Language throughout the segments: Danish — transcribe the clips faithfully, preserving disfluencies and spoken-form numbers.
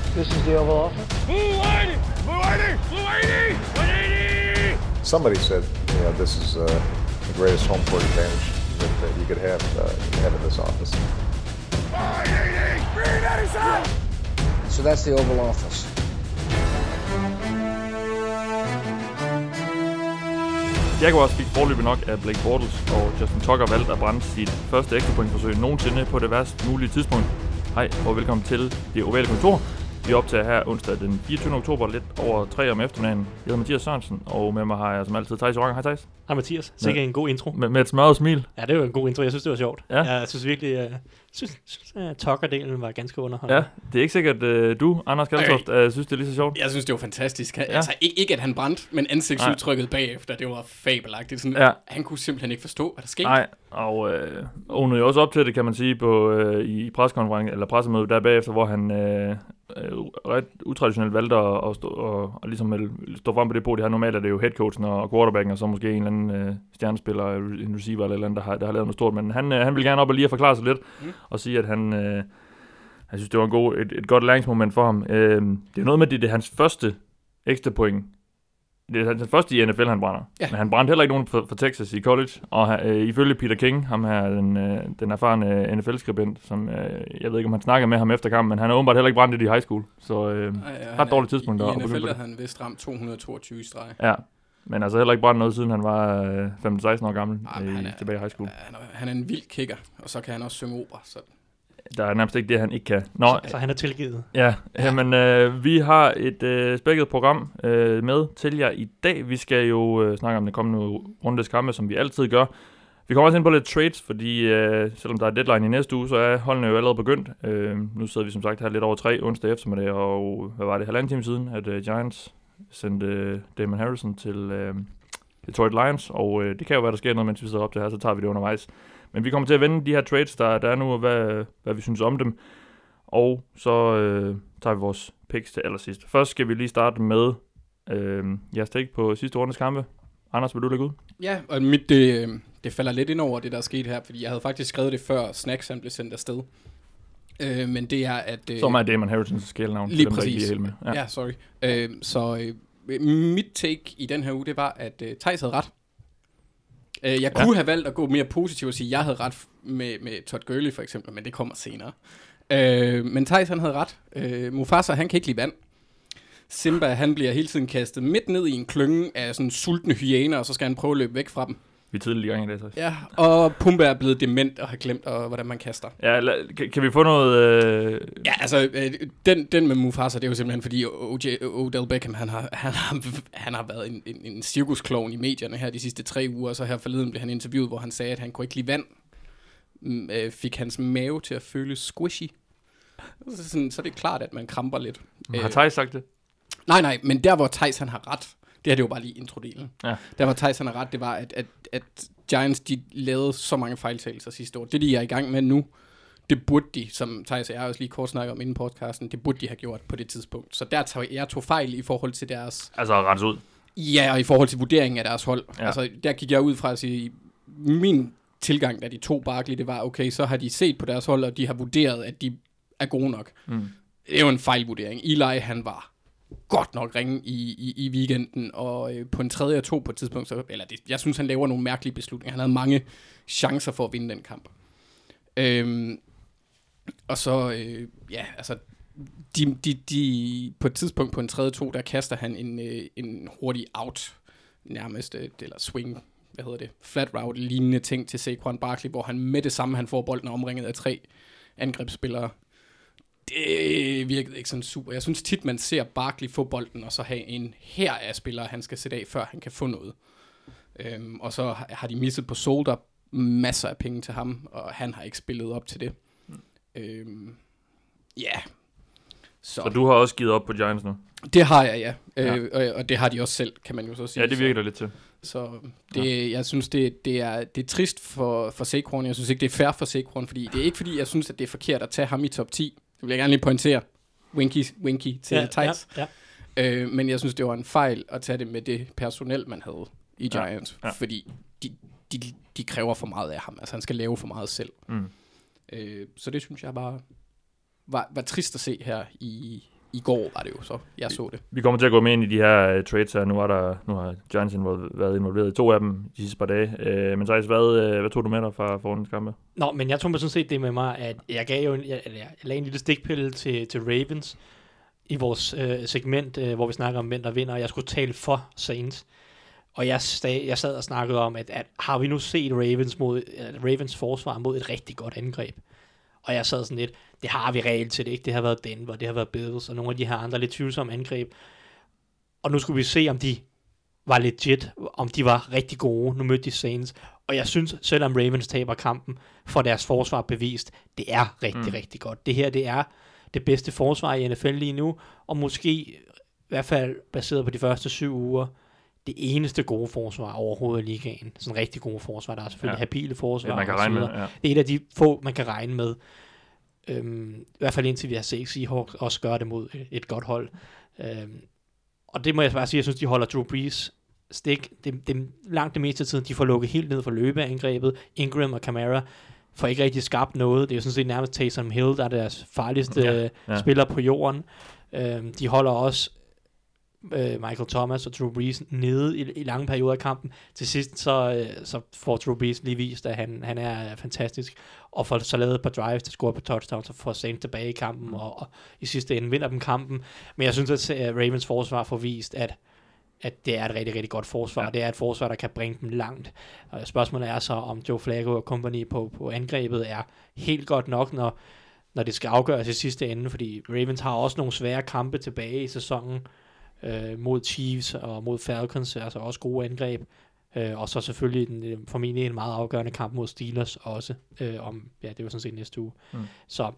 This is the Oval Office. Blue eighty! Blue eighty! Blue eighty! one eighty! Somebody said, you know, this is uh, the greatest home court advantage that, that you could have, uh, have in this office. one eighty! three ninety-seven! So that's the Oval Office. Jaguars fik forløbig nok af Blake Bortles, og Justin Tucker valgte at brænde sit første ekstrapointforsøg nogensinde på det værst mulige tidspunkt. Hej og velkommen til det ovale kontor. Vi optager her onsdag den fireogtyvende oktober, lidt over tre om eftermiddagen. Jeg hedder Mathias Sørensen, og med mig har jeg som altid Thijs Joranger. Hej Thijs. Hej Mathias. Sikke en god intro. Med, med et smørret smil. Ja, det var en god intro. Jeg synes, det var sjovt. Ja. Jeg synes virkelig, jeg synes, synes at Tucker-delen var ganske underholdende. Ja, det er ikke sikkert, at du, Anders Kaltoft, øh, synes, det er lige så sjovt. Jeg synes, det var fantastisk. Ja. Ja. Altså, ikke, ikke at han brændte, men ansigtsudtrykket Nej. bagefter, det var fabelagtigt. Sådan, ja. Han kunne simpelthen ikke forstå, hvad der skete. Nej, og øh, ownede jo også op til det, kan man sige, på, øh, i pressekonferencen, eller pressemødet der bagefter, hvor han øh, ret utraditionelt valgte at, at stå, og, og ligesom stå frem på det podium. Her normalt er det jo headcoachen og quarterbacken, og så måske en eller anden øh, stjernespiller, en receiver eller, eller andet, der har, der har lavet noget stort. Men han, øh, han vil gerne op og lige at forklare sig lidt, mm. og sige, at han, øh, jeg synes, det var en god, et, et godt læringsmoment for ham. Øh, det er noget med, det, det er hans første ekstra point. Det er hans første i N F L, han brænder. Ja. Men han brændte heller ikke nogen for, for Texas i college. Og øh, ifølge Peter King, ham her, den, øh, den erfarne N F L-skribent, som øh, jeg ved ikke, om han snakker med ham efter kampen, men han har åbenbart heller ikke brændt det i high school. Så øh, Ej, ja, ret dårligt tidspunkt. I, der, i N F L havde han vist ramt to hundrede og toogtyve streg. Ja, men altså heller ikke brændt noget, siden han var øh, femten seksten år gammel Ej, øh, han er, tilbage i high school. Han er, han er en vild kicker, og så kan han også synge opera. Så. Der er nærmest ikke det, han ikke kan. Nå, så, så han er tilgivet. Ja, ja. Men øh, vi har et øh, spækket program øh, med til jer i dag. Vi skal jo øh, snakke om det kommende rundes kampe, som vi altid gør. Vi kommer også ind på lidt trades, fordi øh, selvom der er deadline i næste uge, så er holdene jo allerede begyndt. Øh, nu sidder vi som sagt her lidt over tre onsdag eftermiddag, og hvad var det, halvanden time siden, at øh, Giants sendte øh, Damon Harrison til øh, Detroit Lions, og øh, det kan jo være, der sker noget, mens vi sidder op til her, så tager vi det undervejs. Men vi kommer til at vende de her trades, der, der er nu, og hvad, hvad vi synes om dem. Og så øh, tager vi vores picks til allersidst. Først skal vi lige starte med øh, jeres take på sidste rundes kampe. Anders, vil du lægge ud? Ja, og mit, det, det falder lidt ind over det, der er sket her, fordi jeg havde faktisk skrevet det før Snacks han blev sendt afsted. Øh, men det er, at... Øh, Som er Damon Harrisons skælenavn. Lige dem, præcis. Ikke med. Ja. ja, sorry. Øh, så øh, mit take i den her uge, det var, at øh, Thijs havde ret. Jeg ja. kunne have valgt at gå mere positivt og sige, at jeg havde ret med, med Todd Gurley for eksempel, men det kommer senere. Øh, men Thijs, han havde ret. Øh, Mufasa, han kan ikke lide vand. Simba, han bliver hele tiden kastet midt ned i en klynge af sådan sultne hyæner, og så skal han prøve at løbe væk fra dem. Vi er tidligt i gang i dag, Thijs. Ja, og Pumba er blevet dement og har glemt, og, hvordan man kaster. Ja, la, kan, kan vi få noget... Øh... Ja, altså, øh, den, den med Mufasa, det er jo simpelthen, fordi O J, Odell Beckham, han har, han har, han har været en, en, en cirkusklovn i medierne her de sidste tre uger, og så her forleden blev han interviewet, hvor han sagde, at han kunne ikke lide vand. M- øh, fik hans mave til at føle squishy. Så, sådan, så er det klart, at man kramper lidt. Har Thijs sagt det? Nej, nej, men der hvor Thijs han har ret, det her det var bare lige introdelen. Ja. Der hvor Thijs han har ret, det var, at, at, at Giants de lavede så mange fejltagelser sidste år. Det de er i gang med nu, det burde de, som Thijs og jeg også lige kort snakker om inden podcasten, det burde de have gjort på det tidspunkt. Så der tog jeg tog fejl i forhold til deres... Altså at rense ud? Ja, og i forhold til vurderingen af deres hold. Ja. Altså der gik jeg ud fra at sige, min tilgang, da de to Barkley, det var, okay, så har de set på deres hold, og de har vurderet, at de er gode nok. Mm. Det er jo en fejlvurdering. Eli, han var godt nok ringe i, i, i weekenden, og øh, på en tredje og to på et tidspunkt, så, eller det, jeg synes, han laver nogle mærkelige beslutninger. Han havde mange chancer for at vinde den kamp. Øhm, og så, øh, ja, altså, de, de, de, på et tidspunkt på en tredje to, der kaster han en, øh, en hurtig out, nærmest, øh, eller swing, hvad hedder det, flat route, lignende ting til Saquon Barkley, hvor han med det samme, han får bolden omringet af tre angrebsspillere. Det virkede ikke sådan super. Jeg synes tit, man ser Barkley få bolden, og så have en her af spillere, han skal sætte af, før han kan få noget. Øhm, og så har de misset på Solder masser af penge til ham, og han har ikke spillet op til det. Mm. Øhm, yeah. så. så du har også givet op på Giants nu? Det har jeg, ja. ja. Øh, og, og det har de også selv, kan man jo så sige. Ja, det virker der lidt til. Så det, ja. jeg synes, det, det, er, det er trist for, for Saquon. Jeg synes ikke, det er fair for Saquon, fordi det er ikke fordi, jeg synes, at det er forkert at tage ham i top ti. Det vil jeg gerne lige pointere. Winky, winky til ja, Titans. Ja, ja. Øh, men jeg synes, det var en fejl at tage det med det personel, man havde i Giants. Ja, ja. Fordi de, de, de kræver for meget af ham. Altså, han skal lave for meget selv. Mm. Øh, så det synes jeg bare var, var trist at se her i, i går var det jo så, jeg så det. Vi kommer til at gå med ind i de her uh, trades her. Nu, var der, nu har Giants involveret, været involveret i to af dem de sidste par dage. Uh, men Thijs, hvad, uh, hvad tog du med dig fra forrundens kampe? Nå, men jeg tog mig sådan set det med mig, at jeg gav jo en, jeg, jeg lagde en lille stikpille til, til Ravens i vores øh, segment, øh, hvor vi snakker om hvem der vinder, og jeg skulle tale for Saints. Og jeg, stag, jeg sad og snakkede om, at, at har vi nu set Ravens, mod, uh, Ravens forsvar mod et rigtig godt angreb? Og jeg sad sådan lidt, det har vi reelt til det ikke. Det har været Denver, det har været Bills, og nogle af de her andre lidt tvivlsomme angreb. Og nu skulle vi se, om de var legit, om de var rigtig gode. Nu mødte de Saints. Og jeg synes, selvom Ravens taber kampen, for deres forsvar bevist, det er rigtig, mm. rigtig godt. Det her, det er det bedste forsvar i N F L lige nu, og måske, i hvert fald baseret på de første syv uger, det eneste gode forsvar overhovedet i ligaen. Sådan en rigtig gode forsvar. Der er selvfølgelig ja. habile forsvar. Ja, man kan regne med, ja. Det er et af de få, man kan regne med. Øhm, I hvert fald indtil vi har set Seahawks også gøre det mod et, et godt hold. Øhm, og det må jeg bare sige, jeg synes, de holder Drew Brees stik. Det, det, langt det meste af tiden, de får lukket helt ned for løbeangrebet. Ingram og Kamara får ikke rigtig skabt noget. Det er jo sådan set nærmest Taysom Hill, der er deres farligste ja, ja. spiller på jorden. Øhm, de holder også Michael Thomas og Drew Brees nede i, i lange perioder af kampen. Til sidst så, så får Drew Brees lige vist, at han, han er fantastisk, og får så lavet et par drives til score på touchdowns, så får Saints tilbage i kampen, mm. og, og i sidste ende vinder dem kampen. Men jeg synes, at Ravens forsvar får vist, at, at det er et rigtig, rigtig godt forsvar. Ja. Det er et forsvar, der kan bringe dem langt. Og spørgsmålet er så, om Joe Flacco og company på, på angrebet er helt godt nok, når, når det skal afgøres i sidste ende, fordi Ravens har også nogle svære kampe tilbage i sæsonen, Øh, mod Chiefs og mod Falcons, altså også gode angreb, øh, og så selvfølgelig den, formentlig en meget afgørende kamp mod Steelers også, øh, om, ja, det var sådan set næste uge. Mm. Så,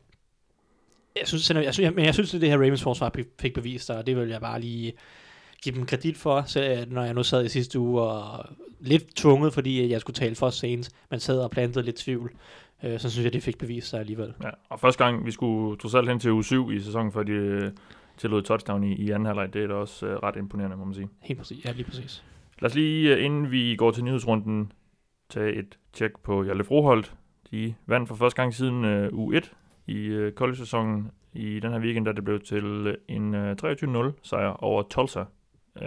jeg synes, jeg synes, men jeg synes, at det her Ravens forsvar fik bevist, og det vil jeg bare lige give dem kredit for, så, når jeg nu sad i sidste uge, og lidt tvunget, fordi jeg skulle tale for Saints, men sad og plantede lidt tvivl, øh, så synes jeg, det fik bevist sig alligevel. Ja, og første gang, vi skulle trods alt hen til uge syv i sæsonen, for de tillod touchdown i, i anden halvleg. Det er da også uh, ret imponerende, må man sige. Helt præcis. Ja, lige præcis. Lad os lige, uh, inden vi går til nyhedsrunden, tage et tjek på Hjalte Froholt. De vandt for første gang siden uh, uge et i uh, college-sæsonen. I den her weekend, der det blev til en uh, treogtyve nul sejr over Tulsa. Uh,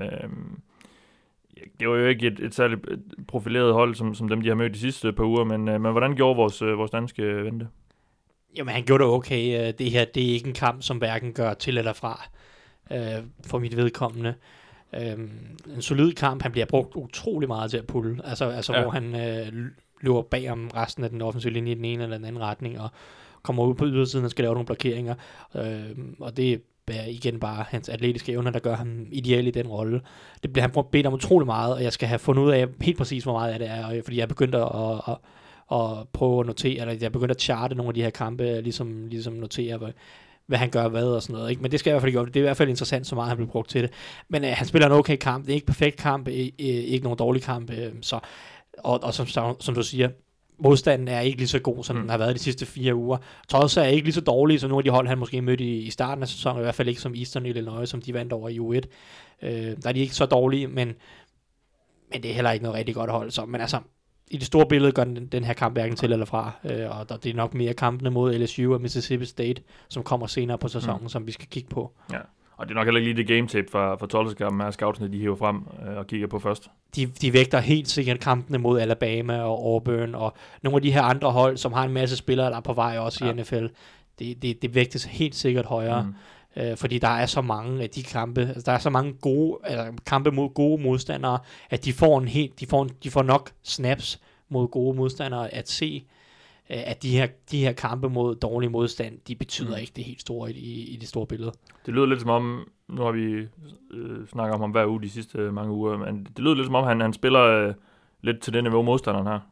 det var jo ikke et, et særligt profileret hold, som, som dem, de har mødt de sidste par uger, men, uh, men hvordan gjorde vores, uh, vores danske vente? Jamen, han gjorde det okay. Det her, det er ikke en kamp, som hverken gør til eller fra øh, for mit vedkommende. Øhm, en solid kamp. Han bliver brugt utrolig meget til at pulle. Altså, altså ja. hvor han øh, løber bag om resten af den offensive linje i den ene eller den anden retning, og kommer ud på ydersiden og skal lave nogle blokeringer. Øh, og det er igen bare hans atletiske evner, der gør ham ideal i den rolle. Det bliver han bedt om utrolig meget, og jeg skal have fundet ud af helt præcis, hvor meget af det er, fordi jeg begyndte at... at og prøve at notere, eller jeg begyndte at charte nogle af de her kampe, ligesom, ligesom notere, hvad, hvad han gør, hvad og sådan noget. Ikke? Men det skal jeg i hvert fald gøre. Det er i hvert fald interessant, så meget han bliver brugt til det. Men øh, han spiller en okay kamp. Det er ikke perfekt kamp, øh, ikke nogen dårlig kamp. Øh, så, og og som, som du siger, modstanden er ikke lige så god, som mm. den har været de sidste fire uger. Tulsa er ikke lige så dårlig, som nogle af de hold, han måske mødte i, i starten af sæsonen, i hvert fald ikke som Eastern Illinois, som de vandt over i uge et. Øh, der er de ikke så dårlige, men, men det er heller ikke noget rigtig godt hold. Så, men altså, i det store billede gør den, den her kamp hverken til eller fra, øh, og der, det er nok mere kampene mod L S U og Mississippi State, som kommer senere på sæsonen, mm. som vi skal kigge på. Ja, og det er nok heller ikke lige det game tape fra, fra Tulsa-kampen, at scoutsene de hiver frem øh, og kigger på først. De, de vægter helt sikkert kampene mod Alabama og Auburn, og nogle af de her andre hold, som har en masse spillere, der er på vej også ja. i N F L, det, det, det vægtes helt sikkert højere. Mm. Øh, fordi der er så mange af de kampe, altså der er så mange gode altså, kampe mod gode modstandere, at de får en helt, de får, en, de får nok snaps mod gode modstandere at se, øh, at de her, de her kampe mod dårlig modstand, de betyder mm. ikke det helt store i, i, i det store billede. Det lyder lidt som om, nu har vi øh, snakket om ham hver uge de sidste mange uger, men det lyder lidt som om, han, han spiller øh, lidt til det niveau modstanderen her.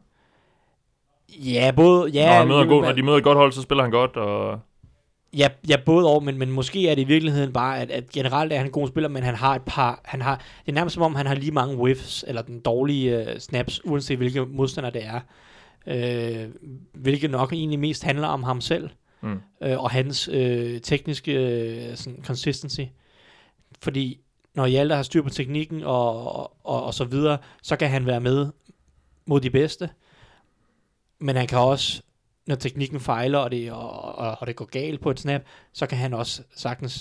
Ja, både... Ja, når, han møder god, når de møder et godt hold, så spiller han godt, og... Ja, ja, både over, men, men måske er det i virkeligheden bare, at, at generelt er han en god spiller, men han har et par, han har, det er nærmest som om, han har lige mange whiffs, eller den dårlige uh, snaps, uanset hvilke modstander det er, uh, hvilket nok egentlig mest handler om ham selv, mm. uh, og hans uh, tekniske uh, sådan, consistency, fordi når Hjalte har styr på teknikken, og, og, og så videre, så kan han være med mod de bedste, men han kan også, når teknikken fejler, og det, og, og, og det går galt på et snap, så kan han også sagtens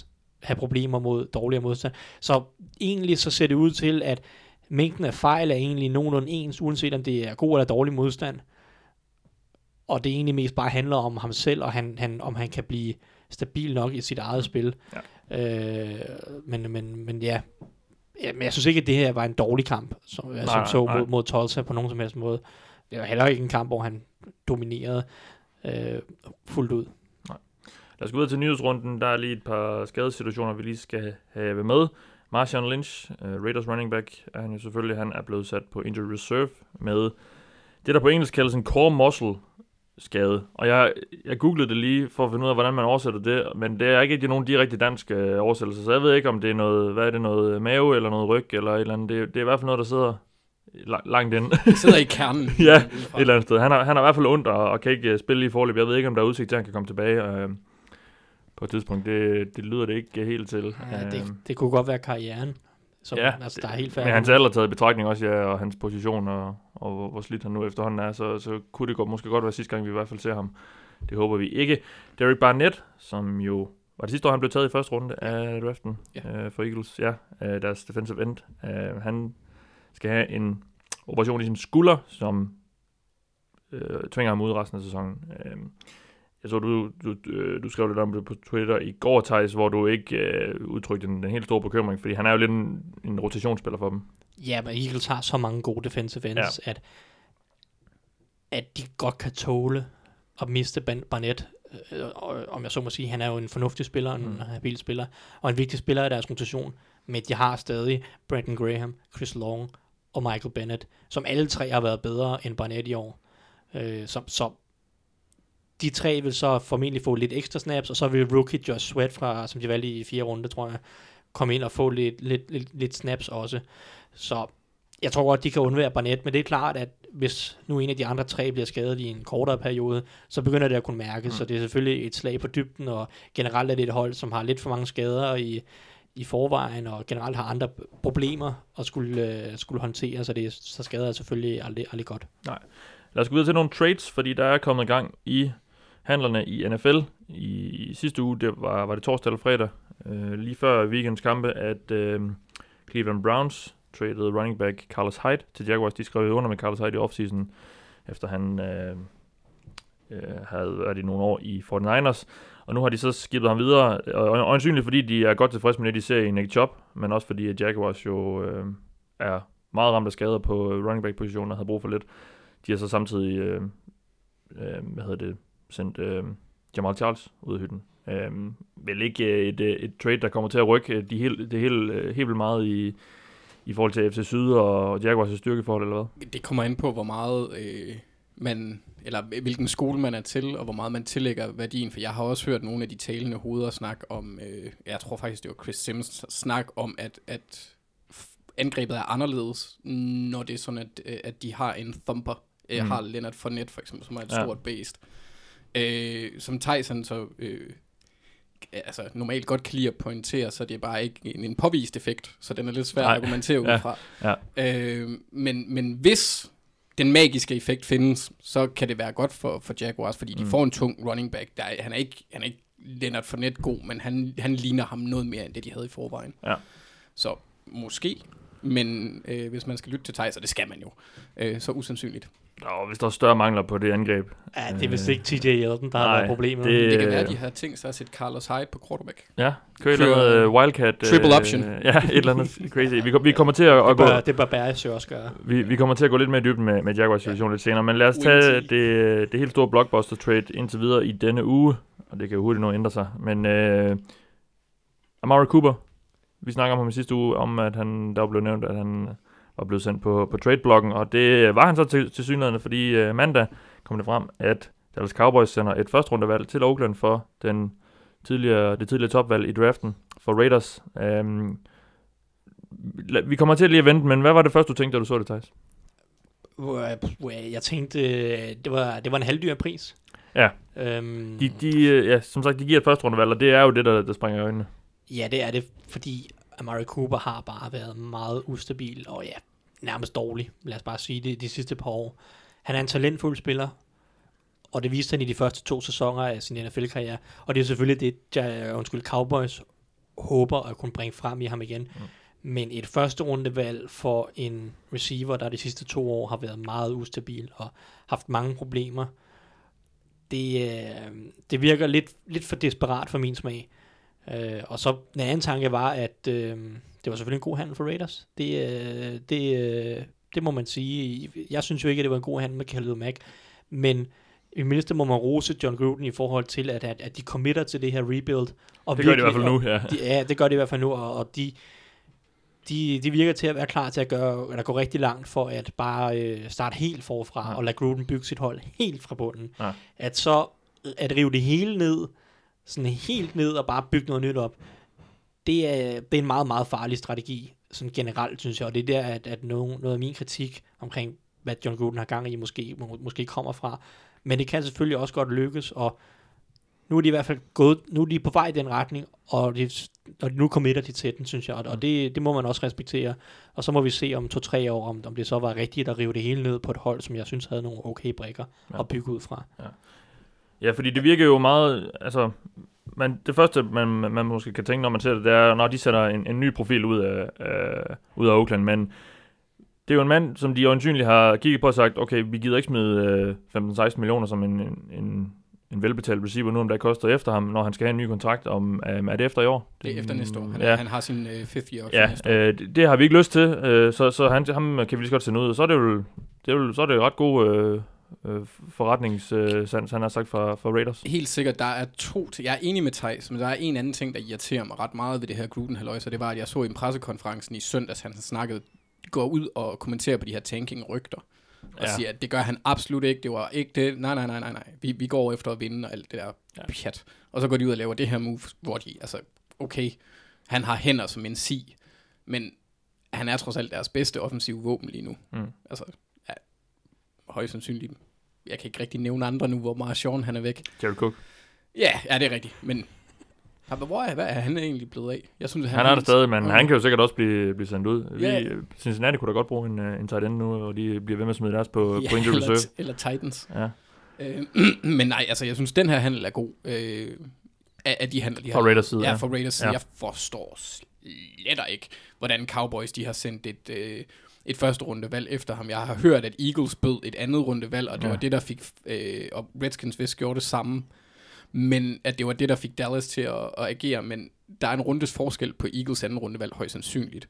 have problemer mod dårligere modstand. Så egentlig så ser det ud til, at mængden af fejl er egentlig nogenlunde ens, uanset om det er god eller dårlig modstand. Og det egentlig mest bare handler om ham selv, og han, han, om han kan blive stabil nok i sit eget spil. Ja. Øh, men, men, men ja, ja men jeg synes ikke, at det her var en dårlig kamp, som, nej, som så nej. mod, mod Tulsa på nogen som helst måde. Det var heller ikke en kamp, hvor han dominerede øh, fuldt ud. Nej. Lad os gå videre til nyhedsrunden. Der er lige et par skadesituationer, vi lige skal have med. Marshawn Lynch, uh, Raiders running back, er han jo selvfølgelig. Han er blevet sat på injury reserve med det, der på engelsk kaldes en core muscle skade. Og jeg, jeg googlede det lige for at finde ud af, hvordan man oversætter det, men det er ikke rigtig nogen direkte danske øh, oversættelser, så jeg ved ikke, om det er noget, hvad er det, noget mave eller noget ryg eller et eller andet. Det, det er i hvert fald noget, der sidder langt inde. Det sidder i kernen. Ja, et eller andet sted. Han har, han har i hvert fald ondt og, og kan ikke spille i forløb. Jeg ved ikke, om der er udsigt til, at han kan komme tilbage øh, på et tidspunkt. Det, det lyder det ikke helt til. Ja, det, det kunne godt være karrieren. Som, ja, altså, der er helt færdig. Men hans alder taget i betragtning også, ja, og hans position, og, og hvor, hvor slidt han nu efterhånden er, så, så kunne det godt, måske godt være sidste gang, vi i hvert fald ser ham. Det håber vi ikke. Derek Barnett, som jo var det sidste år, han blev taget i første runde af draften ja. uh, for Eagles, ja, uh, deres defensive end. Uh, han skal have en operation i sin skulder, som uh, tvinger ham ud resten af sæsonen. Uh, Jeg så, du, du, du skrev lidt om det på Twitter i går, Thijs, hvor du ikke øh, udtrykte den, den helt store bekymring, fordi han er jo lidt en, en rotationsspiller for dem. Ja, men Eagles har så mange gode defensive ends, ja. at, at de godt kan tåle at miste Barnett. Øh, og, om jeg så må sige, han er jo en fornuftig spiller, en mm. habil spiller, og en vigtig spiller i deres rotation, men de har stadig Brandon Graham, Chris Long og Michael Bennett, som alle tre har været bedre end Barnett i år. Øh, så, så de tre vil så formentlig få lidt ekstra snaps, og så vil rookie Josh Sweat, fra, som de valgte i fire runde, tror jeg, komme ind og få lidt, lidt, lidt, lidt snaps også. Så jeg tror godt, de kan undvære Barnett, men det er klart, at hvis nu en af de andre tre bliver skadet i en kortere periode, så begynder det at kunne mærkes, mm. så det er selvfølgelig et slag på dybden, og generelt er det et hold, som har lidt for mange skader i, i forvejen, og generelt har andre problemer at skulle, skulle håndtere, så, det, så skader er selvfølgelig aldrig, aldrig godt. Nej. Lad os gå videre til nogle trades, fordi der er kommet i gang i handlerne i N F L. I, i sidste uge, det var, var det torsdag eller fredag, øh, lige før weekends kampe, at øh, Cleveland Browns traded running back Carlos Hyde til Jaguars. De skrev under med Carlos Hyde i offseason, efter han øh, øh, havde været i nogle år i forty-niners. Og nu har de så skibet ham videre, og øjensynligt fordi de er godt tilfredse med det, de ser i Nick Chubb, men også fordi at Jaguars jo øh, er meget ramt af skader på running back positionen og havde brug for lidt. De har så samtidig øh, øh, hvad hedder det, sendt øh, Jamal Charles ud af hytten. Øh, vel ikke et, et trade, der kommer til at rykke de helt, det helt, helt vildt meget i, i forhold til F C Syd og Jaguars' styrkeforhold, eller hvad? Det kommer ind på, hvor meget øh, man, eller hvilken skole man er til, og hvor meget man tillægger værdien, for jeg har også hørt nogle af de talende hoveder snakke om, øh, jeg tror faktisk, det var Chris Sims snak om, at, at angrebet er anderledes, når det er sådan, at, at de har en thumper. Jeg mm. har Leonard Fournette for eksempel, som er et ja. stort based. Øh, som Tyson så øh, altså normalt godt kan lide at pointere, så det er bare ikke en, en påvist effekt, så den er lidt svær at argumentere ud fra. Ja. Ja. Øh, men, men hvis den magiske effekt findes, så kan det være godt for, for Jaguars, fordi de mm. får en tung running back. Der er, han, er ikke, han er ikke Leonard Fournette god, men han, han ligner ham noget mere, end det de havde i forvejen. Ja. Så måske, men øh, hvis man skal lytte til Tyson, det skal man jo, øh, så usandsynligt. Og hvis der er større mangler på det angreb. Ja, det er vist ikke T J Yeldon, der har været problemet. Det, det kan være, at de har tænkt sig at sætte Carlos Hyde på quarterback. Ja, kører et eller andet uh, Wildcat. Triple uh, option. Ja, et eller andet crazy. Vi, vi kommer til at, det at bør, gå... Det bør Bears jo også gøre. Vi, vi kommer til at gå lidt mere i dybden med, med Jaguars situation ja. lidt senere, men lad os tage det, det helt store blockbuster trade indtil videre i denne uge, og det kan jo hurtigt nå at ændre sig. Men uh, Amari Cooper, vi snakker om ham i sidste uge, om at han, der blev nævnt, at han var blevet sendt på, på trade-blokken, og det var han så til, til synligheden, fordi uh, mandag kom det frem, at Dallas Cowboys sender et første rundevalg til Oakland for den tidligere, det tidligere topvalg i draften for Raiders. Um, vi kommer til lige at vente, men hvad var det første, du tænkte, da du så det, Thijs? Jeg tænkte, det var, det var en halvdyr pris. Ja. Um, de, de, ja, som sagt, de giver et første rundevalg, og det er jo det, der, der springer i øjnene. Ja, det er det, fordi Amari Cooper har bare været meget ustabil, og ja, nærmest dårlig, lad os bare sige det, de sidste par år. Han er en talentfuld spiller, og det viste han i de første to sæsoner af sin N F L-karriere, og det er selvfølgelig det, jeg, undskyld, Cowboys håber at kunne bringe frem i ham igen. Mm. Men et første rundevalg for en receiver, der de sidste to år har været meget ustabil og haft mange problemer, det, det virker lidt, lidt for desperat for min smag. Uh, og så den anden tanke var, at uh, det var selvfølgelig en god handel for Raiders. Det, uh, det, uh, det må man sige. Jeg synes jo ikke, at det var en god handel med Khalil Mack, men i mindste må man rose John Gruden i forhold til, at, at, at de committer til det her rebuild. Og det gør de i hvert fald nu, ja. De, ja, det gør de i hvert fald nu, og, og de, de, de virker til at være klar til at gøre, at gå rigtig langt for at bare øh, starte helt forfra, ja. Og lade Gruden bygge sit hold helt fra bunden. Ja. At så at rive det hele ned, sådan helt ned og bare bygge noget nyt op, det er, det er en meget, meget farlig strategi, sådan generelt, synes jeg, og det er der, at, at noget, noget af min kritik omkring, hvad John Gruden har gang i, måske, må, måske kommer fra. Men det kan selvfølgelig også godt lykkes, og nu er de i hvert fald gået, nu er de på vej i den retning, og, de, og nu committer de til den, synes jeg, og det, det må man også respektere. Og så må vi se om to-tre år, om, om det så var rigtigt at rive det hele ned på et hold, som jeg synes havde nogle okay brikker ja. At bygge ud fra. Ja. Ja, fordi det virker jo meget, altså, man, det første, man, man måske kan tænke, når man ser det, det er, når de sætter en, en ny profil ud af, af, ud af Oakland, men det er jo en mand, som de øjensynligt har kigget på og sagt, okay, vi gider ikke smide øh, femten seksten millioner som en, en, en velbetalt receiver nu, om der koster efter ham, når han skal have en ny kontrakt, om øh, er det efter i år? Det er efter næste år. Han, ja. han har sin øh, fifth year ja, næste år. Øh, det, det har vi ikke lyst til, øh, så, så han, ham kan vi lige så godt sende ud, og så er det jo, det er jo, så er det jo ret god øh, øh, forretningssans, han har sagt fra, fra Raiders. Helt sikkert, der er to ting. Jeg er enig med Theis, men der er en anden ting, der irriterer mig ret meget ved det her Gruden-halløj, så det var, at jeg så i en pressekonferencen i søndags, han snakkede, går ud og kommenterer på de her tanking-rygter, og ja. Siger, at det gør han absolut ikke, det var ikke det, nej, nej, nej, nej, nej, vi, vi går efter at vinde og alt det der ja. Pjat. Og så går de ud og laver det her move, hvor de, altså, okay, han har hænder som en si, men han er trods alt deres bedste offensive våben lige nu. Mm. Altså, ja, højst sandsynligt. Jeg kan ikke rigtig nævne andre nu, hvor Marshawn han er væk. Jared Cook. Ja, ja, det er rigtigt, men hvor er, hvad er han egentlig blevet af? Jeg synes, han, han er der stadig, men okay. Han kan jo sikkert også blive, blive sendt ud. Vi, yeah. Cincinnati kunne da godt bruge en, en tight end nu, og de bliver ved med at smide deres på, yeah, på injury reserve. Eller, eller Titans. Ja. Øh, men nej, altså jeg synes, den her handel er god. Øh, af, af de handler, de har. Fra Raiders side. Ja, fra Raiders side. Ja. Jeg forstår slet ikke, hvordan Cowboys de har sendt et, øh, et første rundevalg efter ham. Jeg har hørt, at Eagles bød et andet rundevalg, og det ja. Var det, der fik, øh, og Redskins vist gjorde det samme. Men at det var det, der fik Dallas til at, at agere, men der er en rundes forskel på Eagles anden rundevalg, højst sandsynligt,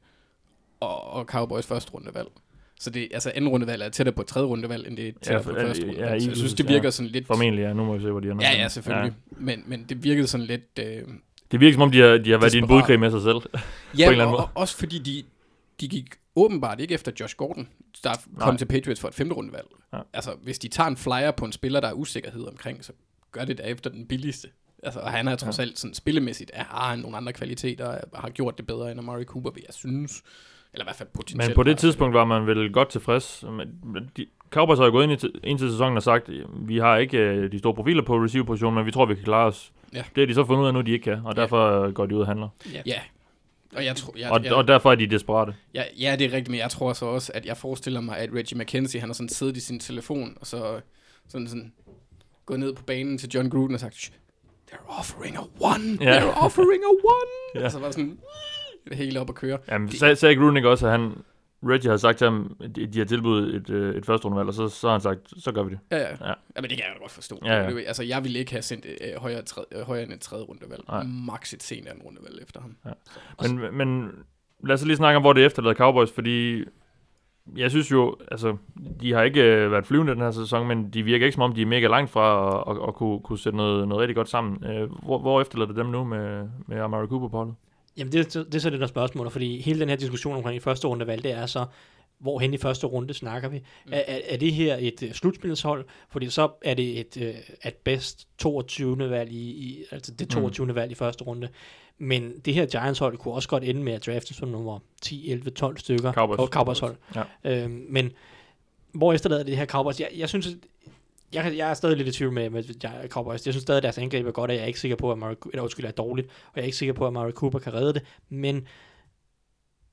og, og Cowboys første rundevalg. Så det, altså anden rundevalg er tættere på tredje rundevalg, end det er tættere ja, for, på første rundevalg. Ja, Eagles, så jeg synes, det virker ja, sådan lidt... Formentlig, ja. Nu må vi se, hvor de er. Ja, ja, selvfølgelig. Ja. Men, men det virkede sådan lidt... Øh, det virker som om, de har, de har været i en budkrig med sig selv. Ja, og, og også fordi de, de gik åbenbart ikke efter Josh Gordon, der kom Nej. Til Patriots for et femte rundevalg. Ja. Altså, hvis de tager en flyer på en spiller, der er usikkerhed omkring, så gør det da efter den billigste. Altså, og han er trods alt sådan spillemæssigt, at har han nogle andre kvaliteter, og har gjort det bedre end Amari Cooper, vil jeg synes. Eller i hvert fald potentielt. Men på det tidspunkt var man vel godt tilfreds. De, Cowboys har jo gået ind til, ind til sæsonen og sagt, vi har ikke de store profiler på receiver-positionen, men vi tror, vi kan klare os. Ja. Det har de så fundet ud af nu, de ikke kan, og ja. Derfor går de ud og handler. Ja. ja. Og, jeg tror, jeg, og, jeg, og derfor er de desperate. Ja, ja, det er rigtigt, men jeg tror så også, at jeg forestiller mig, at Reggie McKenzie, han har sådan siddet i sin telefon, og så sådan sådan gået ned på banen til John Gruden og sagt, they're offering a one, yeah. they're offering a one. Yeah. Og så var sådan, det hele op at køre. Jamen, de, sag, sagde Gruden ikke også, at han, Reggie havde sagt til ham, at de har tilbudt et, et første rundevalg, og så, så har han sagt, så gør vi det. Ja, ja. ja. ja men det kan jeg godt forstå. Ja, ja. Altså, jeg ville ikke have sendt øh, højere, tredje, øh, højere end et tredje rundevalg. Nej. Max et senere rundevalg efter ham. Ja. Men, men lad os lige snakke om, hvor det efterlader Cowboys, fordi jeg synes jo, altså, de har ikke øh, været flyvende den her sæson, men de virker ikke som om, de er mega langt fra at, at, at kunne, kunne sætte noget, noget rigtig godt sammen. Øh, hvor, hvor efterlader det dem nu med, med Amari Cooper på holdet? Jamen, det, det er så det der spørgsmål, fordi hele den her diskussion omkring i første rundevalg, det er så, hvorhen i første runde snakker vi? Mm. Er, er det her et uh, slutspilshold? Fordi så er det et uh, at bedst toogtyvende valg i, i altså det toogtyvende Mm. valg i første runde. Men det her Giants-hold kunne også godt ende med at drafte sådan nummer ti, elleve, tolv stykker. Cowboys. Cowboys-hold. Ja. Øhm, men hvor efterlader det her Cowboys? Jeg, jeg synes, jeg, jeg er stadig lidt i tvivl med, med Cowboys. Jeg synes stadig, at deres angreb er godt, og jeg er ikke sikker på, at Amari, eller undskyld, er dårligt, og jeg er ikke sikker på, at Amari Cooper kan redde det. Men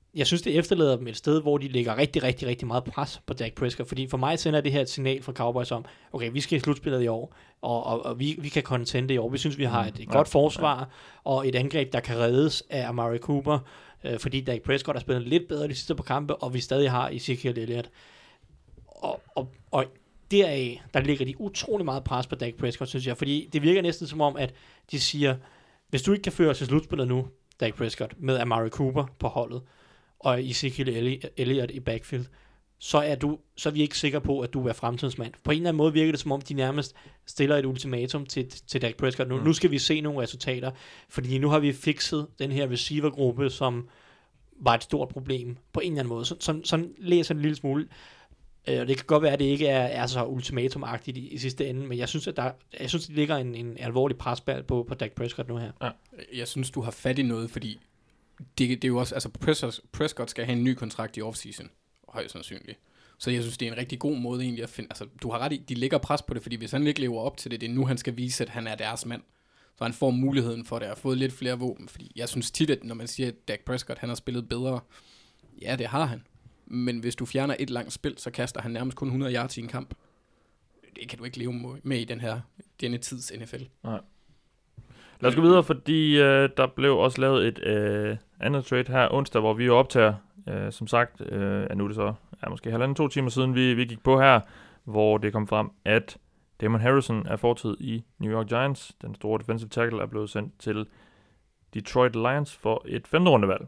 jeg synes, det efterlader dem et sted, hvor de lægger rigtig, rigtig, rigtig meget pres på Dak Prescott, fordi for mig sender det her et signal fra Cowboys om, okay, vi skal i slutspillet i år, og, og, og vi, vi kan contente i år. Vi synes, vi har et, et ja, godt forsvar, ja. og et angreb, der kan reddes af Amari Cooper, øh, fordi Dak Prescott har spillet lidt bedre de sidste par kampe, og vi stadig har Ezekiel Elliott. Og, og, og deraf, der ligger de utrolig meget pres på Dak Prescott, synes jeg, fordi det virker næsten som om, at de siger, hvis du ikke kan føre os til slutspillet nu, Dak Prescott, med Amari Cooper på holdet, og Ezekiel Elliott i backfield, så er, du, så er vi ikke sikre på, at du er fremtidsmand. På en eller anden måde virker det, som om de nærmest stiller et ultimatum til, til Dak Prescott. Nu, mm. nu skal vi se nogle resultater, fordi nu har vi fikset den her receivergruppe, som var et stort problem på en eller anden måde. Så, så, sådan læser en lille smule. Øh, det kan godt være, at det ikke er, er så ultimatumagtigt i, i sidste ende, men jeg synes, at der, jeg synes, det ligger en, en alvorlig presbal på, på Dak Prescott nu her. Ja. Jeg synes, du har fat i noget, fordi det, det er jo også, altså Prescott, Prescott skal have en ny kontrakt i offseason, højst sandsynligt. Så jeg synes, det er en rigtig god måde egentlig at finde, altså du har ret i, de lægger pres på det, fordi hvis han ikke lever op til det, det er nu, han skal vise, at han er deres mand. Så han får muligheden for det, og har fået lidt flere våben, fordi jeg synes tit, at når man siger, at Dak Prescott, han har spillet bedre, ja, det har han. Men hvis du fjerner et langt spil, så kaster han nærmest kun hundrede yards i en kamp. Det kan du ikke leve med i den her, denne tids N F L. Nej. Lad os gå videre, fordi øh, der blev også lavet et øh, andet trade her onsdag, hvor vi jo optager, øh, som sagt, øh, er nu det så er måske halvanden to timer siden, vi, vi gik på her, hvor det kom frem, at Damon Harrison er fortid i New York Giants. Den store defensive tackle er blevet sendt til Detroit Lions for et femte rundevalg.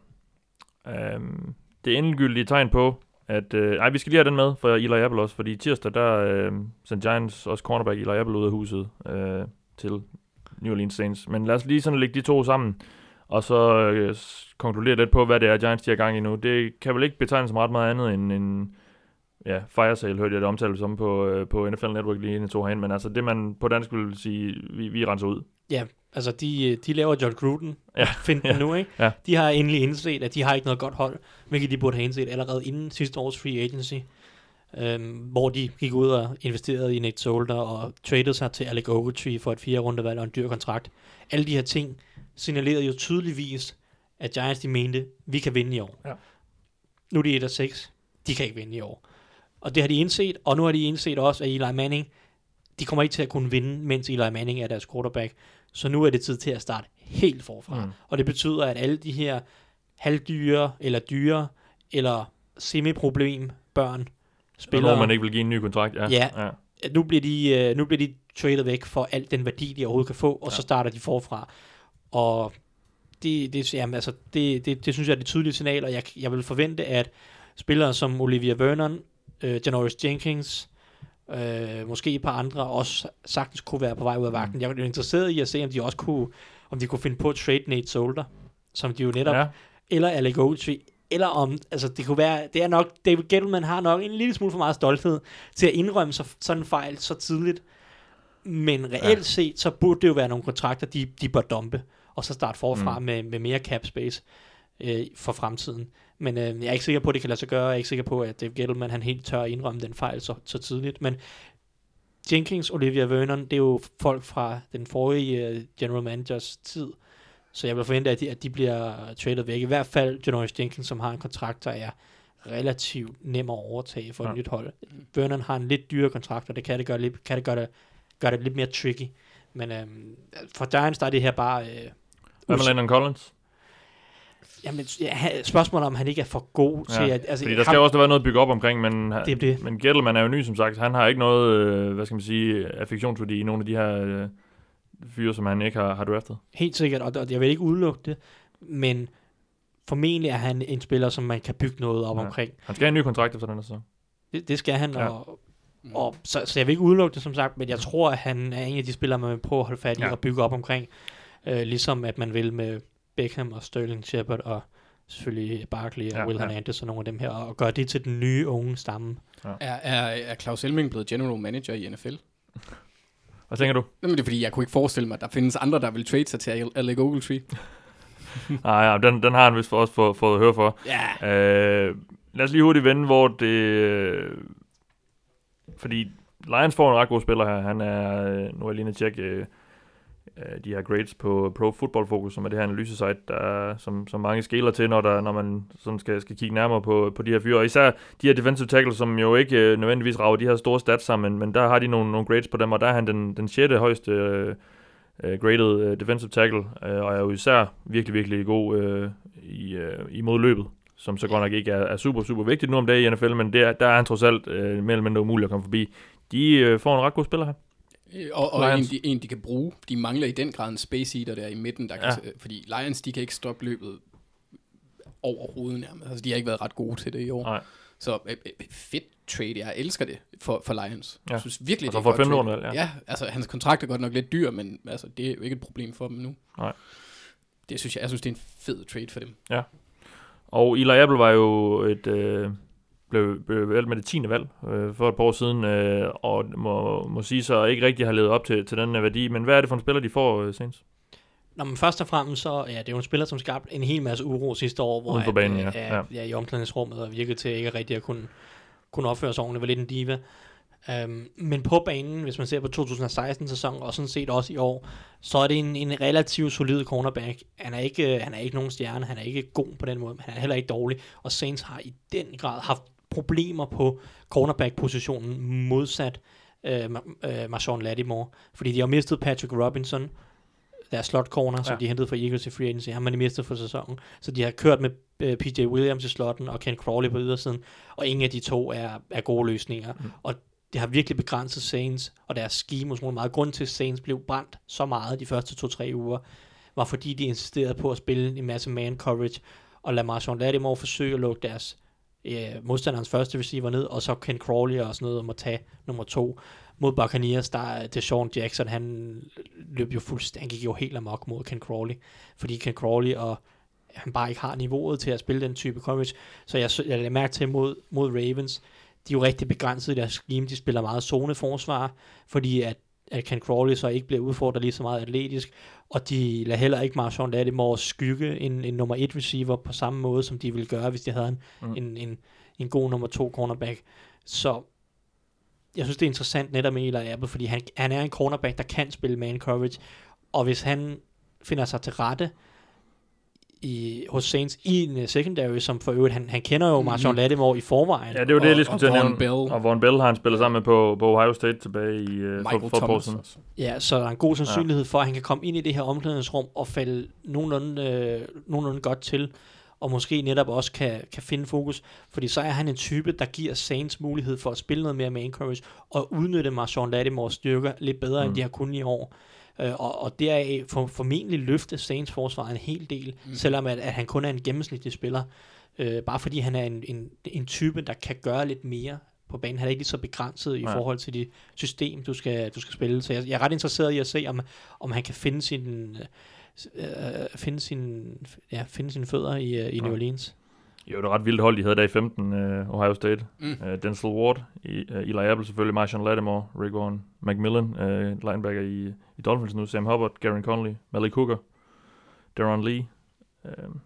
Um, det endegyldige tegn på, at øh, ej, vi skal lige have den med for Eli Apple også, fordi tirsdag, der øh, sendte Giants også cornerback Eli Apple ud af huset øh, til New Orleans Saints. Men lad os lige sådan lægge de to sammen, og så øh, konkludere lidt på, hvad det er, Giants de har gang i nu. Det kan vel ikke betegnes som ret meget andet end en ja, fire sale, hørte jeg det omtalt som på, øh, på N F L Network lige inden to herhen, men altså det, man på dansk vil sige, vi, vi renser ud. Ja, altså de, de laver John Gruden, ja, find den ja, nu, ikke? Ja. De har endelig indset, at de har ikke noget godt hold, hvilket de burde have indset allerede inden sidste års free agency, øhm, hvor de gik ud og investerede i Nate Solder og traded sig til Alec Ogletree for et fire rundevalg og en dyr kontrakt. Alle de her ting signalerede jo tydeligvis, at Giants de mente, vi kan vinde i år. Ja. Nu er de et af seks, de kan ikke vinde i år. Og det har de indset, og nu har de indset også, at Eli Manning, de kommer ikke til at kunne vinde, mens Eli Manning er deres quarterback. Så nu er det tid til at starte helt forfra. Mm. Og det betyder, at alle de her halvdyre, eller dyre, eller semi-problem børn, spillere... Når man ikke vil give en ny kontrakt, ja. Ja, ja. Nu, bliver de, uh, nu bliver de traded væk for al den værdi, de overhovedet kan få, og ja. Så starter de forfra. Og det, det, jamen, altså, det, det, det synes jeg er det tydelige signal, og jeg, jeg vil forvente, at spillere som Olivia Vernon, uh, Janoris Jenkins... Øh, måske et par andre også sagtens kunne være på vej ud af vagten. Jeg er interesseret i at se, om de også kunne, om de kunne finde på at trade Nate Solder, som de jo netop, ja. Eller Alec Ogletree, eller om, altså det kunne være, det er nok, David Gettleman har nok en lille smule for meget stolthed til at indrømme så, sådan en fejl så tidligt, men reelt ja. set, så burde det jo være nogle kontrakter, de, de bør dumpe, og så starte forfra mm. med, med mere cap space øh, for fremtiden. Men øh, jeg er ikke sikker på, at det kan lade sig gøre. Jeg er ikke sikker på, at Dave Gettleman han helt tør at indrømme den fejl så, så tidligt. Men Jenkins, Olivia Vernon, det er jo folk fra den forrige uh, general managers tid. Så jeg vil forvente, at de, at de bliver traded væk. I hvert fald Janoris Jenkins, som har en kontrakt, der er relativt nem at overtage for ja. et nyt hold. Vernon har en lidt dyre kontrakt, og det kan det gøre, lidt, kan det gøre, det, gøre det lidt mere tricky. Men øh, for Giants, der er det her bare... Øh, Hvad med Landon Collins? Jamen, ja, spørgsmålet om han ikke er for god ja, til at... Altså, fordi der skal ham, også være noget at bygge op omkring, men, det det. men Gettleman er jo ny, som sagt. Han har ikke noget, øh, hvad skal man sige, affektionsværdi i nogle af de her øh, fyre, som han ikke har, har draftet. Helt sikkert, og, og jeg vil ikke udelukke det, men formentlig er han en spiller, som man kan bygge noget op ja. omkring. Han skal have en ny kontrakt efter den her sæson. Det, det skal han, ja. og, og så, så jeg vil ikke udelukke det, som sagt, men jeg tror, at han er en af de spillere, man vil prøve at holde fat i ja. og bygge op omkring, øh, ligesom at man vil med Beckham og Sterling Shepard og selvfølgelig Barkley og ja, Will Hernandez ja. og nogle af dem her, og gøre det til den nye unge stamme. Ja. Er, er, er Claus Elming blevet general manager i N F L? Hvad tænker du? Jamen, det er fordi, jeg kunne ikke forestille mig, at der findes andre, der vil trade sig til Alec Ogletree. Nej, ja, den, den har han vist for også fået for at høre for. Ja. Øh, lad os lige hurtigt vende, hvor det... Fordi Lions får en ret god spiller her. Han er, nu er jeg lige at tjekke... de her grades på Pro Football Focus, som er det her analysesite, der, som, som mange skeler til, når, der, når man sådan skal, skal kigge nærmere på, på de her fyre. Og især de her defensive tackles, som jo ikke øh, nødvendigvis rager de her store stats sammen, men der har de nogle, nogle grades på dem, og der er han den, den sjette højeste øh, graded øh, defensive tackle, øh, og er jo især virkelig, virkelig god øh, i, øh, imod løbet, som så godt nok ikke er, er super, super vigtigt nu om dagen i N F L, men det er, der er han trods alt øh, mere eller mindre umuligt at komme forbi. De øh, får en ret god spiller her. Og, og en, de, en, de kan bruge. De mangler i den grad en space eater der i midten, der kan, ja. fordi Lions, de kan ikke stoppe løbet overhovedet nærmest. Altså, de har ikke været ret gode til det i år. Nej. Så øh, fedt trade, jeg elsker det for, for Lions. Ja. Jeg synes virkelig, altså det er for godt trade. Ja. ja, altså hans kontrakt er godt nok lidt dyr, men altså, det er jo ikke et problem for dem nu. Nej. Det synes jeg, jeg synes, det er en fed trade for dem. Ja. Og Eli Apple var jo et... Øh blev, blev valgt med det tiende valg øh, for et par år siden, øh, og må, må sige så ikke rigtig har levet op til, til den værdi. Men hvad er det for en spiller, de får, øh, Saints? Nå, men først og fremmest så, ja, det er jo en spiller, som skabte en hel masse uro sidste år, hvor uden for banen, at, ja. Ja, ja, i omklædningsrummet og virkede til ikke rigtig at kunne, kunne opføre sig ordentligt, var lidt en diva. Um, men på banen, hvis man ser på to tusind og seksten-sæsonen, og sådan set også i år, så er det en, en relativt solid cornerback. Han er, ikke, han er ikke nogen stjerne, han er ikke god på den måde, men han er heller ikke dårlig. Og Saints har i den grad haft problemer på cornerback-positionen modsat uh, uh, Marshawn Lattimore, fordi de har mistet Patrick Robinson, deres slot corner, som ja. de hentede fra Eagles i free agency, han har de mistet for sæsonen. Så de har kørt med uh, P J Williams i slotten og Ken Crawley på ydersiden, og ingen af de to er, er gode løsninger. Mm. Og det har virkelig begrænset Saints og deres scheme og meget. Grund til, at Saints blev brændt så meget de første to-tre uger, var fordi de insisterede på at spille en masse man coverage, og lade Marshawn Lattimore forsøge at lukke deres øh, modstanderens første receiver ned, og så Ken Crawley og sådan noget om at tage nummer to. Mod Buccaneers, der til Sean Jackson, han løb jo fuldstændig, han gik jo helt amok mod Ken Crawley, fordi Ken Crawley og han bare ikke har niveauet til at spille den type coverage. Så jeg, jeg lader mærke til mod, mod Ravens, de er jo rigtig begrænset i deres scheme. De spiller meget zoneforsvar, fordi at, at Ken Crawley så ikke bliver udfordret lige så meget atletisk, og de lader heller ikke Marshawn Lattimore skygge en, en nummer et receiver på samme måde, som de ville gøre, hvis de havde en, mm. en, en, en god nummer to cornerback. Så jeg synes, det er interessant netop med Eli Apple, fordi han, han er en cornerback, der kan spille man coverage, og hvis han finder sig til rette i, hos Saints i en secondary, som for øvrigt, han, han kender jo Marshawn Lattimore i forvejen. Ja, det er jo det, jeg lige skulle til at nævne. Bell. Og Von Bell har han spillet sammen med på, på Ohio State tilbage i uh, Michael for, for Thomas. Ja, så der er en god sandsynlighed for, at han kan komme ind i det her omklædningsrum og falde nogenlunde, øh, nogenlunde godt til, og måske netop også kan, kan finde fokus, fordi så er han en type, der giver Saints mulighed for at spille noget mere med coverage, og udnytte Marshawn Lattimores styrker lidt bedre, mm. end de har kunnet i år. Uh, og, og deraf for, formentlig løfte Saints forsvar en hel del, mm. selvom at, at han kun er en gennemsnitlig spiller. Uh, bare fordi han er en, en, en type, der kan gøre lidt mere på banen. Han er ikke lige så begrænset i ja. forhold til det system, du skal, du skal spille. Så jeg, jeg er ret interesseret i at se, om, om han kan finde sin, uh, finde sin, ja, finde sine fødder i, uh, i ja. New Orleans. Jo, det er ret vildt hold, de havde der i femten, uh, Ohio State. Mm. Uh, Denzel Ward, i, uh, Eli Apple selvfølgelig, Marshawn Lattimore, Raekwon McMillan, uh, linebacker i, i Dolphins nu, Sam Hubbard, Garen Conley, Malik Hooker, Deron Lee, uh,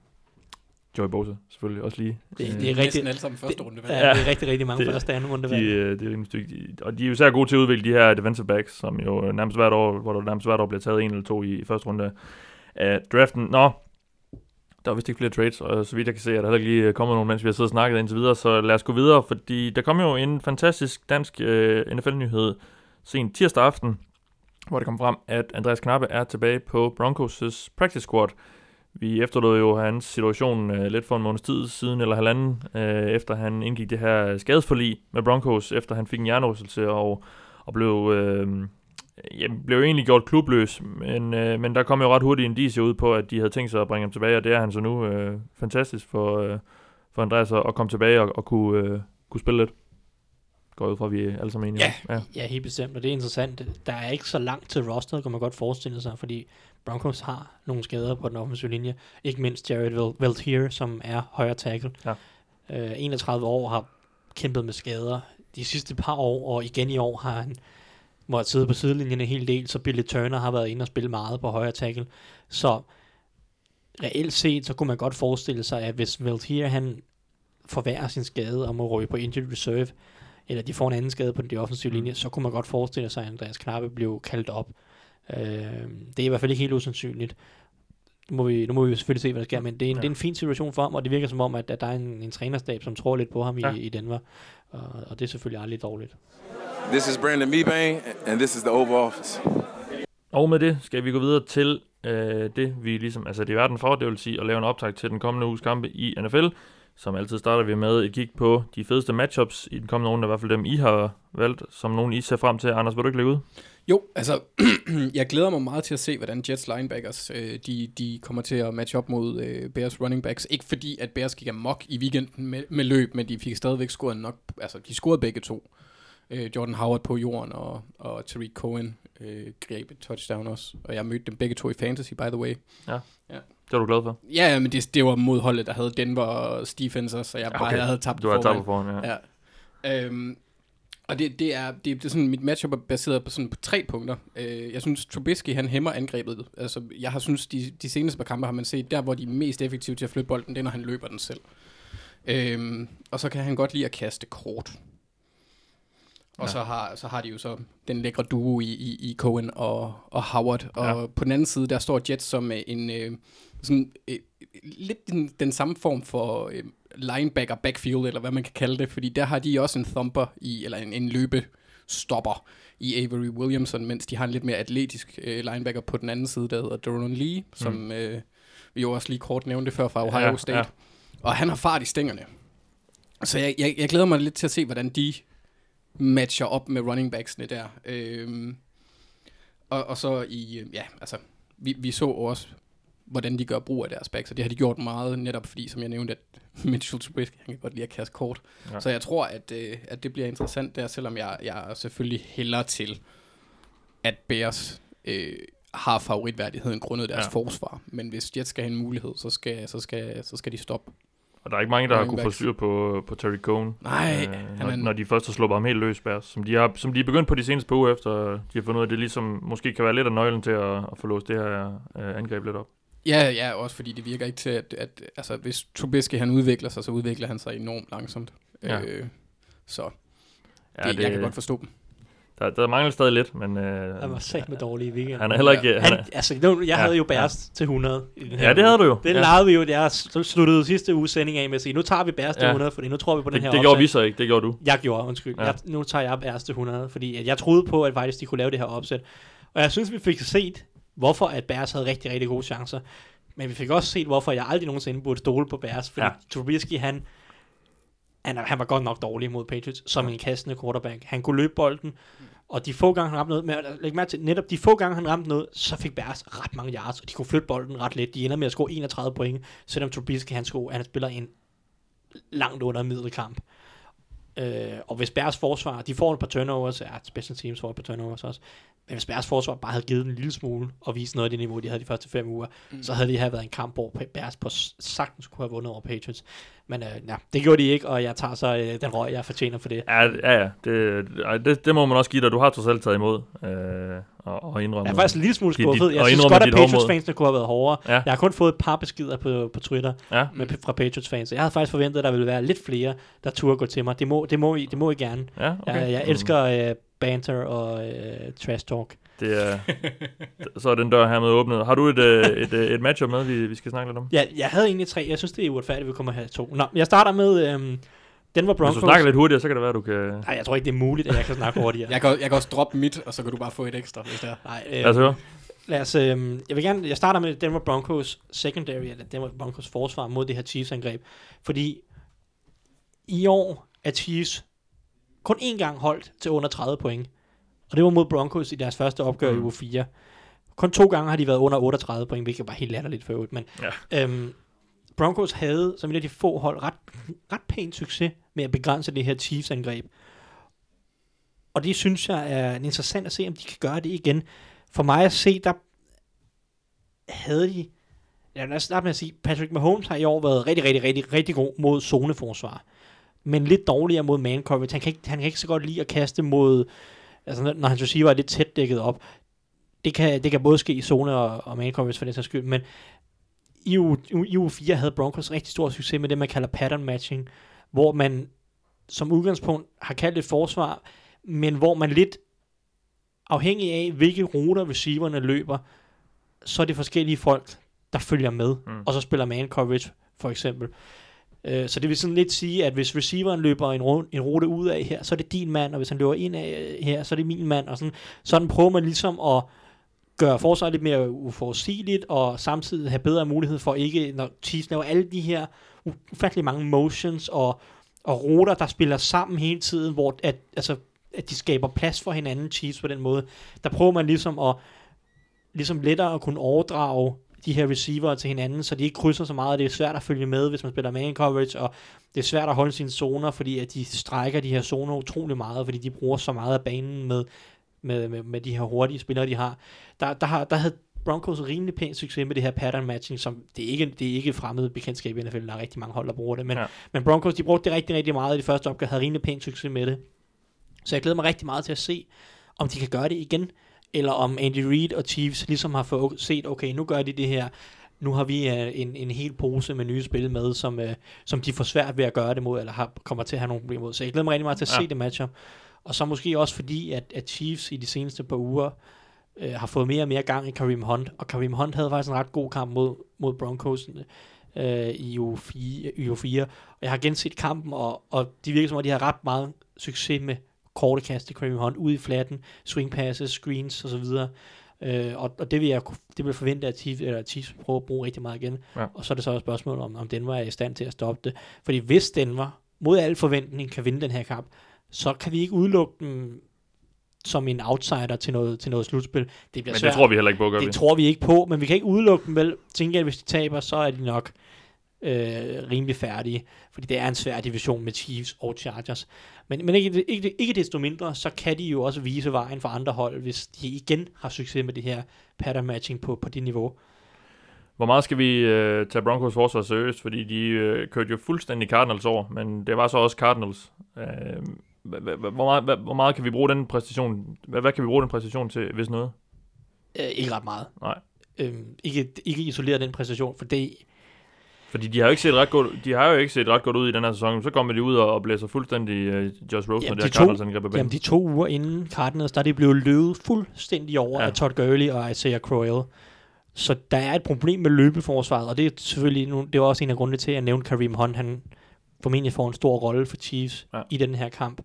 Joey Bosa selvfølgelig også lige. Det, det er rigtig, alle sammen første runde. Ja, det er rigtig, rigtig mange det, første anden runde. De, uh, det er rimelig stygt. Og de er jo især gode til at udvikle de her defensive backs, som jo nærmest hvert år, hvor der nærmest hvert år bliver taget en eller to i, i første runde af draften. Nå, der er vist ikke flere trades, og så vidt jeg kan se, at der heller ikke lige kommet nogen, mens vi har siddet og snakket indtil videre, så lad os gå videre, fordi der kom jo en fantastisk dansk uh, N F L-nyhed sent tirsdag aften, hvor det kom frem, at Andreas Knappe er tilbage på Broncos' practice squad. Vi efterlod jo hans situation uh, lidt for en måneds tid siden, eller halvanden, uh, efter han indgik det her skadesforlig med Broncos, efter han fik en hjernerystelse og, og blev... Uh, Jeg blev egentlig gjort klubløs, men, øh, men der kom jo ret hurtigt indicier ud på, at de havde tænkt sig at bringe ham tilbage, og det er han så nu øh, fantastisk for, øh, for Andreas at komme tilbage og, og kunne, øh, kunne spille lidt. Går ud fra, at vi alle sammen enige ja, ja. ja, helt bestemt, og det er interessant. Der er ikke så langt til rosteret, kan man godt forestille sig, fordi Broncos har nogle skader på den offensive linje. Ikke mindst Jared Veltier, som er højre tackle. Ja. Øh, enogtredive år har kæmpet med skader de sidste par år, og igen i år har han måtte sidde på sidelinjen en hel del, så Billy Turner har været inde og spille meget på højre tackle. Så reelt set, så kunne man godt forestille sig, at hvis Veltier han forværrer sin skade og må ryge på injured reserve, eller de får en anden skade på den offensive linje, så kunne man godt forestille sig, at Andreas Knappe blev kaldt op. Øh, det er i hvert fald ikke helt usandsynligt. Nu må vi, nu må vi selvfølgelig se, hvad der sker, men det er en, ja. det er en fin situation for ham, og det virker som om, at, at der er en, en trænerstab, som tror lidt på ham ja. i, i Denver, og, og det er selvfølgelig aldrig dårligt. This is Brandon Mebane, and this is the Oval Office. Og med det skal vi gå videre til øh, det, vi ligesom, altså det er verden for, det vil sige at lave en optag til den kommende uges kampe i N F L. Som altid starter vi med et kig på de fedeste matchups i den kommende runde, i hvert fald dem, I har valgt, som nogen I ser frem til. Anders, vil du ikke lægge ud? Jo, altså, jeg glæder mig meget til at se, hvordan Jets linebackers, øh, de, de kommer til at matche op mod øh, Bears running backs. Ikke fordi, at Bears gik amok i weekenden med, med løb, men de fik stadigvæk scoret nok, altså de scorede begge to. Øh, Jordan Howard på jorden, og, og Tariq Cohen øh, greb et touchdown også. Og jeg mødte dem begge to i fantasy, by the way. Ja. Ja. Det var du glad for? Ja, men det, det var mod holdet, der havde Denver defense, så jeg bare okay. havde tabt du foran. Du har tabt foran, ja. ja. Øhm, og det, det, er, det, det er sådan, mit matchup er baseret på, sådan, på tre punkter. Øh, jeg synes, Trubisky, han hæmmer angrebet. Altså, jeg har synes, de, de seneste par kampe har man set, der hvor de er mest effektive til at flytte bolden, det er, når han løber den selv. Øhm, og så kan han godt lide at kaste kort. Og ja. så, har, så har de jo så den lækre duo i, i, i Cohen og, og Howard. Og ja. på den anden side, der står Jets som en øh, sådan, øh, lidt den, den samme form for øh, linebacker backfield, eller hvad man kan kalde det. Fordi der har de også en thumper, i, eller en, en løbestopper i Avery Williamson, mens de har en lidt mere atletisk øh, linebacker på den anden side, der hedder Doron Lee, mm. som øh, vi jo også lige kort nævnte før fra Ohio ja, State. Ja. Og han har fart i stængerne. Så jeg, jeg, jeg glæder mig lidt til at se, hvordan de matcher op med running backsene der. Øhm, og, og så i, ja, altså, vi, vi så også, hvordan de gør brug af deres backs, og det har de gjort meget, netop fordi, som jeg nævnte, at Mitchell Trubisky, han kan godt lide at kaste kort. Ja. Så jeg tror, at, øh, at det bliver interessant der, selvom jeg, jeg selvfølgelig hælder til, at Bears øh, har favoritværdigheden grundet deres ja. forsvar. Men hvis Jets skal have en mulighed, så skal, så skal, så skal de stoppe. Og der er ikke mange, der har kunne få styr på, på Terry Cohen. Nej. Øh, når, når de først har sluppet ham helt løs, Bears. Som de har, som de er begyndt på de seneste par uger efter, de har fundet ud af, at det ligesom måske kan være lidt af nøglen til at, at få låst det her øh, angreb lidt op. Ja, ja, også fordi det virker ikke til, at, at altså, hvis Trubisky han udvikler sig, så udvikler han sig enormt langsomt. Ja. Øh, så det, ja, det, jeg kan godt forstå dem. Der, der mangler stadig lidt, men... Øh, han var sagt med dårlige weekend. Han er heller ikke... Ja. Han, han, altså, nu, jeg havde ja, jo Bears ja. til hundrede. I den her ja, det havde du jo. Det ja. legede vi jo. Jeg sluttede sidste uge sending af med at sige, nu tager vi Bears til ja. hundrede, fordi nu tror vi på den det, her Det opsæt. gjorde vi så ikke, det gjorde du. Jeg gjorde, undskyld. Ja. Jeg, nu tager jeg Bears til hundrede, fordi at jeg troede på, at faktisk de kunne lave det her opsæt. Og jeg synes, vi fik set, hvorfor at Bears havde rigtig, rigtig gode chancer. Men vi fik også set, hvorfor jeg aldrig nogensinde burde stole på Bears, fordi ja. Trubisky, han, han, han var godt nok dårlig mod Patriots, som en kastende quarterback. Han kunne løbe bolden, og de få gange, han ramte noget, men læg mærke til, netop de få gange, han ramte noget, så fik Bears ret mange yards, og de kunne flytte bolden ret let. De ender med at score enogtredive point, selvom Trubisky, han, sko, han spiller en langt under middelkamp. Øh, og hvis Bears forsvar, de får et par turnovers, ja, special teams får et par turnovers også, men hvis Bears forsvar bare havde givet en lille smule og vist noget af det niveau, de havde de første fem uger, mm. så havde det her været en kamp, hvor Bears på sagtens kunne have vundet over Patriots. Men øh, ja, det gjorde de ikke, og jeg tager så øh, den røg, jeg fortjener for det. Ja, ja, ja. Det, det, det må man også give dig. Du har trods alt taget imod øh, og, og indrømme. Jeg er faktisk en lille smule skuffet. Jeg synes godt, at Patriots-fansene kunne have været hårdere. Ja. Jeg har kun fået et par beskeder på, på Twitter ja. med, fra Patriots-fans. Jeg havde faktisk forventet, at der ville være lidt flere, der turde gå til mig. Det må, det må, I, det må I gerne. Ja, okay. jeg, jeg elsker øh, banter og øh, trash talk. Det er, så er den dør hermed åbnet. Har du et, et, et, et matchup med, vi, vi skal snakke lidt om? Ja, jeg havde egentlig tre. Jeg synes, det er uretfærdigt, at vi kommer her to. Nå, jeg starter med øhm, Denver Broncos. Hvis du snakker lidt hurtigere, så kan det være, du kan... Nej, jeg tror ikke, det er muligt, at jeg kan snakke hurtigere. jeg, kan, jeg kan også droppe mit, og så kan du bare få et ekstra, hvis det er. Nej, øh, lad os høre. Lad os, øh, jeg vil gerne... Jeg starter med Denver Broncos secondary, eller Denver Broncos forsvar mod det her Chiefs-angreb. Fordi i år er Chiefs kun én gang holdt til under tredive point. Og det var mod Broncos i deres første opgør mm. i uge fire. Kun to gange har de været under otteogtredive point, hvilket var helt latterligt for øvrigt. Men ja. øhm, Broncos havde, som et af de få hold, ret, ret pænt succes med at begrænse det her Chiefs-angreb. Og det synes jeg er interessant at se, om de kan gøre det igen. For mig at se, der havde de... Jeg vil starte med at sige, Patrick Mahomes har i år været rigtig, rigtig, rigtig, rigtig god mod zoneforsvar. Men lidt dårligere mod man coverage. Han kan ikke, han kan ikke så godt lide at kaste mod... Altså, når hans receiver er lidt tæt dækket op. Det kan, det kan både ske i zone og, og man coverage for den sags skyld, men i uge, i uge fire havde Broncos rigtig stor succes med det, man kalder pattern matching, hvor man som udgangspunkt har kaldt et forsvar, men hvor man lidt afhængig af, hvilke ruter receiverne løber, så er det forskellige folk, der følger med, mm. og så spiller man coverage, for eksempel. Uh, så det vil sådan lidt sige, at hvis receiveren løber en, ru- en rute ud af her, så er det din mand, og hvis han løber ind af her, så er det min mand, og sådan. Sådan prøver man ligesom at gøre forsvaret lidt mere uforudsigeligt, og samtidig have bedre mulighed for ikke, når Chiefs laver alle de her ufattelig mange motions, og, og ruter, der spiller sammen hele tiden, hvor at, altså, at de skaber plads for hinanden, Chiefs på den måde. Der prøver man ligesom at ligesom lettere at kunne overdrage de her receiver til hinanden, så de ikke krydser så meget, og det er svært at følge med, hvis man spiller man coverage, og det er svært at holde sine zoner, fordi at de strækker de her zoner utrolig meget, fordi de bruger så meget af banen med, med, med, med de her hurtige spillere, de har. Der, der, har, der havde Broncos rimelig pænt succes med det her pattern matching, som det er ikke, det er ikke fremmed bekendtskab i N F L, der er rigtig mange hold, der bruger det, men, ja. men Broncos, de brugte det rigtig, rigtig meget i det første opgør, havde rimelig pænt succes med det. Så jeg glæder mig rigtig meget til at se, om de kan gøre det igen, eller om Andy Reid og Chiefs ligesom har fået set, okay, nu gør de det her, nu har vi uh, en, en hel pose med nye spil med, som, uh, som de får svært ved at gøre det mod, eller har, kommer til at have nogle problemer mod. Så jeg glæder mig rigtig meget til at ja. se det matchup. Og så måske også fordi, at, at Chiefs i de seneste par uger uh, har fået mere og mere gang i Kareem Hunt, og Kareem Hunt havde faktisk en ret god kamp mod, mod Broncos uh, i uge fire. Og jeg har genset kampen, og, og de virker som om, de har ret meget succes med korte kast til Kareem Hunt, ude i flatten, swing passes, screens og så videre. Øh, og, og det vil jeg det vil forvente, at Chiefs, eller Chiefs prøver at bruge rigtig meget igen. Ja. Og så er det så et spørgsmål om, om Denver er i stand til at stoppe det. Fordi hvis Denver, mod al forventning, kan vinde den her kamp, så kan vi ikke udelukke dem som en outsider til noget, til noget slutspil. Det bliver men svært. det tror vi heller ikke på, gør Det vi. tror vi ikke på, men vi kan ikke udelukke dem vel. Tænker, at hvis de taber, så er de nok Øh, rimelig færdige, fordi det er en svær division med Chiefs og Chargers. Men, men ikke, ikke, ikke desto mindre, så kan de jo også vise vejen for andre hold, hvis de igen har succes med det her pattern matching på, på det niveau. Hvor meget skal vi øh, tage Broncos forsvar seriøst, fordi de øh, kørte jo fuldstændig Cardinals over, men det var så også Cardinals. Øh, hvor, meget, hvor meget kan vi bruge den præstation, hvad, hvad kan vi bruge den præstation til, hvis noget? Øh, ikke ret meget. Nej. Øh, ikke, ikke isolere den præstation, for det Fordi de har jo ikke set ret godt, de har jo ikke set ret godt ud i den her sæson. Så kommer de ud og, og blæser fuldstændig uh, Josh Rosen og det her Cardinals-angreb af banen. Jamen de to uger inden Cardinals, der er de blevet løbet fuldstændig over ja. af Todd Gurley og Isaiah Crowell. Så der er et problem med løbeforsvaret, og det er selvfølgelig nu, det er også en af grundene til, at jeg nævnte Kareem Hunt. Han formentlig får en stor rolle for Chiefs ja. i den her kamp.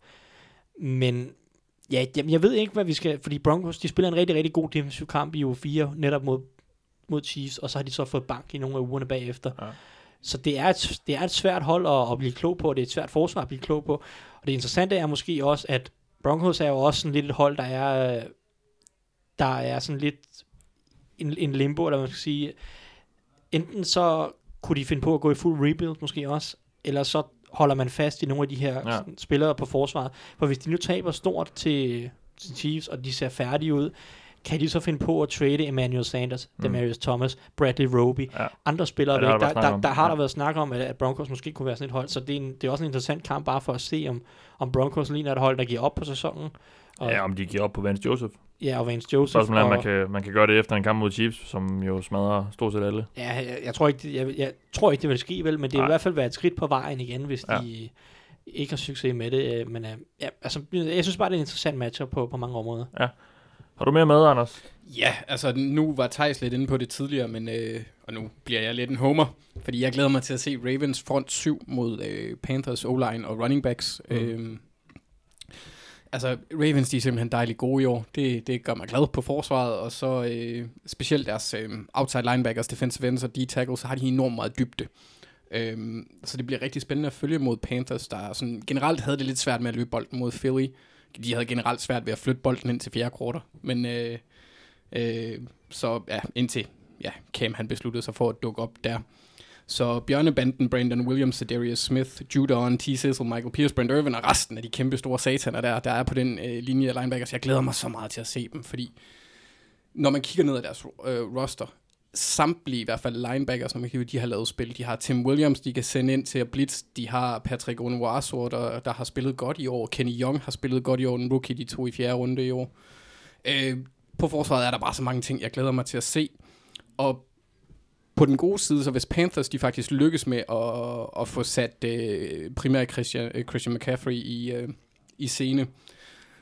Men ja, jamen, jeg ved ikke, hvad vi skal, fordi Broncos, de spiller en rigtig, rigtig god defensiv kamp i uge fire, netop mod, mod Chiefs, og så har de så fået bank i nogle af ugerne bagefter. Ja. Så det er, et, det er et svært hold at, at blive klog på, og det er et svært forsvar at blive klog på. Og det interessante er måske også, at Broncos er jo også sådan lidt et hold, der er, der er sådan lidt en, en limbo, eller man skal sige. Enten så kunne de finde på at gå i fuld rebuild måske også, eller så holder man fast i nogle af de her ja. sådan, spillere på forsvaret. For hvis de nu taber stort til, til Chiefs, og de ser færdige ud, kan de så finde på at trade Emmanuel Sanders, mm. Demaryius Thomas, Bradley Roby, ja. andre spillere ja, væk. Der, der, der, der har ja. der været snak om, at Broncos måske kunne være sådan et hold, så det er, en, det er også en interessant kamp bare for at se, om, om Broncos ligner et hold, der giver op på sæsonen. Og, ja, om de giver op på Vance Joseph. Ja, og Vance Joseph. Spørgsmålet er, man kan, man kan gøre det efter en kamp mod Chiefs, som jo smadrer stort set alle. Ja, jeg, jeg, tror, ikke, jeg, jeg tror ikke, det vil ske vel, men det vil i hvert fald være et skridt på vejen igen, hvis ja. de ikke har succes med det. Men ja, altså, jeg synes bare, det er en interessant matchup på, på mange områder. Ja. Har du mere med, Anders? Ja, altså nu var Theis lidt inde på det tidligere, men øh, og nu bliver jeg lidt en homer, fordi jeg glæder mig til at se Ravens front syv mod øh, Panthers O-line og running backs. Mm. Øh, altså Ravens, de er simpelthen dejligt gode i år. Det, det gør mig glad på forsvaret, og så øh, specielt deres øh, outside linebackers, defensive ends og D-tackles, så har de enormt meget dybde. Øh, så det bliver rigtig spændende at følge mod Panthers, der sådan, generelt havde det lidt svært med at løbe bolden mod Philly. De havde generelt svært ved at flytte bolden ind til fjerde kvartal, men øh, øh, så ja, indtil ja, Cam han besluttede sig for at dukke op der. Så bjørnebanden, Brandon Williams, Darius Smith, Judon, T. Cecil, Michael Pierce, Brent Irvin og resten af de kæmpe store sataner der, der er på den øh, linje af linebackers. Jeg glæder mig så meget til at se dem, fordi når man kigger ned ad deres øh, roster, samtlige i hvert fald linebackers, når man kigger, de har lavet spil. De har Tim Williams, de kan sende ind til at blitz. De har Patrick Onwuasor, der, der har spillet godt i år. Kenny Young har spillet godt i år. En rookie, de tog i fjerde runde i år. Øh, på forsvaret er der bare så mange ting, jeg glæder mig til at se. Og på den gode side, så hvis Panthers de faktisk lykkes med at, at få sat øh, primært Christian, øh, Christian McCaffrey i, øh, i scene,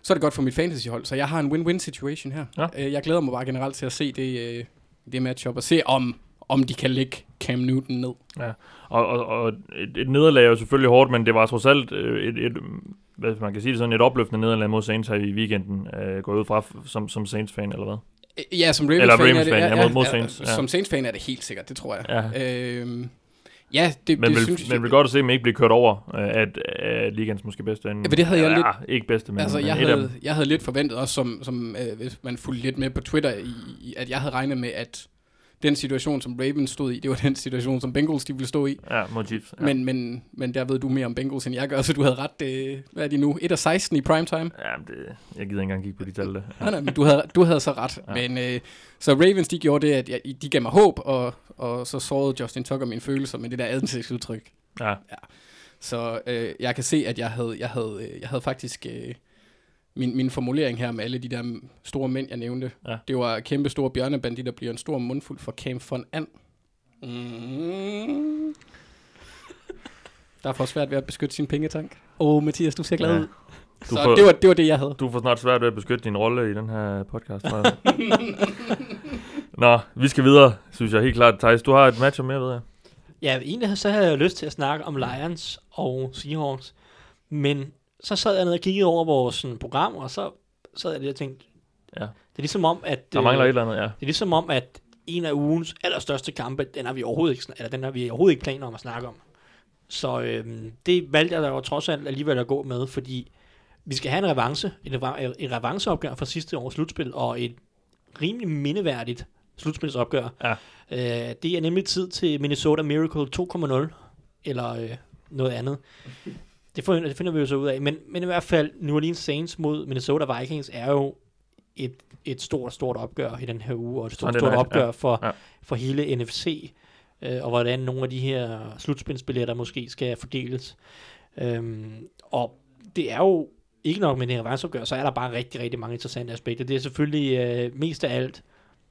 så er det godt for mit fantasyhold. Så jeg har en win-win situation her. Ja. Øh, jeg glæder mig bare generelt til at se det, øh, det matchup, og se om, om de kan lægge Cam Newton ned. Ja, og, og, og et, et nederlag er jo selvfølgelig hårdt, men det var trods alt et, et, hvad man kan sige det sådan, et opløftende nederlag mod Saints her i weekenden, øh, går ud fra som, som Saints-fan, eller hvad? Ja, som Ravens-fan Eller Ravens Ravens er det. fan, Ja, ja, mod, mod ja, Saints. Ja. Som Saints-fan er det helt sikkert, det tror jeg. Ja. Øhm, ja, det, men det vil, synes men jeg... vil godt at se, at man ikke bliver kørt over af, af ligaens måske bedste. En, ja, det havde jeg ja, lidt... ikke bedste, men, altså, men jeg, et af havde, dem. jeg havde lidt forventet også, som, som øh, hvis man fulgte lidt med på Twitter, i, i, at jeg havde regnet med, at den situation, som Ravens stod i, det var den situation, som Bengals de ville stå i. Ja, mod Chiefs. Ja. Men, men, men der ved du mere om Bengals, end jeg gør, så du havde ret. Øh, hvad er de nu? et af seksten i primetime? Ja, det, jeg gider ikke engang kigge på de tal der. Ja. Nej, nej, men du havde, du havde så ret. Ja. Men, øh, så Ravens, de gjorde det, at jeg, de gav mig håb, og, og så sårede Justin Tucker mine følelser med det der ansigtsudtryk. Ja. Ja. Så øh, jeg kan se, at jeg havde, jeg havde, jeg havde faktisk... Øh, Min, min formulering her med alle de der store mænd, jeg nævnte, ja. Det var kæmpe store bjørnebandit, der bliver en stor mundfuld for Cam von And. Mm. Der er for svært ved at beskytte sin pengetank. Åh, oh, Mathias, du ser glad ud. Ja. Så får, det, var, det var det, jeg havde. Du får snart svært ved at beskytte din rolle i den her podcast. Nå, vi skal videre, synes jeg helt klart. Thijs, du har et match mere, ved jeg. Ja, egentlig så havde jeg lyst til at snakke om Lions og Seahawks, men så sad jeg ned og kiggede over vores sådan, program, og så sad jeg lidt og tænkte, ja. Det er ligesom om, at... Der mangler øh, et eller andet, ja. Det er ligesom om, at en af ugens allerstørste kampe, den har vi overhovedet ikke, eller den har vi overhovedet ikke planer om at snakke om. Så øhm, det valgte jeg da jo trods alt alligevel at gå med, fordi vi skal have en revanche, et, et revanceopgør fra sidste års slutspil, og et rimelig mindeværdigt slutspilsopgør. Ja. Øh, det er nemlig tid til Minnesota Miracle to punkt nul, eller øh, noget andet. Det finder, det finder vi jo så ud af. Men, men i hvert fald, New Orleans Saints mod Minnesota Vikings er jo et, et stort, stort opgør i den her uge, og et stort, stort opgør ja. For, ja. for hele N F C, øh, og hvordan nogle af de her slutspilsbilletter måske skal fordeles. Øhm, og det er jo ikke nok med det her revanceopgør, så er der bare rigtig, rigtig mange interessante aspekter. Det er selvfølgelig øh, mest af alt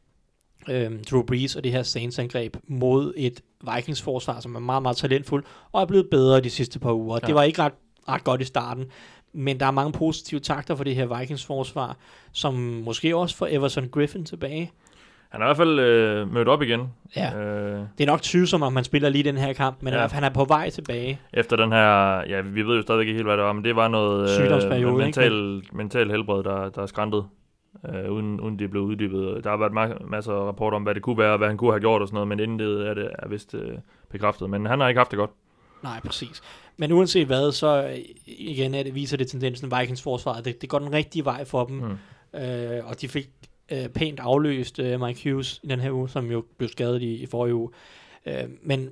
øh, Drew Brees og det her Saints-angreb mod et Vikings-forsvar, som er meget, meget talentfuld, og er blevet bedre de sidste par uger. Ja. Det var ikke ret, ret godt i starten, men der er mange positive takter for det her Vikings-forsvar, som måske også får Everson Griffin tilbage. Han er i hvert fald øh, mødt op igen. Ja. Øh, det er nok tvivlsomt, om man spiller lige den her kamp, men ja. han er på vej tilbage. Efter den her, ja, vi ved jo stadigvæk ikke helt, hvad det var, men det var noget sygdomsperiode, øh, mental, ikke? mental helbred, der, der er skræntet, øh, uden, uden det blev uddybet. Der har været ma- masser af rapporter om, hvad det kunne være, hvad han kunne have gjort og sådan noget, men inden det er det er vist øh, bekræftet. Men han har ikke haft det godt. Nej, præcis. Men uanset hvad, så igen er det, viser det tendensen, Vikings forsvar, det, det går den rigtige vej for dem. Mm. Øh, og de fik øh, pænt afløst øh, Mike Hughes i den her uge, som jo blev skadet i, i forrige uge. Øh, men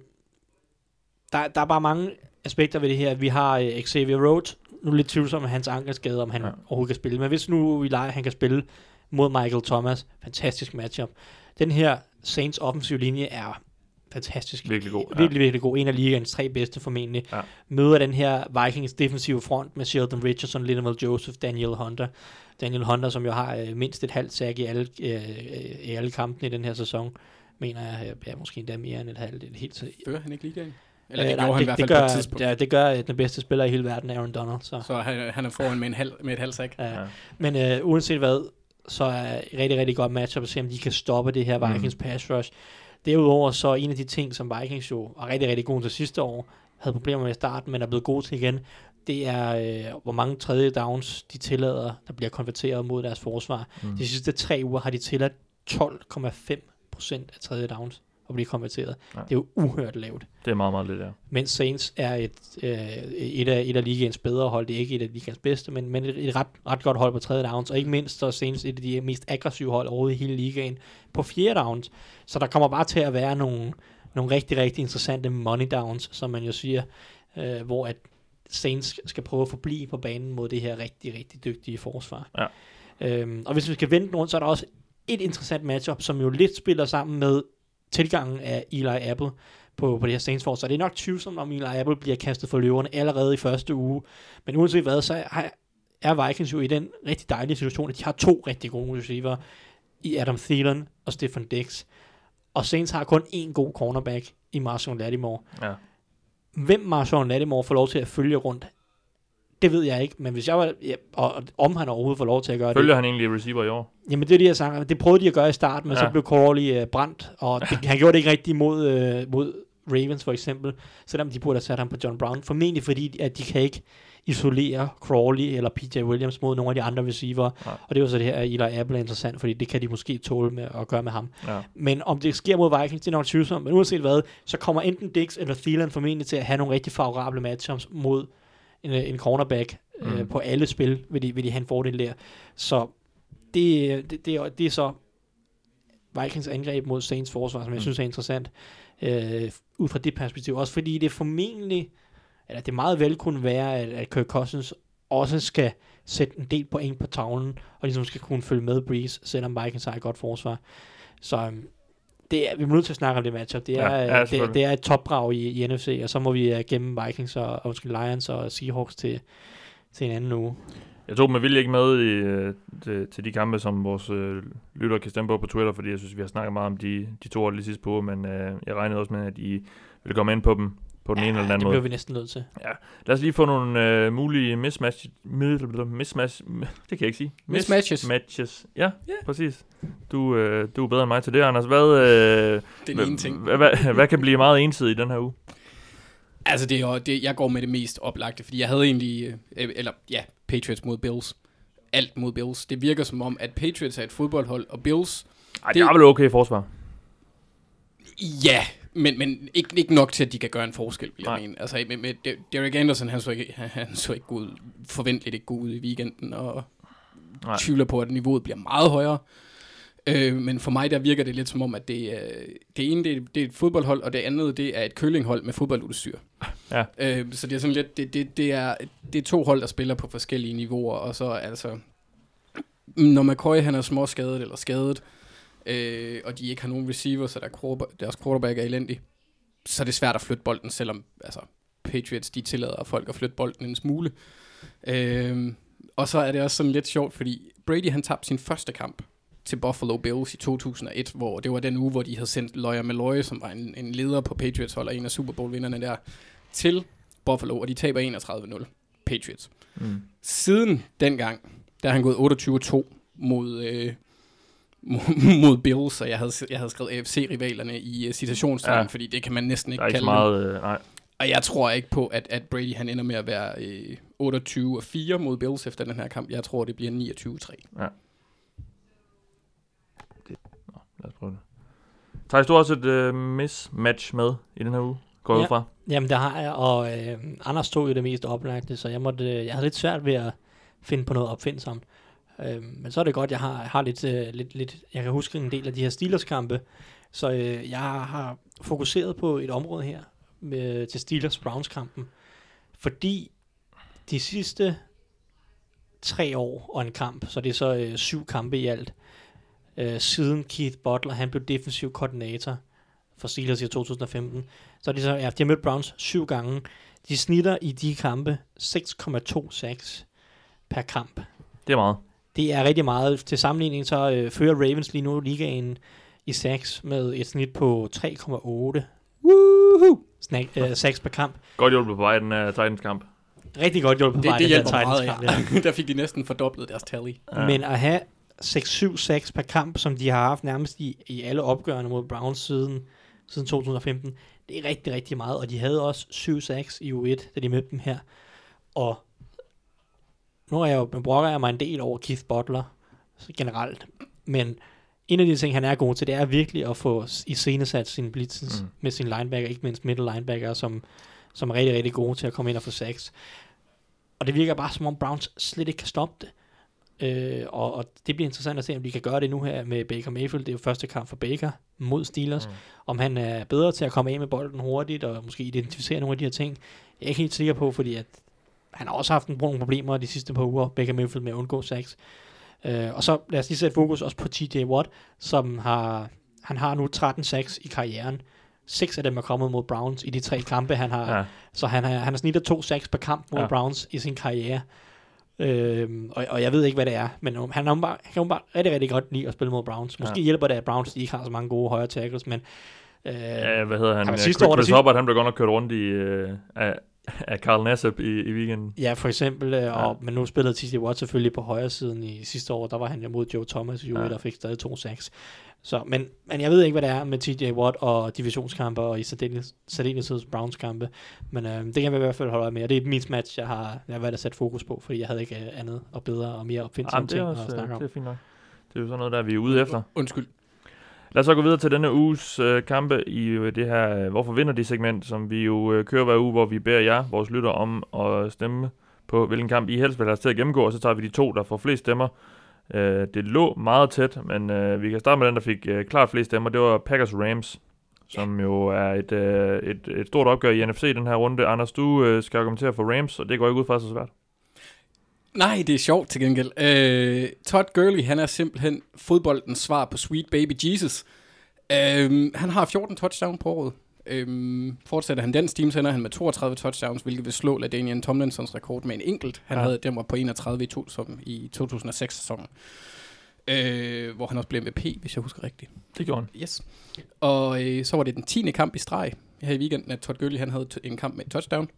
der, der er bare mange aspekter ved det her. Vi har øh, Xavier Rhodes, nu er lidt tvivlsomt med hans ankelskade, om han ja. overhovedet kan spille. Men hvis nu vi leger, han kan spille mod Michael Thomas, fantastisk matchup. Den her Saints offensive linje er fantastisk. Virkelig god. Ja. Virkelig, virkelig god. En af ligaens tre bedste formentlig. Ja. Møder den her Vikings defensive front med Sheldon Richardson, Linval Joseph, Daniel Hunter. Daniel Hunter, som jo har øh, mindst et halvt sack i alle, øh, i alle kampene i den her sæson, mener jeg, ja, måske endda mere end et halvt. Et helt, Fører han ikke ligaen? Eller øh, det nej, gjorde det, han i hvert fald fald gør, på et tidspunkt. Ja, det gør den bedste spiller i hele verden, Aaron Donald. Så, så han, han er foran med, en halv, med et halvt sack. Ja. Ja. Men øh, uanset hvad, så er det rigtig, rigtig godt matchup at se, om de kan stoppe det her Vikings mm. pass rush. Derudover så en af de ting, som Vikings jo var rigtig, rigtig gode til sidste år, havde problemer med i starten, men er blevet gode til igen, det er, øh, hvor mange tredje downs de tillader, der bliver konverteret mod deres forsvar. Mm. De sidste tre uger har de tilladt tolv komma fem procent af tredje downs at blive konverteret. Ja. Det er jo uhørt lavt. Det er meget, meget lidt, ja. Mens Saints er et, øh, et, af, et af ligaens bedre hold. Det er ikke et af ligaens bedste, men, men et, et ret, ret godt hold på tredje downs. Og ikke mindst så er Saints et af de mest aggressive hold overhovedet i hele ligaen på fjerde downs. Så der kommer bare til at være nogle, nogle rigtig, rigtig interessante money downs, som man jo siger, øh, hvor at Saints skal prøve at forblive på banen mod det her rigtig, rigtig dygtige forsvar. Ja. Øhm, og hvis vi skal vente rundt, så er der også et interessant matchup, som jo lidt spiller sammen med tilgangen af Eli Apple på, på det her Saints forsvar. Så det er nok tvivlsomt, om Eli Apple bliver kastet for løverne allerede i første uge. Men uanset hvad, så er, er Vikings jo i den rigtig dejlige situation, at de har to rigtig gode receiver i Adam Thielen og Stefan Diggs. Og Saints har kun én god cornerback i Marshawn Lattimore. Ja. Hvem Marshawn Lattimore får lov til at følge rundt, Det ved jeg ikke, men hvis jeg var, ja, og, og om han overhovedet får lov til at gøre Følger det. Følger han egentlig receiver i år? Jamen det er det, jeg sagde. Det prøvede de at gøre i starten, men ja. så blev Crawley uh, brændt, og det, han gjorde det ikke rigtigt mod, uh, mod Ravens for eksempel, selvom de burde have sat ham på John Brown. Formentlig fordi, at de kan ikke isolere Crawley eller P J Williams mod nogle af de andre receiver, ja. og det var så det her, at Eli Apple er interessant, fordi det kan de måske tåle med at gøre med ham. Ja. Men om det sker mod Vikings, det er nok tvivlsomt, men uanset hvad, så kommer enten Diggs eller Thielen formentlig til at have nogle rigtig favorable matchups mod en, en cornerback mm. øh, på alle spil, vil de, vil de have en fordel der. Så det, det, det, er, det er så Vikings angreb mod Saints forsvar, som jeg mm. synes er interessant, øh, ud fra det perspektiv. Også fordi det formentlig, eller det meget vel kunne være, at, at Kirk Cousins også skal sætte en del point på tavlen, og ligesom skal kunne følge med Breeze, selvom Vikings har et godt forsvar. Så um, det er, vi er nødt til at snakke om det matchup. Det er, ja, ja, det, det er et topbrag i, i N F C, og så må vi uh, gemme Vikings og, og Lions og Seahawks til, til en anden uge. Jeg tog med vilje ikke med i, øh, til, til de kampe, som vores øh, lytter kan stemme på på Twitter, fordi jeg synes, vi har snakket meget om de, de to år lige sidste på uge, men øh, jeg regnede også med, at I ville komme ind på dem på den ja, ene eller den anden måde. måde. Det bliver vi næsten nødt til. Ja. Lad os lige få nogle øh, mulige mismatch, mismatch, det kan jeg ikke sige. Mismatches. Matches. Ja, yeah. præcis. Du, øh, du er bedre end mig til det, Anders. Hvad, øh, det er en ting. Hvad, hvad, hvad kan blive meget ensidigt i den her uge? Altså, det er, det, jeg går med det mest oplagte, fordi jeg havde egentlig, øh, eller ja, Patriots mod Bills. Alt mod Bills. Det virker som om, at Patriots er et fodboldhold, og Bills... Ej, det er vel okay forsvar. Ja, men, men ikke, ikke nok til, at de kan gøre en forskel, vil jeg mene. Altså, med, med Derek Anderson, han så ikke, han, han så ikke god, forventeligt ikke god ud i weekenden, og Nej. tvivler på, at niveauet bliver meget højere. Øh, men for mig, der virker det lidt som om, at det, øh, det ene, det er, det er et fodboldhold, og det andet, det er et curlinghold med fodboldudstyr. Ja. Øh, så det er sådan lidt, det, det, det, er, det er to hold, der spiller på forskellige niveauer, og så altså, når McCoy, han er småskadet eller skadet, øh, og de ikke har nogen receiver, så der deres quarterback er elendig, så er det svært at flytte bolden, selvom altså, Patriots, de tillader folk at flytte bolden en smule. Øh, og så er det også sådan lidt sjovt, fordi Brady, han tabte sin første kamp til Buffalo Bills i to tusind og et, hvor det var den uge, hvor de havde sendt Lawyer Malloy, som var en, en leder på Patriots hold og en af Super Bowl-vinderne der, til Buffalo, og de taber enogtredive nul. Patriots. Mm. Siden dengang, der har han gået otteogtyve to mod, øh, mod, mod Bills, og jeg havde, jeg havde skrevet A F C-rivalerne i uh, citationstegn, ja. fordi det kan man næsten ikke kalde meget, øh, nej. Og jeg tror ikke på, at, at Brady han ender med at være øh, otteogtyve fire mod Bills efter den her kamp. Jeg tror, det bliver niogtyve tre. Ja. Lad os prøve det. Tager du også et uh, mismatch med i den her uge? Går jeg ja. ud fra? Jamen, det har jeg, og øh, Anders tog jo det mest oplagte, så jeg, måtte, jeg havde lidt svært ved at finde på noget opfindsomt. Øh, men så er det godt, jeg har, har lidt, øh, lidt, lidt... Jeg kan huske en del af de her Steelers-kampe, så øh, jeg har fokuseret på et område her med, til Steelers-Browns-kampen, fordi de sidste tre år og en kamp, så det er så øh, syv kampe i alt, Uh, siden Keith Butler, han blev defensiv koordinator for Steelers i to tusind og femten. Så de, så, ja, de har mødt Browns syv gange. De snitter i de kampe seks komma to sacks per kamp. Det er meget. Det er rigtig meget. Til sammenligning så uh, fører Ravens lige nu ligaen i sacks med et snit på tre komma otte uh, sacks per kamp. Godt hjulpet på vej den uh, Titans kamp. Rigtig godt hjulpet på vej den her Titans kamp. Ja. Der fik de næsten fordoblet deres tally. Ja. Men at have seks syv sacks per kamp, som de har haft nærmest i, i alle opgørende mod Browns siden, siden to tusind og femten. Det er rigtig, rigtig meget, og de havde også syv sacks i U et, da de mødte dem her. Og nu er jeg jo, brokker jeg mig en del over Keith Butler generelt, men en af de ting, han er god til, det er virkelig at få iscenesat sin blitzes mm. med sin linebacker, ikke mindst middle linebacker, som, som er rigtig, rigtig gode til at komme ind og få sacks. Og det virker bare, som om Browns slet ikke kan stoppe det. Øh, og, og det bliver interessant at se, om de kan gøre det nu her med Baker Mayfield. Det er jo første kamp for Baker mod Steelers. Mm. Om han er bedre til at komme af med bolden hurtigt, og måske identificere nogle af de her ting. Jeg er ikke helt sikker på, fordi at han har også haft nogle problemer de sidste par uger, Baker Mayfield, med at undgå sacks. Øh, og så lad os lige sætte fokus også på T J Watt, som har, han har nu tretten sacks i karrieren. Seks af dem er kommet mod Browns i de tre kampe, han har. Ja. Så han har, han har snittet to sacks per kamp mod ja. Browns i sin karriere. Øhm, og, og jeg ved ikke, hvad det er, men um, han, bare, han kan jo bare rigtig, rigtig godt lide at spille mod Browns. Måske ja. hjælper det, at Browns de ikke har så mange gode højre tackles, men... Øh, ja, hvad hedder han? han Chris Hubbard, han blev godt nok kørt rundt i... Øh, af, af Carl Nassib i, i weekenden. Ja, for eksempel, ja. Og, men nu spillede T J Watt selvfølgelig på højre siden i sidste år, der var han jo mod Joe Thomas, jo, ja. Der fik stadig to sacks. Så, men, men jeg ved ikke, hvad det er med T J Watt og divisionskampe, og i særdeleshed Browns kampe, men øh, det kan vi i hvert fald holde øje med, og det er et mismatch, jeg har, jeg har valgt at sætte fokus på, fordi jeg havde ikke øh, andet og bedre og mere opfindsomme ting at snakke om. Det er fint nok. Det er jo sådan noget, der vi er ude efter. Undskyld. Lad os så gå videre til denne uges øh, kampe i øh, det her øh, Hvorfor vinder de segment, som vi jo øh, kører hver uge, hvor vi beder jer, vores lytter, om at stemme på, hvilken kamp I helst vil have os til at gennemgå, og så tager vi de to, der får flest stemmer. Øh, det lå meget tæt, men øh, vi kan starte med den, der fik øh, klart flest stemmer. Det var Packers-Rams, som jo er et, øh, et, et stort opgør i N F C den her runde. Anders, du øh, skal argumentere for Rams, og det går ikke ud fra så svært. Nej, det er sjovt til gengæld. Øh, Todd Gurley, han er simpelthen fodboldens svar på Sweet Baby Jesus. Øh, han har fjorten touchdown på året. Øh, fortsætter han den team, så ender han med toogtredive touchdowns, hvilket vil slå LaDainian Tomlinsons rekord med en enkelt. Han ja. havde den var på enogtredive i, to, som, i to tusind og seks-sæsonen. Øh, hvor han også blev M V P, hvis jeg husker rigtigt. Det gjorde han. Yes. Og øh, så var det den tiende kamp i streg her i weekenden, at Todd Gurley han havde t- en kamp med touchdown.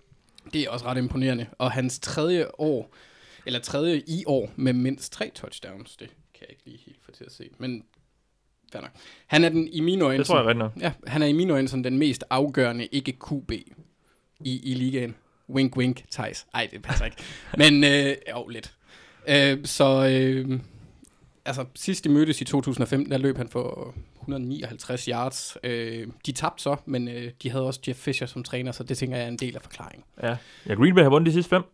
Det er også ret imponerende. Og hans tredje år, eller tredje i år, med mindst tre touchdowns, det kan jeg ikke lige helt få til at se. Men fair nok. Han er den i mine øjne, det tror jeg ret nok. Ja, han er i mine øjne som den mest afgørende ikke Q B i, i ligaen. Wink, wink, Thijs. Ej, det passer ikke. Men, øh, jo, lidt. Øh, så, øh, altså, sidst de mødtes i to tusind og femten, der løb han for et hundrede og nioghalvtreds yards. Øh, de tabte så, men øh, de havde også Jeff Fisher som træner, så det tænker jeg er en del af forklaringen. Ja, ja Green Bay har vundet de sidste fem.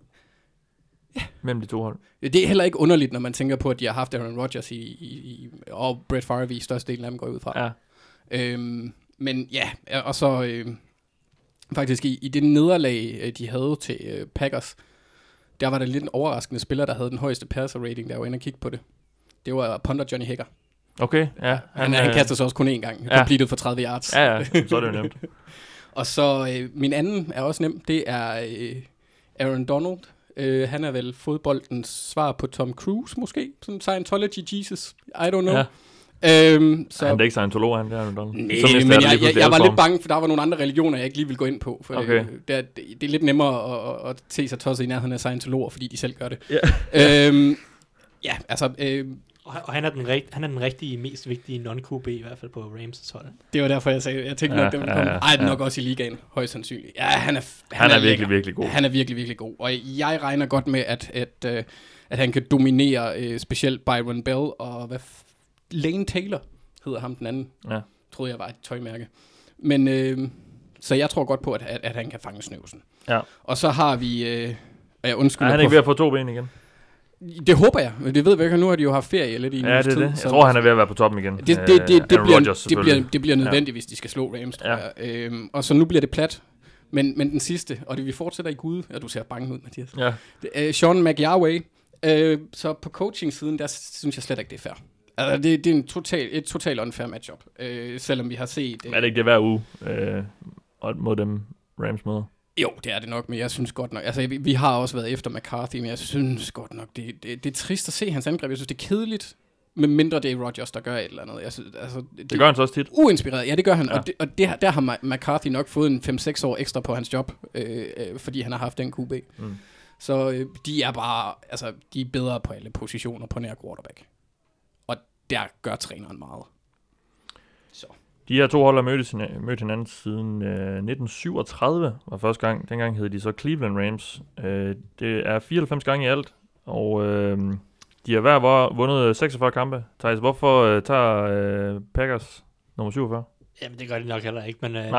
Ja. Mellem de to hold. Det er heller ikke underligt, når man tænker på, at de har haft Aaron Rodgers i, i, i og Brett Favre i størstedelen af dem går ud fra. Ja. Øhm, men ja, og så øh, faktisk i, i det nederlag, de havde til øh, Packers, der var der lidt en overraskende spiller, der havde den højeste passer rating, der var inde og kigge på det. Det var punter Johnny Hager. Okay, ja. Han, han, han kastede sig også kun én gang. Ja. Completed for tredive yards. Ja, ja, så er det jo nemt. Og så øh, min anden er også nem. Det er øh, Aaron Donald. Uh, han er vel fodboldens svar på Tom Cruise, måske? Som Scientology Jesus. I don't know. Ja. Um, så han er ikke Scientolog, han der. Nej, men jeg, jeg, jeg, jeg var lidt bange, for der var nogle andre religioner, jeg ikke lige ville gå ind på. For okay. uh, det, er, det er lidt nemmere at, at, at se sig tosset i nærheden af Scientologer, fordi de selv gør det. Yeah. um, ja, altså... Uh, Og han er, den rigt, han er den rigtige, mest vigtige non-Q B, i hvert fald på Rams' hold. Det var derfor, jeg sagde, jeg tænkte ja, nok, den ville komme. Ja, ja, Ej, det er ja. nok også i ligaen, højst sandsynligt. Ja, han er Han, han er, er virkelig, lækker. virkelig god. Han er virkelig, virkelig god. Og jeg regner godt med, at, at, at, at han kan dominere uh, specielt Byron Bell og hvad f- Lane Taylor hedder ham den anden. Ja. Troede jeg var et tøjmærke. Men, øh, så jeg tror godt på, at, at, at han kan fange snøvsen. Ja. Og så har vi... Øh, og jeg undskylder er han ikke ved at få to ben igen? Det håber jeg, men det ved vi ikke, nu har de jo haft ferie lidt i en ja, det er tid. det. Jeg tror, han er ved at være på toppen igen. Det, det, det, det, det, bliver, Rodgers, det, bliver, det bliver nødvendigt, ja. Hvis de skal slå Rams, tror ja. jeg. Øhm, og så nu bliver det plat. Men, men den sidste, og det vi fortsætter i Gud, ja, du ser bange ud, Mathias. Ja. Det, øh, Sean McYarway. Øh, så på coaching-siden, der synes jeg slet ikke, det er fair. Altså, det, det er en total, et totalt unfair matchup, øh, selvom vi har set... Øh, er det ikke det hver uge øh, mod dem Rams møder? Jo, det er det nok, men jeg synes godt nok... Altså, vi, vi har også været efter McCarthy, men jeg synes godt nok, det, det, det er trist at se hans angreb. Jeg synes, det er kedeligt, med mindre det er Rodgers, der gør et eller andet. Jeg synes, altså, det, det gør han så også tit. Uinspireret, ja, det gør han. Ja. Og, det, og det, der har McCarthy nok fået en fem seks år ekstra på hans job, øh, øh, fordi han har haft den Q B. Mm. Så øh, de er bare... Altså, de er bedre på alle positioner på nær quarterback. Og der gør træneren meget. Så... De her to hold har mødt, mødt hinanden siden øh, nitten syvogtredive, var første gang. Dengang hed de så Cleveland Rams. Øh, det er fireoghalvfems gange i alt, og øh, de har hver var vundet seksogfyrre kampe. Thijs, hvorfor øh, tager øh, Packers nummer syvogfyrre? Jamen, det gør de nok heller ikke, men... Øh, Nej.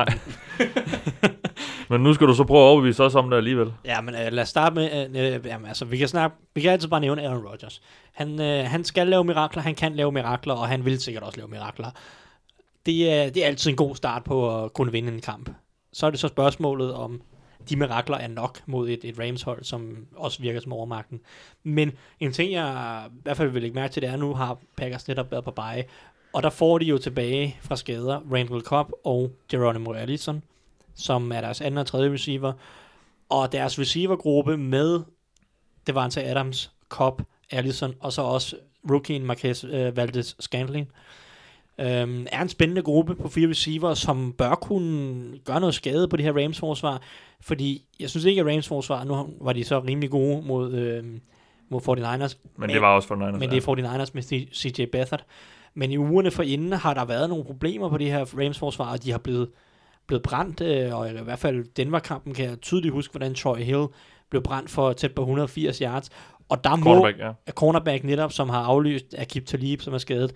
Men nu skal du så prøve at overbevise os om det alligevel. Ja, men øh, lad os starte med... Øh, jamen, altså, vi kan snakke... Vi kan altid bare nævne Aaron Rodgers. Han, øh, han skal lave mirakler, han kan lave mirakler, og han vil sikkert også lave mirakler. Det er, det er altid en god start på at kunne vinde en kamp. Så er det så spørgsmålet om, de mirakler er nok mod et, et Rams-hold, som også virker som overmagten. Men en ting, jeg i hvert fald vil lægge mærke til, det er, at nu har Packers netop været på bye, og der får de jo tilbage fra skader Randall Cobb og Geronimo Allison, som er deres anden og tredje receiver, og deres receivergruppe med Davante Adams, Cobb, Allison, og så også rookien Marquez øh, Valdes-Scantling. Øhm, er en spændende gruppe på fire receiver, som bør kunne gøre noget skade på det her Rams-forsvar, fordi jeg synes ikke, at Rams-forsvar, nu var de så rimelig gode mod, øhm, mod forty-niners. Men, men det var også forty-niners. Men det er forty-niners med C J Beathard. Men i ugerne forinden har der været nogle problemer på det her Rams-forsvar, og de har blevet, blevet brændt, øh, og i hvert fald Denver-kampen kan jeg tydeligt huske, hvordan Troy Hill blev brændt for tæt på one hundrede og firs yards. Og der må cornerback, ja. cornerback netop, som har aflyst Aqib Talib, som er skadet.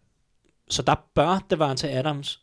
Så der bør Davante Adams,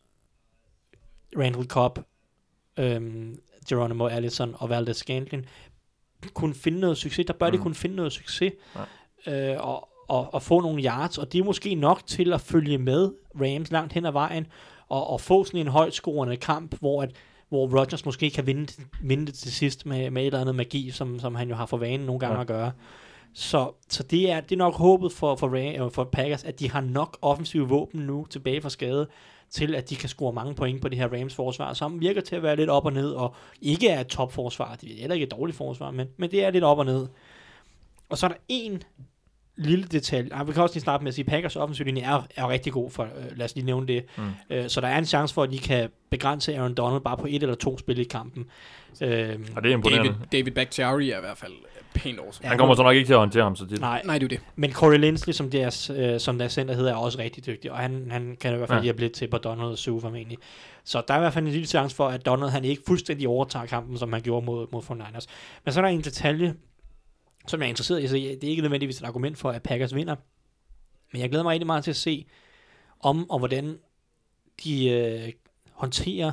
Randall Cobb, øhm, Geronimo Allison og Valdes-Scantling kunne finde noget succes. Der bør mm. de kunne finde noget succes ja. øh, og, og, og få nogle yards. Og det er måske nok til at følge med Rams langt hen ad vejen og, og få sådan en højtscorende kamp, hvor, at, hvor Rodgers måske kan vinde, vinde det til sidst med, med et eller andet magi, som, som han jo har for vane nogle gange ja. at gøre. Så, så det, er, det er nok håbet for, for, for Packers, at de har nok offensive våben nu tilbage fra skade, til at de kan score mange point på det her Rams-forsvar, som virker til at være lidt op og ned, og ikke er et top-forsvar. Det er heller ikke et dårligt forsvar, men, men det er lidt op og ned. Og så er der en lille detalje. Ah, vi kan også lige starte med at sige, at Packers offensive linje er, er rigtig god, for, øh, lad os lige nævne det. Mm. Øh, så der er en chance for, at de kan begrænse Aaron Donald bare på et eller to spil i kampen. Øh, og det er imponerende. David, David Bakhtiari er i hvert fald pænt awesome. Han kommer så nok ikke til at håndtere ham så tit. Nej, Nej, det er det. Men Corey Linsley, som deres, øh, som deres center hedder, er også rigtig dygtig, og han, han kan i hvert fald ja. hjælpe lidt til på Donald og Sue formentlig. Så der er i hvert fald en lille chance for, at Donald han ikke fuldstændig overtager kampen, som han gjorde mod, mod forty-niners. Men så er der en detalje, som jeg er interesseret i. Så det er ikke nødvendigvis et argument for, at Packers vinder. Men jeg glæder mig rigtig meget til at se, om og hvordan de øh, håndterer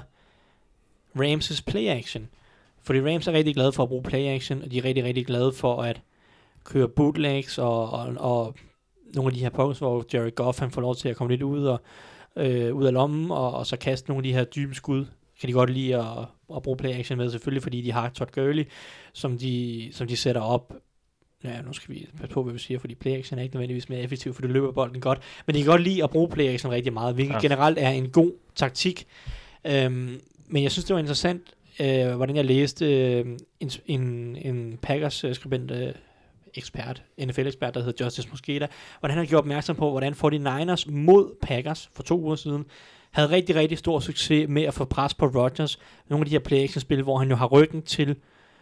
Rams' play-action. Fordi Rams er rigtig glade for at bruge play-action, og de er rigtig, rigtig glade for at køre bootlegs, og, og, og nogle af de her punkter, hvor Jared Goff han får lov til at komme lidt ud, og, øh, ud af lommen, og, og så kaste nogle af de her dybe skud. Kan de godt lide at, at bruge play-action med, selvfølgelig fordi de har Todd Gurley, som de, som de sætter op. Ja, nu skal vi passe på, hvad vi siger, fordi play-action er ikke nødvendigvis mere effektiv, for det løber bolden godt. Men de kan godt lide at bruge play-action rigtig meget, hvilket ja. generelt er en god taktik. Øhm, men jeg synes, det var interessant, øh, hvordan jeg læste øh, en, en, en Packers-skribent, øh, ekspert, N F L-ekspert, der hedder Justice Mosqueda, hvordan han har gjort opmærksom på, hvordan forty-niners mod Packers for to uger siden havde rigtig, rigtig stor succes med at få pres på Rodgers. Nogle af de her play-action-spil, hvor han jo har ryggen til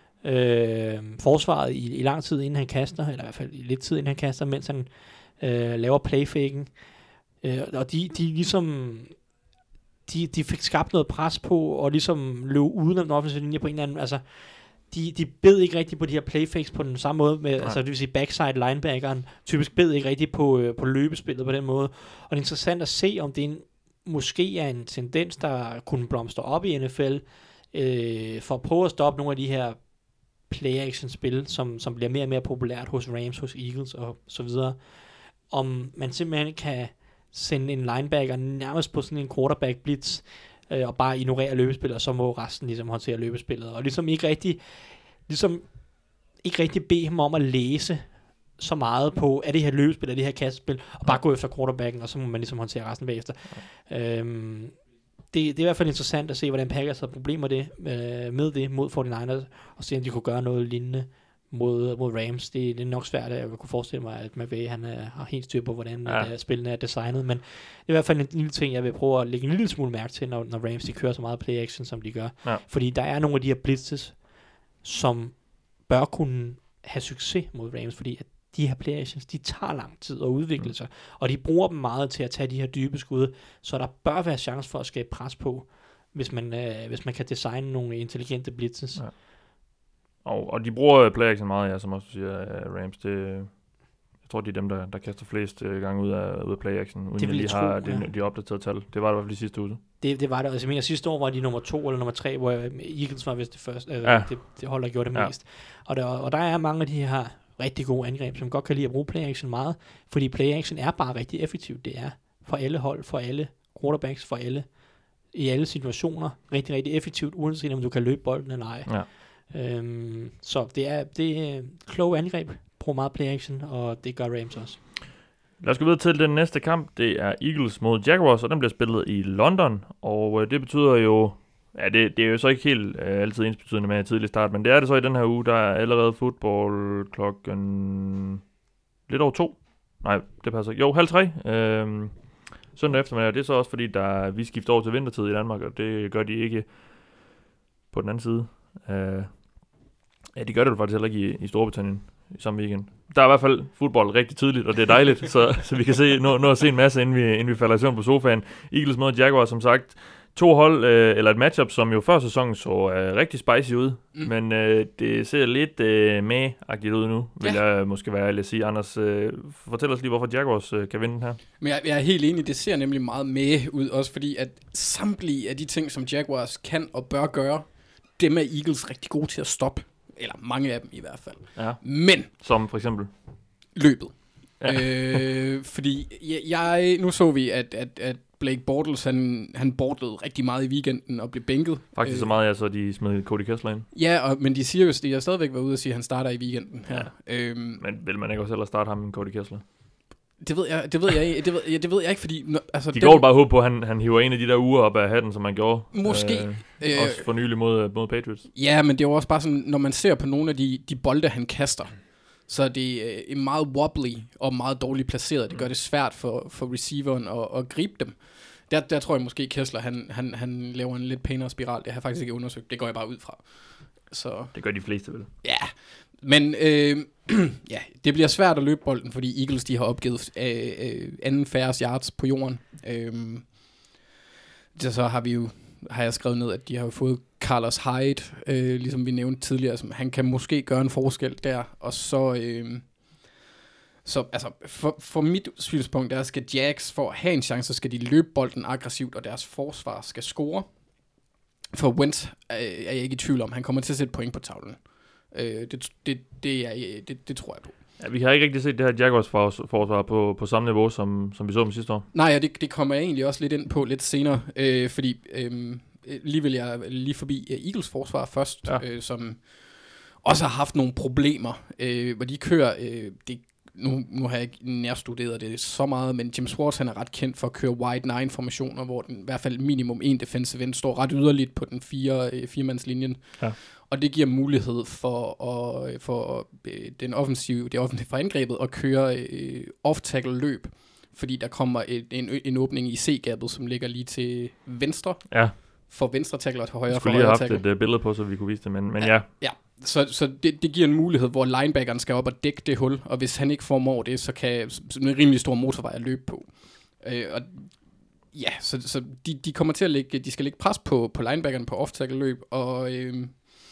øh, forsvaret i, i lang tid, inden han kaster, eller i hvert fald i lidt tid, inden han kaster, mens han øh, laver playfaken. Øh, og de, de ligesom... De, de fik skabt noget pres på, og ligesom løb uden om den offensive linje på en eller anden... Altså, de, de bed ikke rigtig på de her playfakes på den samme måde, med, altså det vil sige backside linebackeren typisk bed ikke rigtig på, øh, på løbespillet på den måde. Og det er interessant at se, om det er en, måske er en tendens, der kunne blomstre op i N F L, øh, for at prøve at stoppe nogle af de her play-action-spil, som, som bliver mere og mere populært hos Rams, hos Eagles og så videre. Om man simpelthen kan sende en linebacker nærmest på sådan en quarterback blitz, øh, og bare ignorere løbespillet, og så må resten ligesom håndtere løbespillet. Og ligesom ikke rigtig, ligesom ikke rigtig bede ham om at læse så meget på, er det her løbespil, er det her kastespil, og bare gå efter quarterbacken, og så må man ligesom håndtere resten bagefter. Ja. Øhm, det, det er i hvert fald interessant at se, hvordan Packers har problemer det, øh, med det mod forty-niners, og se, om de kunne gøre noget lignende mod, mod Rams. Det, det er nok svært, at jeg kunne forestille mig, at McVay han er, har helt styr på, hvordan ja. uh, spillene er designet, men det er i hvert fald en lille ting, jeg vil prøve at lægge en lille smule mærke til, når, når Rams de kører så meget play-action, som de gør. Ja. Fordi der er nogle af de her blitzes, som bør kunne have succes mod Rams, fordi at de her play-actions, de tager lang tid at udvikle mm. sig, og de bruger dem meget til at tage de her dybe skud, så der bør være chance for at skabe pres på, hvis man, øh, hvis man kan designe nogle intelligente blitzes. Ja. Og, og de bruger play-action meget, ja, som også siger uh, Rams. Det, jeg tror, de er dem, der, der kaster flest uh, gange ud af, ud af play-action, uden de har ja. de, de opdaterede tal. Det var det i hvert fald de sidste uge. Det, det var det. Altså, jeg mener, sidste år var de nummer to eller nummer tre, hvor Eagles var vist det første. Øh, ja. det, det hold, der gjorde det ja. mest. Og der, og der er mange af de her rigtig gode angreb, som godt kan lide at bruge play-action meget, fordi play-action er bare rigtig effektivt. Det er for alle hold, for alle quarterbacks, for alle, i alle situationer, rigtig, rigtig effektivt, uanset om du kan løbe bolden eller ej. Ja. Øhm, så det er, det er kloge angreb, bruger meget play-action, og det gør Rams også. Lad os gå videre til den næste kamp. Det er Eagles mod Jaguars, og den bliver spillet i London, og øh, det betyder jo, ja, det, det er jo så ikke helt øh, altid ensbetydende med tidlig start, men det er det så i den her uge. Der er allerede fodbold klokken lidt over to. Nej, det passer ikke. Jo, halv tre. Øhm, søndag eftermiddag, og det er så også fordi, der, vi skifter over til vintertid i Danmark, og det gør de ikke på den anden side. Uh, ja, de gør det jo faktisk heller ikke i, i Storbritannien i samme weekend. Der er i hvert fald fodbold rigtig tidligt, og det er dejligt, så, så vi kan se, nå, nå at se en masse, inden vi, inden vi falder i søvn på sofaen. Eagles mod Jaguars, som sagt, to hold, øh, eller et matchup, som jo før sæsonen så øh, rigtig spicy ud, mm. men øh, det ser lidt øh, med-agtigt ud nu, vil ja. jeg måske være ærlig at sige. Anders, øh, fortæl os lige, hvorfor Jaguars øh, kan vinde den her. Men jeg, jeg er helt enig, det ser nemlig meget med ud, også fordi at samtlige af de ting, som Jaguars kan og bør gøre, dem er Eagles rigtig gode til at stoppe. Eller mange af dem i hvert fald. Ja. Men som for eksempel løbet. Ja. øh, fordi jeg, jeg nu så vi at at at Blake Bortles han han bortlede rigtig meget i weekenden og blev bænket. Faktisk øh, så meget, ja, så de smed Cody Kessler ind. Ja, og, men de siger jo, at de har stadigvæk været ude og sige, at han starter i weekenden her. Ja. Øhm, men vil man ikke også ellers starte ham med Cody Kessler? Det ved jeg, det ved jeg ikke, det ved jeg, det ved jeg ikke, fordi no, altså de går bare håb på, at han han hiver en af de der uger op af hatten, som han gjorde. Måske øh, øh, også for nylig mod mod Patriots. Ja, men det er jo også bare sådan, når man ser på nogle af de de bolde han kaster, så er det øh, meget wobbly og meget dårligt placeret. Det gør det svært for for receiveren at, at gribe dem. Der, der tror jeg måske Kessler han han han laver en lidt pænere spiral. Det har jeg faktisk ikke undersøgt. Det går jeg bare ud fra. Så det gør de fleste vel. Ja. Men øh, ja, det bliver svært at løbe bolden, fordi Eagles de har opgivet øh, øh, anden færres yards på jorden. Øh, det, så har vi jo har jeg skrevet ned, at de har fået Carlos Hyde, øh, ligesom vi nævnte tidligere, som han kan måske gøre en forskel der. Og så øh, så altså for, for mit synspunkt der skal Jags for at have en chance, så skal de løbe bolden aggressivt, og deres forsvar skal score. For Wentz øh, er jeg ikke i tvivl om, han kommer til at sætte point på tavlen. Øh, det, det, det, er, det, det tror jeg på. Ja, vi har ikke rigtig set det her Jaguars forsvar på, på samme niveau, som, som vi så dem sidste år. Nej, og det, det kommer jeg egentlig også lidt ind på lidt senere, øh, fordi øh, lige vil jeg lige forbi uh, Eagles forsvar først, ja. øh, som også har haft nogle problemer, øh, hvor de kører, øh, det, nu, nu har jeg ikke nærstuderet det så meget, men Jim Schwartz han er ret kendt for at køre wide nine formationer, hvor den i hvert fald minimum en defensive end står ret yderligt på den fire, øh, firemandslinjen. Ja. Og det giver mulighed for, at, for øh, den offensive, det offensive for angrebet at køre øh, off-tackle løb, fordi der kommer et, en, en åbning i C-gabet, som ligger lige til venstre, ja. for venstre tackle og til højre for højre tackle. Jeg skulle lige have haft et billede på, så vi kunne vise det, men, men ja. Ja, ja. Så, så det, det giver en mulighed, hvor linebackeren skal op og dække det hul, og hvis han ikke formår det, så kan så en rimelig stor motorvej at løbe på. Øh, og ja, så, så de, de kommer til at lægge, de skal lægge pres på, på linebackeren på off-tackle løb, og... Øh,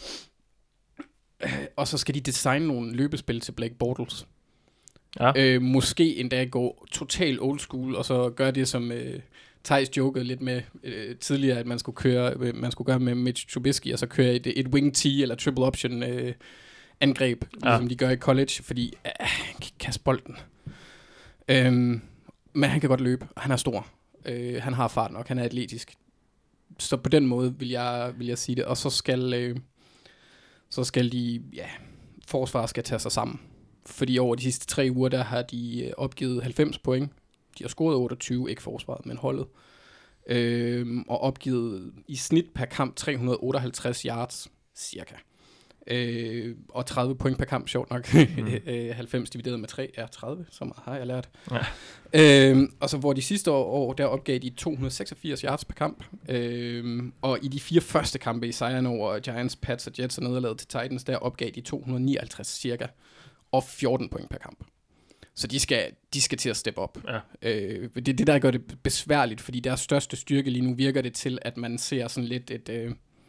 og så skal de designe nogle løbespil til Blake Bortles. Ja. Øh, måske endda gå totalt old school, og så gøre det, som øh, Thijs jokede lidt med øh, tidligere, at man skulle køre, øh, man skulle gøre med Mitch Trubisky, og så køre et, et wing T eller triple option øh, angreb, ja. Ligesom de gør i college, fordi øh, han kan kaste bolden. Øhm, men han kan godt løbe, og han er stor. Øh, han har fart nok, han er atletisk. Så på den måde vil jeg, vil jeg sige det. Og så skal... Øh, så skal de, ja, forsvaret skal tage sig sammen. Fordi over de sidste tre uger, der har de opgivet halvfems point. De har scoret otteogtyve, ikke forsvaret, men holdet. Øhm, og opgivet i snit per kamp tre hundrede otteoghalvtreds yards, cirka. Øh, og tredive point per kamp, sjovt nok. Mm. halvfems divideret med tre er tredive, så meget har jeg lært. Ja. Øhm, og så hvor de sidste år, år der opgav de to hundrede seksogfirs yards per kamp. Øhm, og i de fire første kampe i sejren over Giants, Pats og Jets og nederlaget til Titans, der opgav de to hundrede nioghalvtreds cirka, og fjorten point per kamp. Så de skal, de skal til at steppe op. Ja. Øh, det er det, der gør det besværligt, fordi deres største styrke lige nu virker det til, at man ser sådan lidt et... Øh,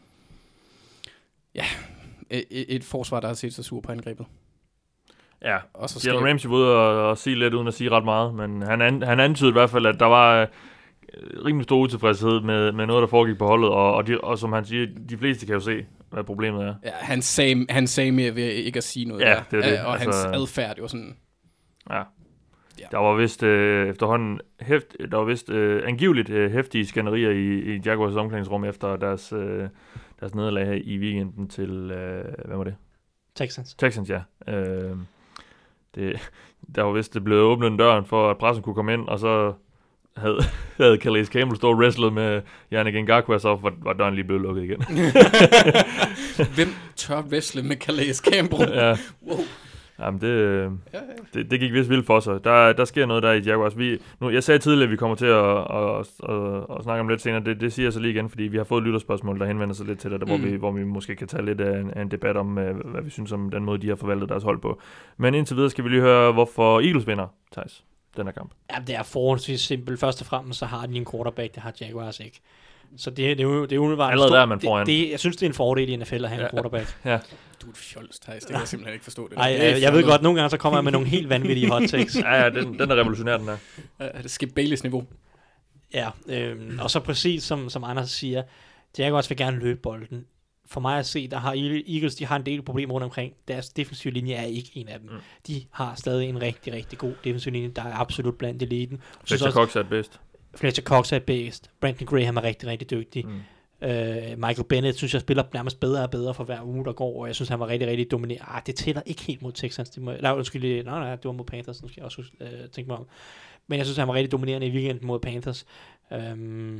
ja... Et, et forsvar, der har set sig sur på angrebet. Ja, og så Jalen Ramsey var ude og, og sige lidt, uden at sige ret meget, men han, an, han antydede i hvert fald, at der var øh, rimelig stor utilfredshed med, med noget, der foregik på holdet, og, og, de, og som han siger, de fleste kan jo se, hvad problemet er. Ja, han sagde, han sagde mere ved ikke at sige noget ja, der, det er det. og altså, hans adfærd, det var sådan... Ja, ja. Der var vist øh, efterhånden, heft, der var vist øh, angiveligt øh, heftige skænderier i, i Jaguars omklædningsrum efter deres... Øh, deres nederlag her i weekenden til, øh, hvad var det? Texans. Texans, ja. Øh, det, der var vist det blev åbnet en døren for, at pressen kunne komme ind, og så havde, havde Calais Campbell stået og wrestlet med Yannick Ngakoue, og så var, var døren lige blevet lukket igen. Hvem tør wrestle med Calais Campbell? Ja. Wow. Jamen, det, ja, ja. det, det gik vist vildt for sig. Der, der sker noget der i Jaguars. Vi, nu, jeg sagde tidligere, at vi kommer til at, at, at, at, at snakke om lidt senere. Det, det siger jeg så lige igen, fordi vi har fået lytterspørgsmål, der henvender sig lidt til det, der, mm. hvor, vi, hvor vi måske kan tage lidt af en, af en debat om, hvad vi synes om den måde, de har forvaltet deres hold på. Men indtil videre skal vi lige høre, hvorfor Eagles vinder, Thijs, den her kamp. Ja, det er forholdsvis simpelt. Først og fremmest, så har de en quarterback, det har Jaguars ikke. Så det, det er jo det er umiddelbart allerede der, man foran. Det, det, jeg synes, det er en fordel i N F L at have ja. en quarterback. Ja. Du er et fjols, Thijs. Det kan jeg simpelthen ikke forstå. Det Ej, jeg, jeg ved godt, nogle gange så kommer jeg med nogle helt vanvittige hot takes. Ja, ja, den, den er revolutionær, den er. Ja, det skal Baileys niveau. Ja, øhm, og så præcis som, som Anders siger, Jaguars vil gerne løbe bolden. For mig at se, der har Eagles, de har en del problemer rundt omkring. Deres defensive linje er ikke en af dem. Mm. De har stadig en rigtig, rigtig god defensive linje, der er absolut blandt eliten. Fletcher Cox er bedst. Fletcher Cox er bedst. Brandon Graham er rigtig, rigtig dygtig. Mm. Uh, Michael Bennett synes jeg spiller nærmest bedre og bedre for hver uge der går, og jeg synes han var rigtig rigtig dominerende. Ah, det tæller ikke helt mod Texans. Det må, nej, undskyld, nej, nej, det var mod Panthers, nu skal jeg også uh, tænke mig om. Men jeg synes han var rigtig dominerende i weekenden mod Panthers. Um,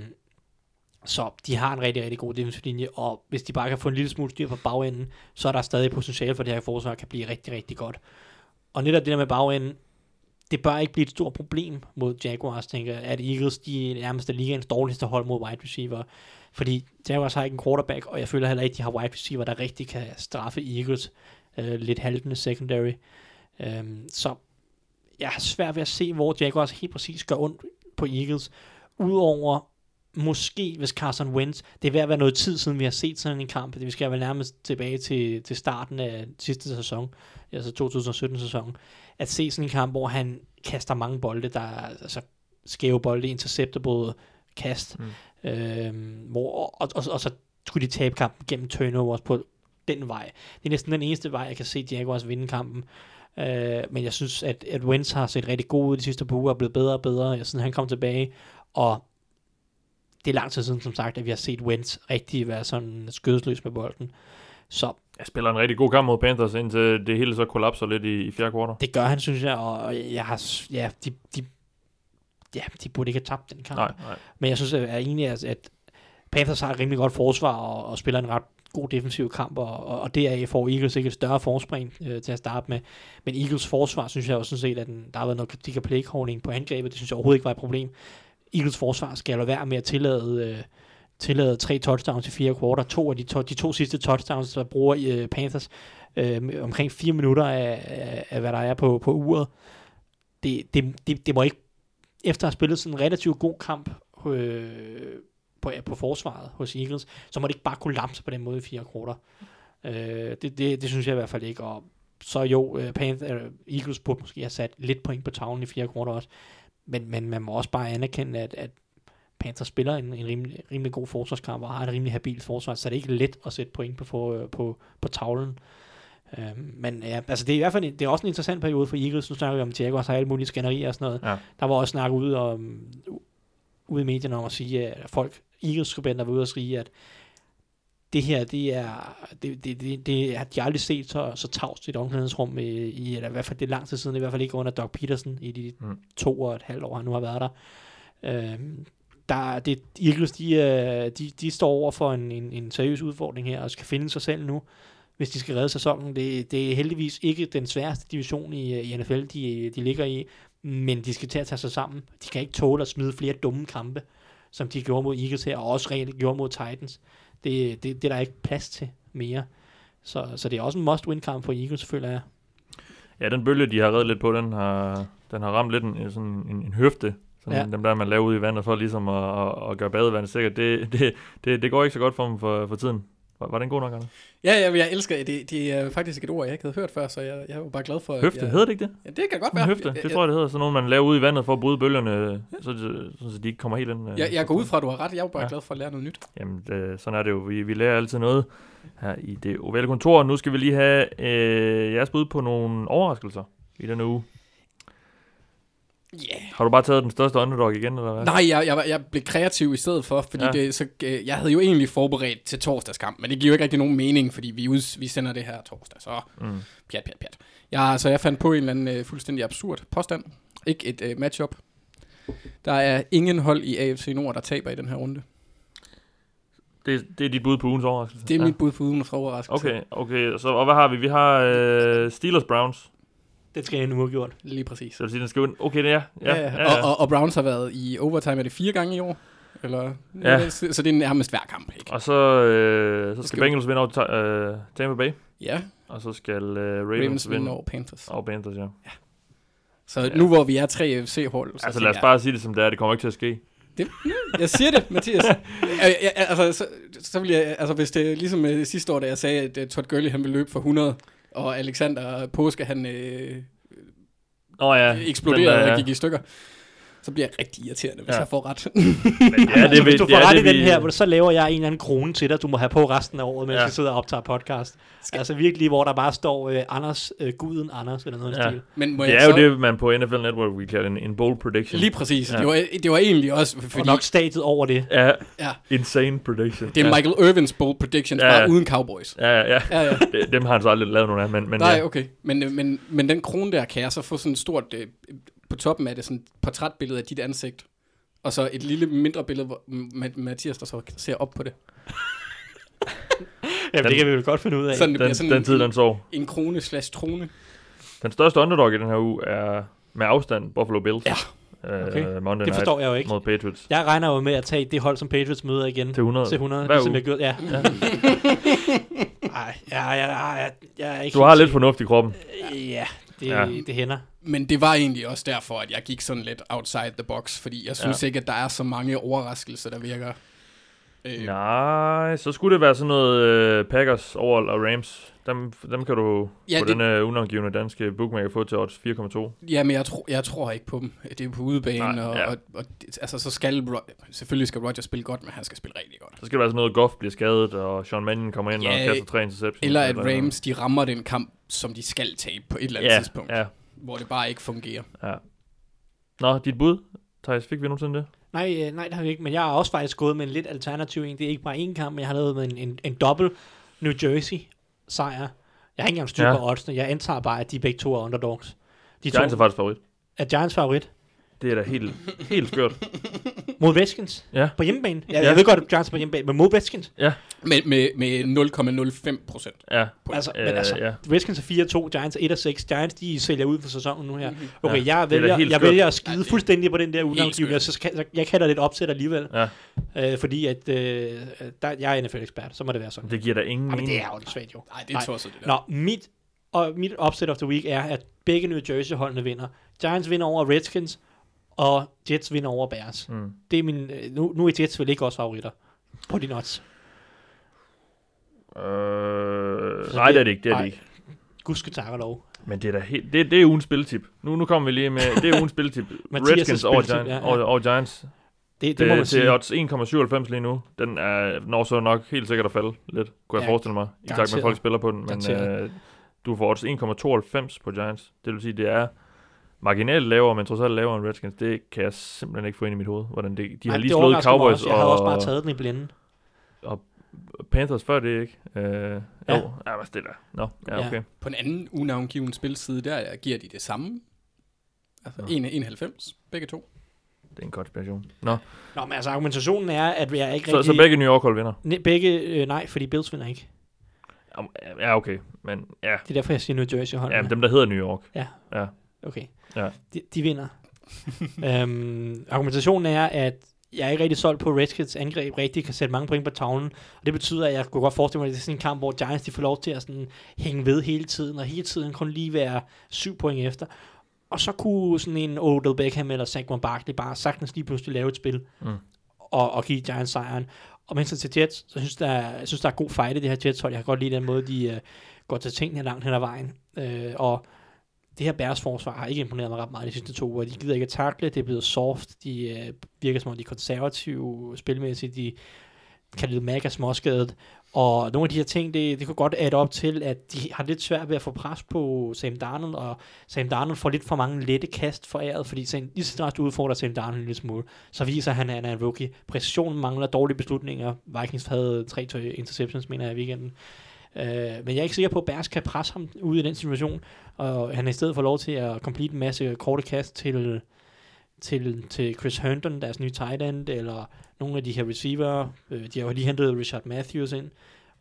så de har en rigtig rigtig god defensive linje, og hvis de bare kan få en lille smule styr på bagenden, så er der stadig potentiale for det her forsvar kan blive rigtig rigtig godt. Og netop det der med bagenden, det bør ikke blive et stort problem mod Jaguars, tænker jeg, at Eagles, de er nærmest ligaens dårligste hold mod wide receiver. Fordi Jaguars har ikke en quarterback, og jeg føler heller ikke, at de har wide receiver, der rigtig kan straffe Eagles. Øh, lidt haltende secondary. Øhm, så jeg er svært ved at se, hvor Jaguars helt præcis gør ondt på Eagles. Udover måske, hvis Carson Wentz, det er ved at være noget tid siden, vi har set sådan en kamp. Vi skal vel nærmest tilbage til, til starten af sidste sæson, altså to tusind sytten-sæsonen. At se sådan en kamp, hvor han kaster mange bolde, der er altså skæve bolde, interceptable kast, mm. øhm, hvor, og, og, og så skulle de tabe kampen gennem turnovers på den vej. Det er næsten den eneste vej, jeg kan se Jaguars vinde kampen. Øh, men jeg synes, at, at Wentz har set rigtig god ud de sidste par uger, og blevet bedre og bedre. Jeg synes, han kom tilbage, og det er lang tid siden, som sagt, at vi har set Wentz rigtig være sådan skødesløs med bolden. Så jeg spiller en rigtig god kamp mod Panthers, indtil det hele så kollapser lidt i, i fjerde kvartal. Det gør han, synes jeg, og jeg har, ja, de, de, ja, de burde ikke have tabt den kamp. Nej, nej. Men jeg synes at jeg er enig, at, at Panthers har et rimelig godt forsvar, og, og spiller en ret god defensiv kamp, og, og, og deraf får Eagles ikke et større forspring øh, til at starte med. Men Eagles forsvar, synes jeg også sådan set, at den, der har været noget kritik af playcalling på angrebet, det synes jeg overhovedet ikke var et problem. Eagles forsvar skal jo være med at tillade, øh, tillade tre touchdowns i fire kvarter. To af de to, de to sidste touchdowns, der bruger øh, Panthers øh, omkring fire minutter af, af, af, hvad der er på, på uret. Det, det, det, det må ikke, efter at have spillet sådan en relativt god kamp øh, på, på forsvaret hos Eagles, så må det ikke bare kollapse på den måde i fire kvarter. Øh, det, det, det synes jeg i hvert fald ikke. Og så jo, øh, Panthers, øh, Eagles burde måske have sat lidt point på tavlen i fire kvarter også. Men, men man må også bare anerkende, at, at Panthers spiller en, en rimelig, rimelig god forsvarskamp og har et rimelig habilt forsvar, så det er ikke let at sætte point på, på, på, på tavlen. Øhm, men ja, altså det er i hvert fald det er også en interessant periode for Eagles. Nu snakker vi om Jaguars har alle mulige skænderier og sådan noget. Ja. Der var også snak ude, om, ude i medierne om at sige, at folk, Eagles-skribenter var ude og sige, at det her, det er, det, det, det, det har de aldrig set så, så tavst i et omklædningsrum i, i, eller i hvert fald det er lang tid siden, i hvert fald ikke under Doug Peterson i de mm. to og et halvt år, han nu har været der. Øhm, der det, Eagles, de, de, de står over for en, en, en seriøs udfordring her, og skal finde sig selv nu, hvis de skal redde sæsonen. Det, det er heldigvis ikke den sværeste division i, i N F L, de, de ligger i, men de skal til at tage sig sammen. De kan ikke tåle at smide flere dumme kampe, som de gjorde mod Eagles her, og også rent gjorde mod Titans. Det, det, det er der ikke plads til mere. Så, så det er også en must-win-kamp for Eagles, føler jeg. Ja, den bølge, de har reddet lidt på, den har, den har ramt lidt en, sådan en, en høfte. Sådan ja. Dem der, man laver ud i vandet for ligesom at, at, at gøre badevandet sikkert. Det, det, det, det går ikke så godt for dem for, for tiden. Var, var den god nok, Anders? Ja, ja, jeg elsker det. Det, det er faktisk et ord, jeg ikke havde hørt før, så jeg, jeg var bare glad for... Høfte, jeg, hedder det ikke det? Ja, det kan godt være. Høfte, det jeg, tror jeg, det hedder. Sådan noget, man laver ud i vandet for at bryde bølgerne, så, så, så de ikke kommer helt ind. Jeg, jeg går ud fra, at du har ret. Jeg er bare ja. glad for at lære noget nyt. Jamen, det, sådan er det jo. Vi, vi lærer altid noget her i det ovale kontor. Nu skal vi lige have øh, jeres bud på nogle overraskelser i denne uge. Yeah. Har du bare taget den største underdog igen, eller hvad? Nej, jeg, jeg, jeg blev kreativ i stedet for, fordi ja. det, så, jeg havde jo egentlig forberedt til torsdagskamp, men det giver jo ikke rigtig nogen mening, fordi vi, ud, vi sender det her torsdag, så mm. pjat, pjat, pjat. Jeg, så jeg fandt på en eller anden uh, fuldstændig absurd påstand. Ikke et uh, matchup. Der er ingen hold i A F C Nord, der taber i den her runde. Det, det er dit bud på ugens overraskelse? Det er ja. mit bud på ugens overraskelse. Okay, okay. Så, og hvad har vi? Vi har uh, Steelers Browns. Det skal jeg nu have gjort. Lige præcis. Så vil sige, den skal jo... Okay, det er. Ja, Ja, ja, ja. ja. Og, og, og Browns har været i overtime, er det fire gange i år? Eller, Ja. Så, så det er nærmest hver kamp, ikke? Og så, øh, så skal skal Bengals vinde over ta- øh, Tampa Bay. Ja, Og så skal øh, Ravens, Ravens vinde vinder over Panthers. over Panthers, ja. Så Ja. nu hvor vi er tre A F C-hold, så Altså tænker lad os bare sige det som det er. Det kommer ikke til at ske. Det, jeg siger det, Mathias. jeg, jeg, altså, så, så vil jeg, altså, hvis det er ligesom uh, sidste år, da jeg sagde, at uh, Todd Gurley, han vil løbe for hundrede, og Alexander Påske, han uh, Nå ja. eksploderede den, øh, og gik i stykker, så bliver jeg rigtig irriterende, hvis Ja. jeg får ret. Men ja, Altså, hvis du får ja, ret i det, den her, så laver jeg en eller anden krone til dig, du må have på resten af året, mens Ja. vi sidder og optager podcast. Altså virkelig, hvor der bare står øh, Anders, øh, guden Anders, eller noget i Ja. stil. Men må det jeg er jo så, det, man på N F L Network vil kalde en, en bold prediction. lige præcis. Ja. Det, var, det var egentlig også, Og fordi nok statet over det. Ja, ja, insane prediction. det er ja. Michael Irvins bold predictions, Ja, bare ja. uden Cowboys. Ja, ja, ja. Ja, ja. Det- Dem har han så aldrig lavet nogen af, men, men Nej, ja. okay. Men, øh, men, men den krone der, kan jeg så få sådan et stort, øh, på toppen af det, sådan et portrætbillede af dit ansigt, og så et lille mindre billede hvor, med Mathias, der så ser op på det. Jamen, det kan vi vel godt finde ud af. Sådan, det bliver Den, sådan den tid, en, den sov. en krone slash trone. Den største underdog i den her uge er med afstand Buffalo Bills. Ja. Øh, Okay. Monday Det forstår jeg jo ikke. mod Patriots. Jeg regner jo med at tage det hold, som Patriots møder igen Til hundrede. til hundrede. Hver Ligesom uge. jeg gjorde. Ja. Ja. Ej, ja, ja, ja, ja, jeg er ikke Du har helt lidt sikker. fornuft i kroppen. Ja, det, Ja. det hænder. Men det var egentlig også derfor, at jeg gik sådan lidt outside the box, fordi jeg synes Ja. ikke, at der er så mange overraskelser, der virker. Øh, Nej, så skulle det være sådan noget øh, Packers, Overall og Rams. Dem, dem kan du Ja, på det- den øh, unangivende danske bookmaker få til odds fire komma to. Ja, men jeg, tro, jeg tror ikke på dem. Det er på udebane, Nej, og, ja. og, og det- altså, så skal Ro- selvfølgelig skal Rodgers spille godt, men han skal spille rigtig godt. Så skal det være sådan noget, Goff bliver skadet, og Sean Mannion kommer ind Ja, og kaster tre interceptions. Eller at Rams, de rammer den kamp, som de skal tabe på et eller andet ja, tidspunkt, ja, hvor det bare ikke fungerer. ja. Nå, dit bud, Thijs, fik vi nogensinde det? Nej, øh, nej, det har vi ikke, men jeg har også faktisk gået med en lidt alternativ en. Det er ikke bare én kamp, men jeg har lavet med en, en, en dobbelt New Jersey sejr. Jeg har ikke engang styr på Ja. oddsene. Jeg antager bare, at de begge to er underdogs. De Giants er to faktisk favorit. er Giants favorit Det er da helt, helt skørt. mod Redskins Ja. på hjemmebane. Jeg, Ja. jeg ved godt, at Giants er på hjemmebane, men mod Redskins. Med, med, med nul komma nul fem procent. Ja. Altså, Øh, men altså, ja. Redskins er fire to, Giants er et og seks. Giants, de sælger ud for sæsonen nu her. Mhm. Okay, Ja, jeg det er da vælger, helt jeg skørt. vælger at skide Ja, det er fuldstændig på den der helt unavngivende, så skal, så jeg kalder det et opsæt alligevel. Ja. Øh, fordi at, øh, der, jeg er N F L-ekspert, så må det være sådan. Det giver da ingen Ja, men det mening. er jo lidt svagt jo. Nej, det er Nej. tosset, det der. Nå, mit, og mit upset of the week er, at begge New Jersey-holdene vinder. Giants vinder over Redskins, og Jets vinder over Bears. Mm. Det er min, øh, nu, nu er Jets vel ikke også favoritter på de odds. Øh, Så nej, det er det ikke, det er nej. det ikke. Gudske tak og lov. Men det er da helt, det, det er ugens spiltip. Nu, nu kommer vi lige med, det er ugens spiltip. Mathias' Redskins over, spiltip, Giants, ja, ja. over, over Giants. Det, det, Det må man til sige. odds en komma syvoghalvfems lige nu. Den er, når så nok helt sikkert at falde lidt, kunne jeg Ja, forestille mig. I takt med, garanteret. at folk spiller på den. Men Garanteret. øh, du får odds en komma tooghalvfems på Giants. Det vil sige, det er marginalt lavere, men trods alt lavere end Redskins. Det kan jeg simpelthen ikke få ind i mit hoved. Hvordan det, de Nej, har lige det slået overrasker mig Cowboys også. Jeg havde også bare og taget den i blinde. Panthers før det, ikke? Øh, Ja. Jo, ja, hvad stiller. Nå, ja, Ja. okay. På en anden unavngiven spilside, der giver de det samme. Altså Nå. en komma enoghalvfems, begge to. Det er en konspiration. Nå, Nå, men altså argumentationen er, at jeg er ikke så, rigtig... så begge New York-hold vinder. Ne- begge øh, nej, fordi Bills vinder ikke. Om- Ja, okay. Men ja, Det er derfor, jeg siger New Jersey-holdene. ja dem, der hedder New York. Okay. Ja. De, de vinder. øhm, argumentationen er, at jeg er ikke rigtig solgt på, at Redskins angreb rigtig kan sætte mange point på tavlen. Og det betyder, at jeg kunne godt forestille mig, at det er sådan en kamp, hvor Giants de får lov til at sådan hænge ved hele tiden, og hele tiden kun lige være syv point efter. Og så kunne sådan en Odell Beckham eller Saquon Barkley bare sagtens lige pludselig lave et spil Mm. og, og give Giants sejren. Og mens til Jets, så synes der, jeg synes, der er god fight i det her Jets-hold. Jeg kan godt lide den måde, de uh, går til tingene langt hen ad vejen. Uh, og det her Bears forsvar har ikke imponeret mig ret meget de sidste to uger. De gider ikke at takle, det er blevet soft, de uh, virker som om de er konservative spilmæssigt, de kan lidt mega småskadet, og nogle af de her ting, det, det kunne godt adde op til, at de har lidt svært ved at få pres på Sam Darnold, og Sam Darnold får lidt for mange lette kast foræret, fordi Sam, lige så snart du udfordrer Sam Darnold en lille smule, så viser han, at han er en rookie. Præcisionen mangler, dårlige beslutninger. Vikings havde tre interceptions, mener jeg, i weekenden. Uh, men jeg er ikke sikker på, at Bears kan presse ham ud i den situation, og han er i stedet for lov til at complete en masse korte kast til, til, til Chris Herndon, deres nye tight end, eller nogle af de her receiver. Uh, de har jo lige hentet Richard Matthews ind,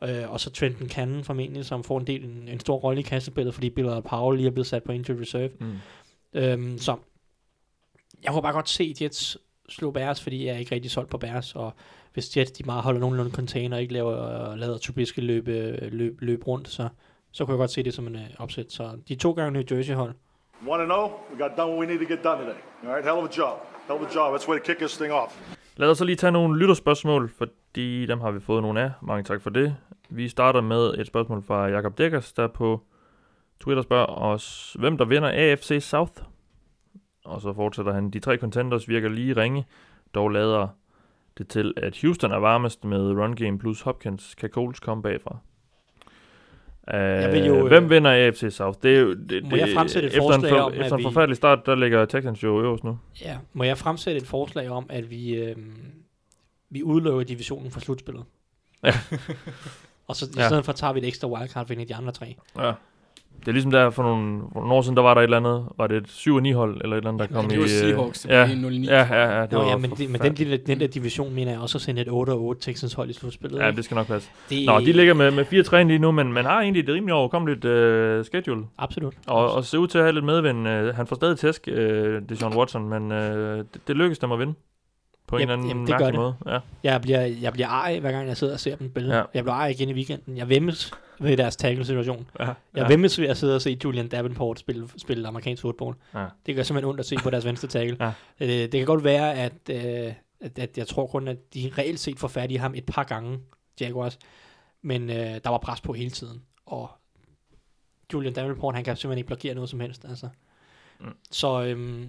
Øh, og så Trenton Cannon formentlig, som får en del en, en stor rolle i kastespillet, fordi Bill Powell lige er blevet sat på injured reserve. Mm. Øhm, så jeg kunne bare godt se Jets slå Bears, fordi jeg er ikke rigtig solgt på Bears, og hvis Jets de meget holder nogenlunde container og ikke laver, uh, lader Trubisky løbe, løb, løb rundt, så, så kunne jeg godt se det som en uh, opsæt. Så de to gange New Jersey hold. one and oh, we got done what we need to get done today. All right, hell of a job. Hell of a job. That's the way to kick this thing off. Lad os så lige tage nogle lytterspørgsmål, fordi dem har vi fået nogle af. Mange tak for det. Vi starter med et spørgsmål fra Jakob Dækkers, der på Twitter spørger os, hvem der vinder A F C South? Og så fortsætter han, de tre contenders virker lige ringe, dog lader det til, at Houston er varmest med run game plus Hopkins. Kan Colts komme bagfra? Uh, jo, hvem øh, vinder A F C South? Det er jo, det, må det, jeg fremsætte et efter forslag en for, om, efter en vi, forfærdelig start, der ligger Texans jo øverst nu. Ja, må jeg fremsætte et forslag om, at vi, øh, vi udelukker divisionen fra slutspillet? Ja. Og så i ja. stedet for tager vi et ekstra wildcard for en af de andre tre. Ja. Det er ligesom der for nogle, for nogle år siden, der var der et eller andet, var det et syv og ni hold, eller et eller andet, der kom i... Det var Seahawks, ja, det nul ni. Ja, ja, ja. Det Nå, var ja, men, det, men den, lille, den der division, mener jeg også at sende et otte og otte Texans hold i slutspillet. Ja, det skal nok passe. Det, Nå, de ligger med, med fire tre lige nu, men man har egentlig et rimelig overkommeligt uh, schedule. Absolut. Og, og ser ud til at have lidt medvind. Uh, han får stadig tæsk, uh, Deshaun Watson, men uh, det, det lykkes dem at vinde. På en jamen, eller anden jamen, mærkelig måde. Ja. Jeg bliver, jeg bliver ej, hver gang jeg sidder og ser dem spille. Ja. Jeg bliver ej igen i weekenden. Jeg vemmes ved deres tackle-situation. Ja. Jeg ja. vemmes ved at sidde og se Julian Davenport spille, spille amerikansk fodbold. Ja. Det gør simpelthen ondt at se på deres venstre tackle. Ja. Øh, det kan godt være, at, øh, at, at jeg tror kun, at de reelt set får fat i ham et par gange, Jaguars. Men øh, der var pres på hele tiden. Og Julian Davenport, han kan simpelthen ikke blokere noget som helst. Altså. Mm. Så... Øhm,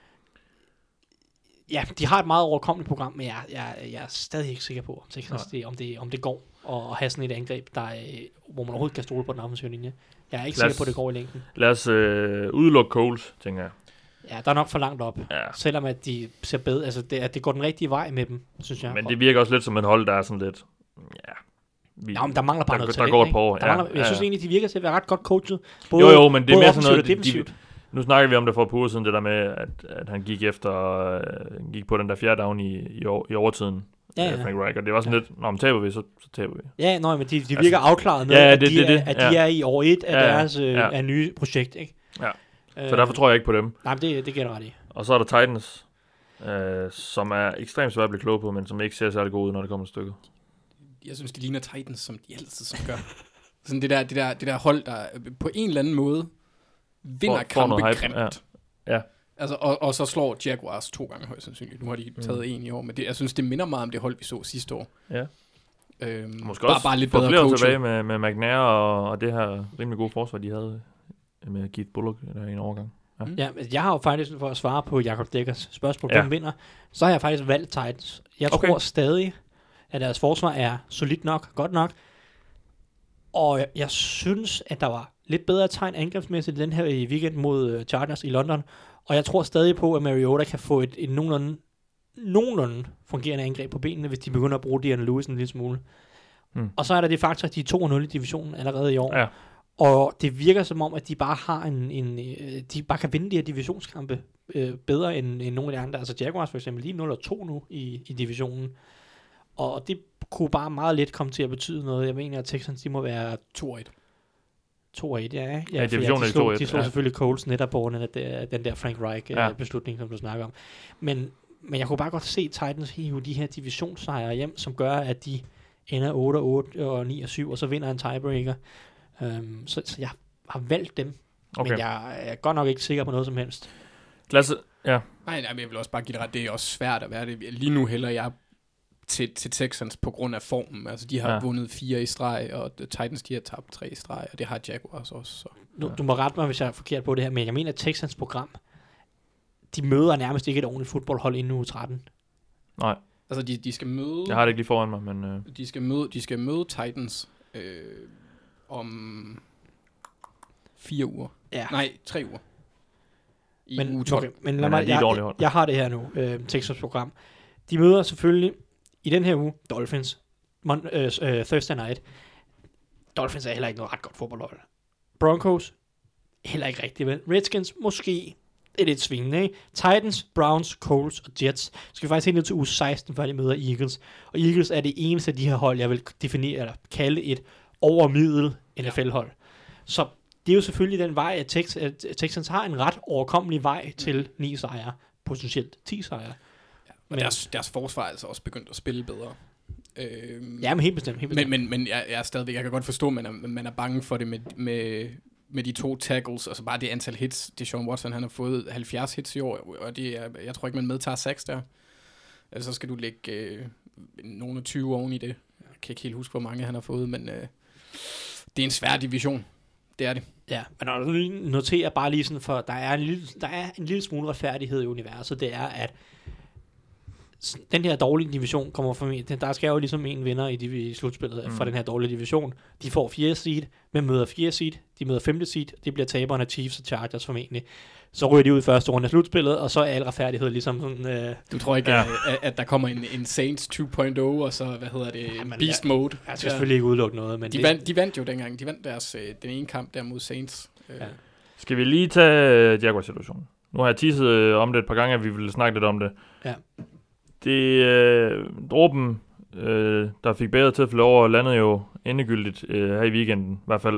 ja, de har et meget overkommeligt program, men jeg, jeg, jeg er stadig ikke sikker på, om Texans, det, om, det, om det går at, at have sådan et angreb, der, hvor man overhovedet kan stole på den offensive linje. Jeg er ikke lad os, sikker på, at det går i længden. Lad os øh, udelukke Coles, tænker jeg. Ja, der er nok for langt op. Ja. Selvom at de ser bedre, altså det, at det går den rigtige vej med dem, synes jeg. Men det virker også lidt som et hold, der er sådan lidt, ja... Vi, ja, men der mangler bare der, noget der talent, går et par år. Der mangler, ja, jeg synes ja. egentlig, de virker til at være ret godt coachet. Både, jo, jo, men det er mere sådan noget... De, nu snakker vi om det for et par uger siden, det der med, at, at han gik efter, øh, gik på den der fjerde down i, i, over, i overtiden. Ja, ja. Frank Reich, og det var sådan ja. lidt, når man taber vi, så, så taber vi. Ja, nej, men de, de virker altså, afklaret med, ja, at, det, de, det, det, er, at de ja. er i år et af ja, deres øh, ja. af nye projekt, ikke? Ja, så øh, derfor tror jeg ikke på dem. Nej, men det, det gælder ret i. Og så er der Titans, øh, som er ekstremt svært at blive klog på, men som ikke ser særlig gode ud, når det kommer et stykke. Jeg synes, de ligner Titans, som de altid som gør. Sådan det der, det, der, det der hold, der på en eller anden måde vinder for, kampe grimt. Ja. Ja. Altså, og, og så slår Jaguars to gange højst sandsynligt. Nu har de taget mm. en i år, men det, jeg synes, det minder meget om det hold, vi så sidste år. Ja. Øhm, Måske bare, også bare lidt bedre flere tilbage med, med McNair og, og det her rimelig gode forsvar, de havde med Keith Bullock der i en overgang. Ja. ja, jeg har jo faktisk, for at svare på Jakob Dækkers spørgsmål, ja. hvem vinder, så har jeg faktisk valgt Titans. Jeg okay. tror stadig, at deres forsvar er solidt nok, godt nok, og jeg, jeg synes, at der var lidt bedre tegn angrebsmæssigt den her i weekend mod Chargers i London, og jeg tror stadig på, at Mariota kan få et, et nogenlunde, nogenlunde fungerende angreb på benene, hvis de begynder at bruge Dion Lewis en lille smule. Hmm. Og så er der det faktor, at de er to nul i divisionen allerede i år. Ja. Og det virker som om, at de bare har en, en de bare kan vinde de her divisionskampe øh, bedre end, end nogle af de andre. Altså Jaguars for eksempel lige nul og to nu i, i divisionen. Og det kunne bare meget let komme til at betyde noget. Jeg mener, at Texans de må være to og et. to og et, ja. Ja, ja, divisionen ja, er to og et. De slog ja. selvfølgelig Colts netop på den der, den der Frank Reich ja. uh, beslutning, som du snakker om. Men, men jeg kunne bare godt se Titans hive de her divisionssejre hjem, som gør, at de ender otte og otte og ni og syv, og så vinder en tiebreaker. Um, så, så jeg har valgt dem, okay. men jeg er godt nok ikke sikker på noget som helst. Lasse, ja. Nej, nej, men jeg vil også bare give det ret. Det er også svært at være det. Lige nu hælder jeg til, til Texans på grund af formen. Altså, de har ja. vundet fire i streg, og Titans, de har tabt tre i streg, og det har Jaguars også. Så. Du, du må rette mig, hvis jeg er forkert på det her, men jeg mener, at Texans program, de møder nærmest ikke et ordentligt fodboldhold inden uge tretten. Nej. Altså, de, de skal møde... Jeg har det ikke lige foran mig, men... Øh... De, skal møde, de skal møde Titans øh, om fire uger. Ja. Nej, tre uger. I men, uge tolv. Okay, men lad mig, jeg, jeg, jeg har det her nu, øh, Texans program. De møder selvfølgelig i den her uge Dolphins, Mon, øh, øh, Thursday night. Dolphins er heller ikke noget ret godt fodboldhold. Broncos, heller ikke rigtigt vel. Redskins, måske det er lidt svingende, ikke? Titans, Browns, Colts og Jets. Så skal vi faktisk helt ned til uge seksten, før de møder Eagles. Og Eagles er det eneste af de her hold, jeg vil definere, eller kalde et overmiddel N F L-hold. Så det er jo selvfølgelig den vej, at, Tex- at Texans har en ret overkommelig vej til ni sejre, potentielt ti sejre. Ja, og men deres, deres forsvar er altså også begyndt at spille bedre. Øhm, ja, men helt bestemt. Helt bestemt. Men, men, men jeg, jeg er stadigvæk, jeg kan godt forstå, at man er, man er bange for det med, med, med de to tackles, og så bare det antal hits, det Sean Watson, han har fået halvfjerds hits i år, og det er, jeg tror ikke, man medtager seks der. Altså, så skal du lægge øh, nogle af tyve oven i det. Jeg kan ikke helt huske, hvor mange han har fået, men øh, det er en svær division. Det er det. Ja, men når du noterer bare lige sådan, for der er en lille, der er en lille smule retfærdighed i universet, det er, at den her dårlige division kommer fra mig. Der skal jo ligesom en vinder i, de, i slutspillet mm. fra den her dårlige division. De får fjerde seed, men møder fjerde seed, de møder femte seed, det bliver taberne af Chiefs og Chargers formentlig. Så ryger de ud i første runde af slutspillet, og så er al retfærdighed ligesom sådan... Øh, du tror ikke, ja. at, at der kommer en, en Saints to point oh, og så, hvad hedder det, ja, Beast jeg, Mode? Jeg skal ja. selvfølgelig ikke udelukke noget, men... De, det, vandt, de vandt jo dengang. De vandt deres, den ene kamp der mod Saints. Ja. Skal vi lige tage Jaguars-situationen? Nu har jeg teaset om det et par gange, at vi vil snakke lidt om det. Ja. Det øh, dråben, øh, der fik bæret til at flyve over, landede jo endegyldigt øh, her i weekenden. I hvert fald,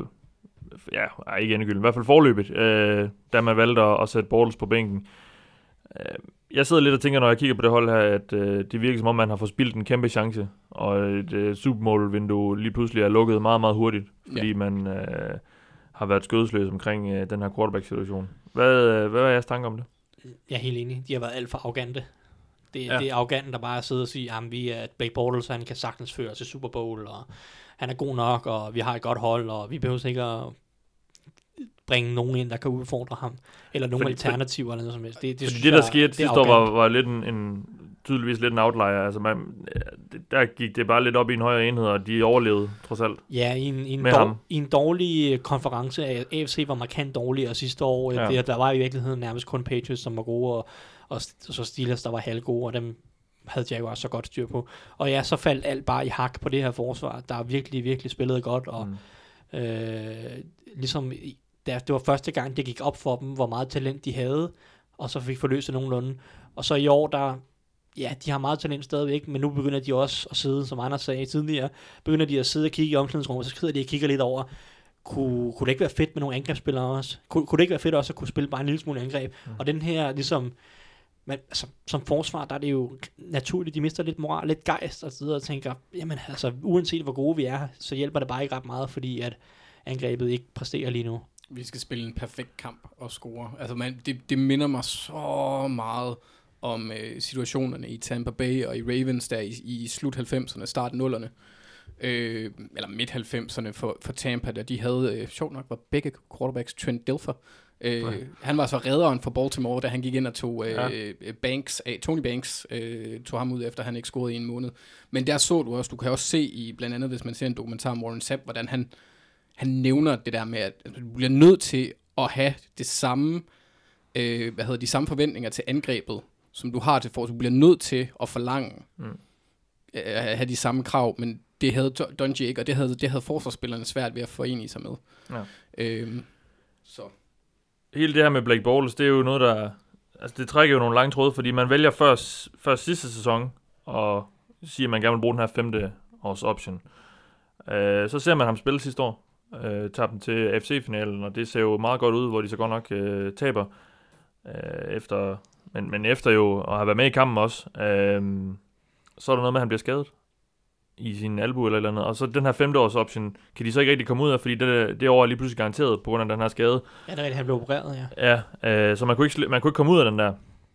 ja, ikke endegyldigt, i hvert fald forløbet, øh, da man valgte at, at sætte Bortles på bænken. Øh, jeg sidder lidt og tænker, når jeg kigger på det hold her, at øh, det virker som om, man har fået spildt en kæmpe chance, og et øh, Super Bowl-vindue lige pludselig er lukket meget, meget hurtigt, fordi ja. man øh, har været skødesløs omkring øh, den her quarterback-situation. Hvad, øh, hvad er jeres tanke om det? Jeg er helt enig. De har været alt for arrogante. Det, ja. det er arrogant, der bare sidder og siger, at vi er Blake Bortles, han kan sagtens føre til Super Bowl, og han er god nok, og vi har et godt hold, og vi behøver ikke at bringe nogen ind, der kan udfordre ham, eller nogle fordi, alternativer, eller noget som helst. Det, det, det, det der skete sidste år, var, var lidt en, en, tydeligvis lidt en outlier. Altså, man, der gik det bare lidt op i en højere enhed, og de overlevede, trods alt. Ja, i en, i en, dår, i en dårlig konference. A F C var markant dårligere sidste år. Ja. Det, der var i virkeligheden nærmest kun Patriots, som var gode, og og så Steelers, der var halvgode, og dem havde Jaguars så godt styr på. Og ja, så faldt alt bare i hak på det her forsvar, der virkelig, virkelig spillede godt, og mm. øh, ligesom, der, det var første gang, det gik op for dem, hvor meget talent de havde, og så fik forløst det nogenlunde. Og så i år, der, ja, de har meget talent stadigvæk, men nu begynder de også at sidde, som Anders sagde tidligere, begynder de at sidde og kigge i omklædningsrummet, og så sidder de og kigger lidt over, kunne, kunne det ikke være fedt med nogle angrebsspillere også? Kunne, kunne det ikke være fedt også at kunne spille bare en lille smule angreb? Mm. Og den her, ligesom, men altså, som forsvar, der er det jo naturligt, de mister lidt moral, lidt gejst, og sidder og tænker, jamen altså, uanset hvor gode vi er, så hjælper det bare ikke ret meget, fordi at angrebet ikke præsterer lige nu. Vi skal spille en perfekt kamp og score. Altså, man, det, det minder mig så meget om øh, situationerne i Tampa Bay og i Ravens, der i, i slut halvfemserne, start nullerne. Øh, eller midt halvfemserne for, for Tampa, der de havde, øh, sjovt nok var begge quarterbacks Trent Dilfer. Øh, han var så redderen for Baltimore, da han gik ind og tog øh, ja. Banks af, Tony Banks øh, tog ham ud, efter han ikke scorede i en måned. Men der så du også, du kan også se i, blandt andet hvis man ser en dokumentar om Warren Sapp, hvordan han, han nævner det der med, at du bliver nødt til at have det samme, øh, hvad hedder de samme forventninger til angrebet, som du har til for, du bliver nødt til at forlange mm. øh, at have de samme krav, men det havde Dungy ikke, og det havde, det havde forsvarsspillerne svært ved at forene sig med. Ja. Øh, så hele det her med Blake Bortles, det er jo noget, der... Altså, det trækker jo nogle lange tråde, fordi man vælger først, først sidste sæson, og siger, at man gerne vil bruge den her femte års option. Uh, så ser man ham spille sidste år. Uh, tager dem til A F C-finalen, og det ser jo meget godt ud, hvor de så godt nok uh, taber. Uh, efter, men, men efter jo at have været med i kampen også, uh, så er der noget med, at han bliver skadet i sin albu eller et eller andet. Og så den her femte års option, kan de så ikke rigtig komme ud af, fordi det, det år er lige pludselig garanteret på grund af den her skade. Ja, det er rigtigt, han blev opereret, ja. Ja, øh, så man kunne, ikke, man kunne ikke komme ud af den der.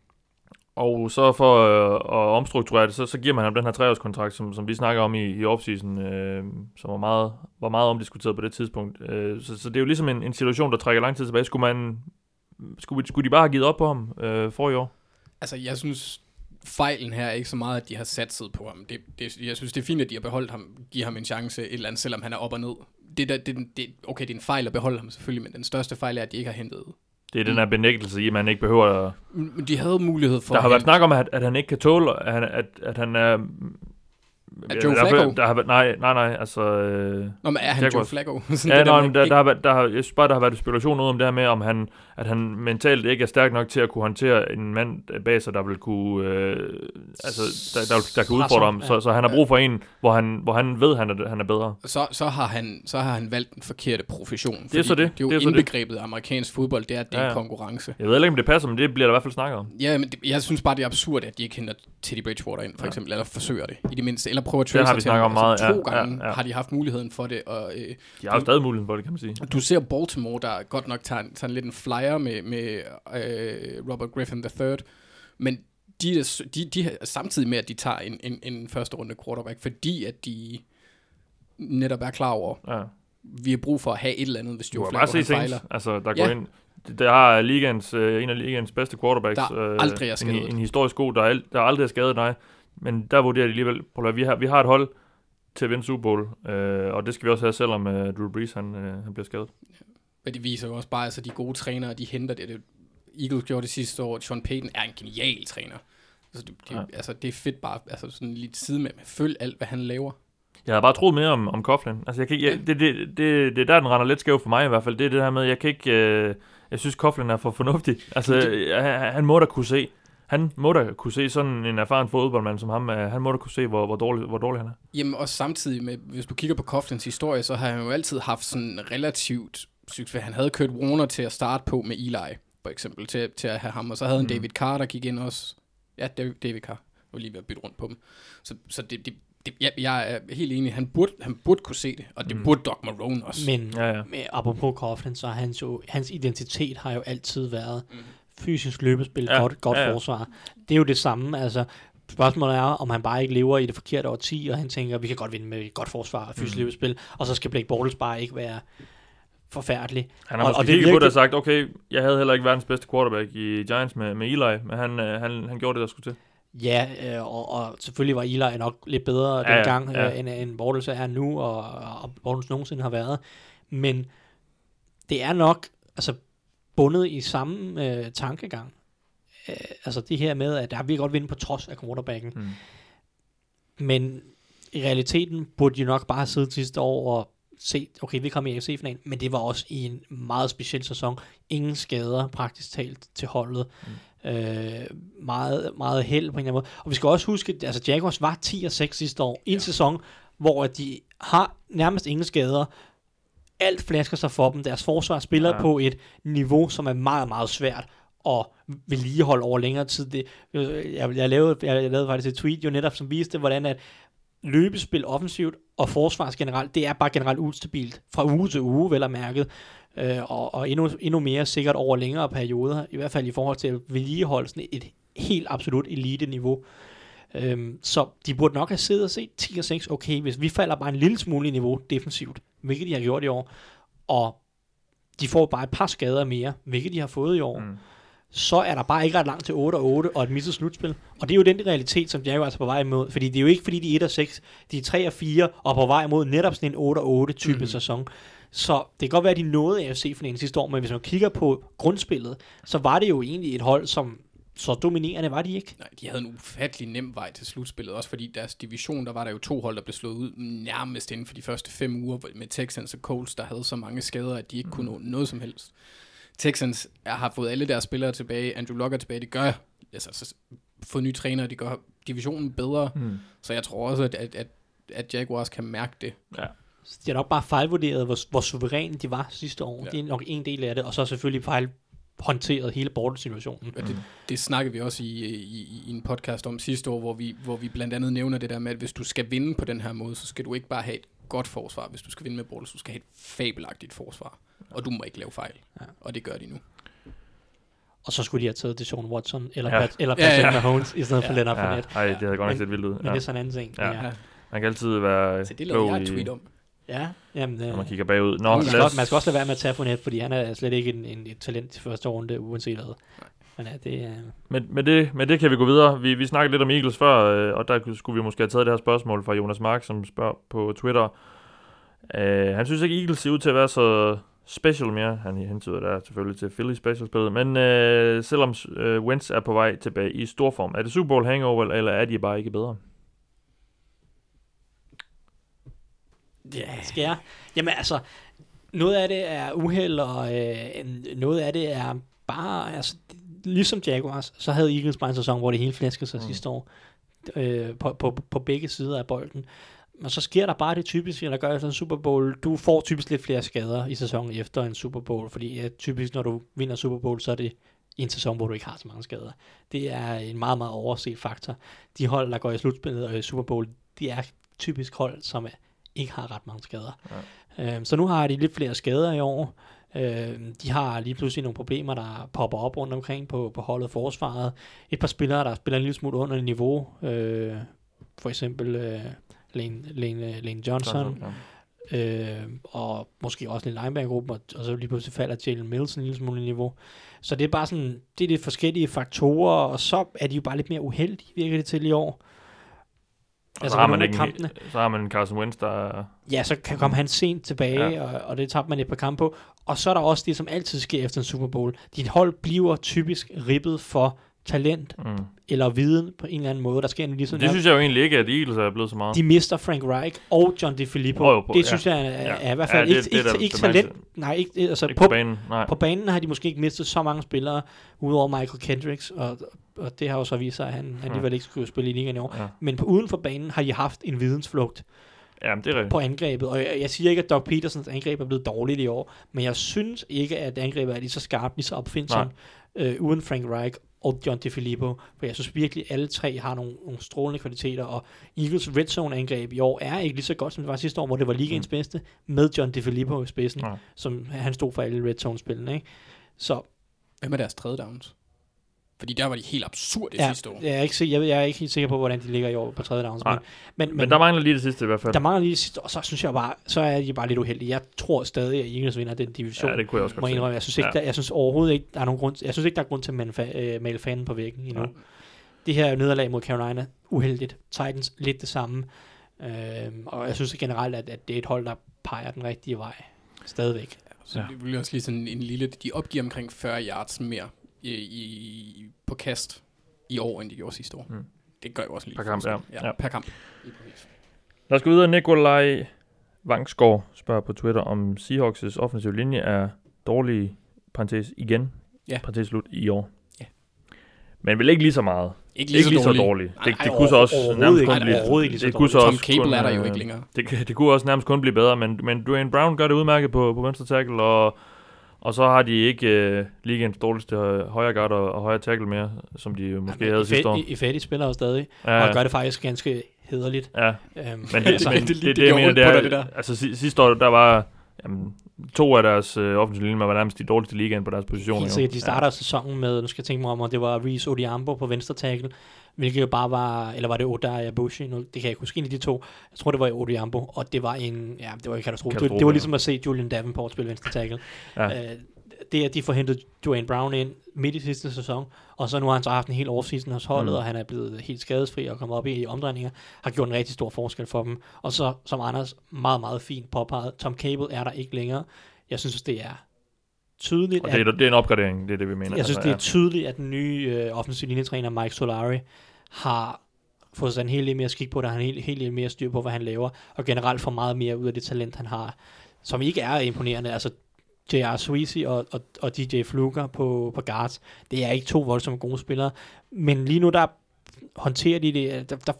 Og så for øh, at omstrukturere det, så, så giver man ham den her treårskontrakt, som, som vi snakker om i, i offseason, øh, som var meget, var meget omdiskuteret på det tidspunkt. Øh, så, så det er jo ligesom en, en situation, der trækker lang tid tilbage. Skulle, man, skulle, skulle de bare have givet op på ham øh, for i år? Altså, jeg synes... Fejlen her er ikke så meget, at de har satset på ham. Det, det, jeg synes, det er fint, at de har beholdt ham, giver ham en chance et eller andet, selvom han er op og ned. Det, der, det, det, okay, det er en fejl at beholde ham selvfølgelig, men den største fejl er, at de ikke har hentet. Det er den her benægtelse i, at man ikke behøver at... Men de havde mulighed for... Der har været snak om, at, at han ikke kan tåle, at han, at, at han er Er Joe Flacco? Der har været, nej, nej, nej, altså... Øh, Nå, men er han Jaguars. Joe Flacco? ja, nej, men der, der, har været, der har, jeg synes bare, der har været spekulation om det her med, om han, at han mentalt ikke er stærk nok til at kunne håndtere en mand bag sig, der vil kunne, øh, altså, der, der, der kan udfordre ham. Så, så han har brug for en, hvor han, hvor han ved, at han er, han er bedre. Så, så, har han, så har han valgt den forkerte profession. Det er så det. Det er jo det er indbegrebet af amerikansk fodbold, det er, at det er ja. en konkurrence. Jeg ved ikke, om det passer, men det bliver der i hvert fald snakket om. Ja, men det, jeg synes bare, det er absurd, at de ikke henter Teddy Bridgewater ind, for eksempel, ja. eller forsøger det, i det mindste, eller prøver at trade sig til ham. Altså, to ja, gange ja, ja. har de haft muligheden for det. Og, øh, de har jo stadig muligheden for det, kan man sige. Du ser Baltimore, der godt nok tager, tager lidt en flyer med, med øh, Robert Griffin the third, men de, de, de samtidig med, at de tager en, en, en første runde quarterback, fordi at de netop er klar over, ja. vi har brug for at have et eller andet, hvis Joe Flacco han fejler. Altså, der ja. går ind... Der har ligans, øh, en af ligens bedste quarterbacks. Der aldrig er skadet. En, en historisk god, der, al, der aldrig er skadet, nej. Men der vurderer de alligevel, at vi har, vi har et hold til at vinde Super Bowl, øh, og det skal vi også have, selvom øh, Drew Brees han, øh, han bliver skadet. Ja. Men det viser jo også bare, at altså, de gode trænere, de henter det. det. Eagles gjorde det sidste år, Sean Payton er en genial træner. Altså, det, det, ja. altså, det er fedt bare, altså sådan lidt side med, følg alt, hvad han laver. Jeg har bare troet mere om, om Coughlin. Altså, jeg kan ikke, jeg, det, det, det, det er der, den render lidt skæv for mig i hvert fald. Det er det her med, jeg kan ikke, øh, jeg synes Coughlin er for fornuftig. Altså, det, han, han må da kunne se, han må da kunne se sådan en erfaren fodboldmand som ham, han må da kunne se, hvor, hvor, dårlig, hvor dårlig han er. Jamen også samtidig med, hvis du kigger på Coughlins historie, så har han jo altid haft sådan relativt succes. Han havde Kurt Warner til at starte på med Eli, for eksempel, til, til at have ham. Og så havde han mm. David Carr, der gik ind også. Ja, David Carr. Jeg var lige ved at bytte rundt på dem. Så, så det, det, det, jeg, jeg er helt enig. Han burde, han burde kunne se det, og det mm. burde Doc Marrone også. Men ja, ja. Med, apropos Coughlin, så hans, jo, hans identitet har jo altid været mm. fysisk løbespil, ja, godt, godt ja, ja. forsvar. Det er jo det samme, altså spørgsmålet er, om han bare ikke lever i det forkerte årti, og han tænker, vi kan godt vinde med et godt forsvar og fysisk mm. løbespil, og så skal Blake Bortles bare ikke være forfærdelig. Han har måske kigget på det og sagt, okay, jeg havde heller ikke verdens bedste quarterback i Giants med, med Eli, men han, øh, han, han gjorde det, der skulle til. Ja, øh, og, og selvfølgelig var Eli nok lidt bedre ja, dengang, ja. øh, end, end Bortles er nu, og, og Bortles nogensinde har været. Men det er nok altså bundet i samme øh, tankegang. Øh, altså det her med, at der vil godt vinde på trods af quarterbacken. Mm. Men i realiteten burde de nok bare have siddet sidste år og set, okay, vi kom i A F C-finalen, men det var også i en meget speciel sæson. Ingen skader praktisk talt til holdet. Mm. Øh, meget, meget held på en eller anden måde. Og vi skal også huske, at altså Jaguars var ti og seks sidste år, i en ja. sæson, hvor de har nærmest ingen skader. Alt flasker sig for dem. Deres forsvar spiller ja. på et niveau, som er meget, meget svært at vedligeholde over længere tid. Det, jeg, jeg, lavede, jeg lavede faktisk et tweet jo netop, som viste, hvordan at løbespil offensivt og forsvars generelt, det er bare generelt ustabilt fra uge til uge, vel og mærket, øh, og, og endnu, endnu mere sikkert over længere perioder, i hvert fald i forhold til at vedligeholde sådan et helt absolut elite-niveau. Øhm, så de burde nok have siddet og set ti og seks, okay, hvis vi falder bare en lille smule i niveau defensivt, hvilket de har gjort i år, og de får bare et par skader mere, hvilket de har fået i år, mm. så er der bare ikke ret langt til otte og otte og et misset slutspil. Og det er jo den realitet, som de er jo altså på vej imod. Fordi det er jo ikke, fordi de er et og seks, de er tre og fire og på vej imod netop sådan en otte og otte type mm. sæson. Så det kan godt være, at de nåede A F C-finalen sidste år, men hvis man kigger på grundspillet, så var det jo egentlig et hold, som så dominerende var de ikke. Nej, de havde en ufattelig nem vej til slutspillet, også fordi deres division, der var der jo to hold, der blev slået ud nærmest inden for de første fem uger med Texans og Colts, der havde så mange skader, at de ikke mm. kunne nå noget som helst. Texans har fået alle deres spillere tilbage, Andrew Luck er tilbage, det gør, altså fået nye trænere, de gør divisionen bedre, mm. så jeg tror også, at, at, at, at Jaguars kan mærke det. Ja. De har nok bare fejlvurderet, hvor, hvor suveræne de var sidste år. Ja. Det er nok en del af det, og så selvfølgelig fejlhåndteret hele Bortles-situationen. Ja, det, det snakkede vi også i, i, i en podcast om sidste år, hvor vi, hvor vi blandt andet nævner det der med, at hvis du skal vinde på den her måde, så skal du ikke bare have et godt forsvar. Hvis du skal vinde med Bortles, så skal du have et fabelagtigt forsvar. Og du må ikke lave fejl. Ja. Og det gør de nu. Og så skulle de have taget Deshaun Watson eller ja. Pat, eller Patrick ja, ja. Mahomes i stedet ja. for Leonard ja. Fournette. Nej, det havde godt nok set vildt ud. Men ja. det er sådan en anden ting. Ja. Ja. Man kan altid være så det lavede jeg et tweet om. Ja, jamen, når man kigger bagud. Nå, man, skal også, man skal også lade være med at tage Fournette, fordi han er slet ikke en, en, et talent til første runde, uanset hvad. Men ja, det er... Med, med, det, med det kan vi gå videre. Vi, vi snakkede lidt om Eagles før, og der skulle vi måske have taget det her spørgsmål fra Jonas Mark, som spørger på Twitter. Uh, han synes ikke, Eagles ser ud til at være så special mere. Han hentyder der selvfølgelig til Philly special-spillet. Men uh, selvom uh, Wentz er på vej tilbage i stor form, er det Super Bowl hangover, eller er de bare ikke bedre? Ja, skal jeg? Jamen altså, noget af det er uheld, og øh, noget af det er bare, altså, ligesom Jaguars, så havde Eagles bare en sæson, hvor det hele flæskede sig mm. sidste år, øh, på, på, på begge sider af bolden. Men så sker der bare det typiske, der gør efter en Super Bowl. Du får typisk lidt flere skader i sæsonen efter en Super Bowl, fordi ja, typisk når du vinder Super Bowl, så er det i en sæson, hvor du ikke har så mange skader. Det er en meget, meget overset faktor. De hold, der går i slutspillet og i Super Bowl, de er typisk hold, som ikke har ret mange skader. Ja. Øhm, så nu har de lidt flere skader i år. Øhm, de har lige pludselig nogle problemer, der popper op rundt omkring på, på holdet forsvaret. Et par spillere, der spiller en lille smule under niveau. Øh, for eksempel øh, Lane, Lane, Lane Johnson. Johnson ja. øh, og måske også lidt linebacker-gruppen, og, og så lige pludselig falder Jalen Mills en lille smule niveau. Så det er bare sådan, det er lidt forskellige faktorer, og så er de jo bare lidt mere uheldige, virker det til i år. Altså, så, har man ikke, så har man Carson Wentz, der... Ja, så kan komme han sent tilbage, ja. og, og det tabte man et par kampe på. Og så er der også det, som altid sker efter en Super Bowl. Dit hold bliver typisk ribbet for talent mm. eller viden på en eller anden måde. Der sker en lige sådan det her. Synes jeg jo egentlig ikke, at Eagles er blevet så meget. De mister Frank Reich og John DeFilippo. Oh, på, det synes ja. jeg er, er, er i hvert fald ja, det, ikke, det, ikke, det, ikke talent. Nej, ikke, altså ikke på, på, banen. Nej. På banen har de måske ikke mistet så mange spillere, udover Michael Kendricks, og, og det har jo så vist sig, at han alligevel ikke skulle spille i ligaen i år. Ja. Men på uden for banen har de haft en vidensflugt. Ja, det er rigtigt. På angrebet, og jeg, jeg siger ikke, at Doug Petersons angreb er blevet dårligt i år, men jeg synes ikke, at angrebet er lige så skarpt, lige så opfindsomt, øh, uden Frank Reich og John DeFilippo, for jeg synes virkelig, at alle tre har nogle, nogle strålende kvaliteter, og Eagles red zone angreb i år er ikke lige så godt, som det var sidste år, hvor det var ligaens mm. bedste, med John DeFilippo i spidsen, ja. Som han stod for alle red zone spillene, ikke? Så hvem er deres tredje downs? Fordi der var de helt absurde ja, sidste år. Jeg er, ikke, jeg, jeg er ikke helt sikker på, hvordan de ligger i år på tredje downs. Men, men, men, men der mangler lige det sidste i hvert fald. Der mangler lige det sidste, og så synes jeg bare, så er de bare lidt uheldige. Jeg tror stadig, at Eagles vinder den division. Ja, det kunne jeg også godt se. Jeg synes, ikke, ja. der, jeg synes overhovedet ikke, der er nogen grund, jeg synes ikke, der er grund til at male, øh, male fanen på væggen endnu. Ja. Det her nederlag mod Carolina, uheldigt. Titans, lidt det samme. Øh, og jeg synes generelt, at, at det er et hold, der peger den rigtige vej. Stadigvæk. Ja, så ja. Det vil også lige sådan en lille, de opgiver omkring fyrre yards mere i, i, på kast i år, end de gjorde sidste år. Mm. Det gør jo også lige. Per kamp, ja. ja. ja. Per kamp. Lad os gå videre. Nikolaj Vangsgaard spørger på Twitter, om Seahawks' offensive linje er dårlig, parentes igen, ja. parentes slut i år. Ja. Men vel ikke lige så meget. Ikke lige, ikke så, lige så dårligt. Nej, Det, nej, det kunne så også nærmest kun blive... Det, det kunne så Tom også Cable kun, er der jo ikke længere. Det, det kunne også nærmest kun blive bedre, men, men Dwayne Brown gør det udmærket på, på venstre tackle, og Og så har de ikke uh, ligaens dårligste højre guard og, og højre tackle mere, som de jo måske ja, havde sidste år. I, i Fetty spiller jo stadig, ja, og gør det faktisk ganske hæderligt. Ja, øhm, men det, altså, men det, det, det, det, jeg mener, det er, det der. Altså sidste år, der var jamen, to af deres uh, offensive linjer, var nærmest de dårligste ligaen på deres positioner. Helt sikkert, de starter ja. sæsonen med, nu skal jeg tænke mig om, og det var Reese Odiambo på venstre tackle, hvilket jo bare var, eller var det Oday Abushi, nu, det kan jeg ikke huske, en af de to. Jeg tror, det var Odiambo, og det var en, ja, det var en katastrofe. katastrofe det, det var ligesom at se Julian Davenport spille venstre tackle. Ja. Uh, det at de får hentet Dwayne Brown ind midt i sidste sæson, og så nu har han så haft en hel offseason hos holdet, mm. og han er blevet helt skadesfri og kommet op i, i omdrejninger, har gjort en rigtig stor forskel for dem. Og så, som Anders meget, meget fint påpeget, Tom Cable er der ikke længere. Jeg synes, det er tydeligt. Og det er, at, det er en opgradering, det er det, vi mener. Jeg synes, altså, det er tydeligt, at den nye øh, offensiv linjetræner, Mike Solari, har fået sig en helt lidt mere skik på det, han har en helt, helt lidt mere styr på, hvad han laver, og generelt får meget mere ud af det talent, han har, som ikke er imponerende. Altså, J R. Sweezy og, og, og D J Fluker på, på guards. Det er ikke to voldsomme gode spillere, men lige nu der håndterer de det, der, der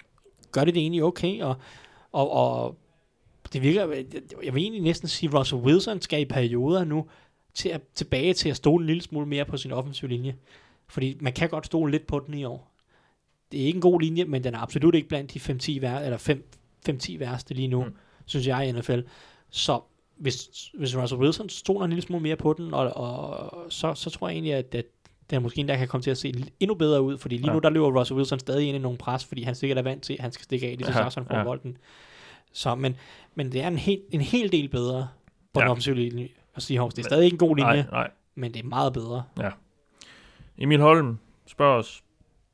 gør de det egentlig okay, og, og, og det virker, jeg vil egentlig næsten sige, Russell Wilson skal i perioder nu til at, tilbage til at stole en lille smule mere på sin offensive linje, fordi man kan godt stole lidt på den i år. Det er ikke en god linje, men den er absolut ikke blandt de fem ti vær, eller fem ti værste lige nu, mm. synes jeg i N F L. Så Hvis, hvis Russell Wilson stoler en lille smule mere på den, og, og så, så tror jeg egentlig, at, at den måske endda kan komme til at se endnu bedre ud, fordi lige ja. nu der løber Russell Wilson stadig ind i nogle pres, fordi han sikkert er vant til, at han skal stikke af lige så snart han får bolden. Så, men, men det er en, hel, en hel del bedre på ja. den offensive linje at Seahawks. Det er stadig ikke en god linje, nej, nej. men det er meget bedre. Ja. Emil Holm spørger os,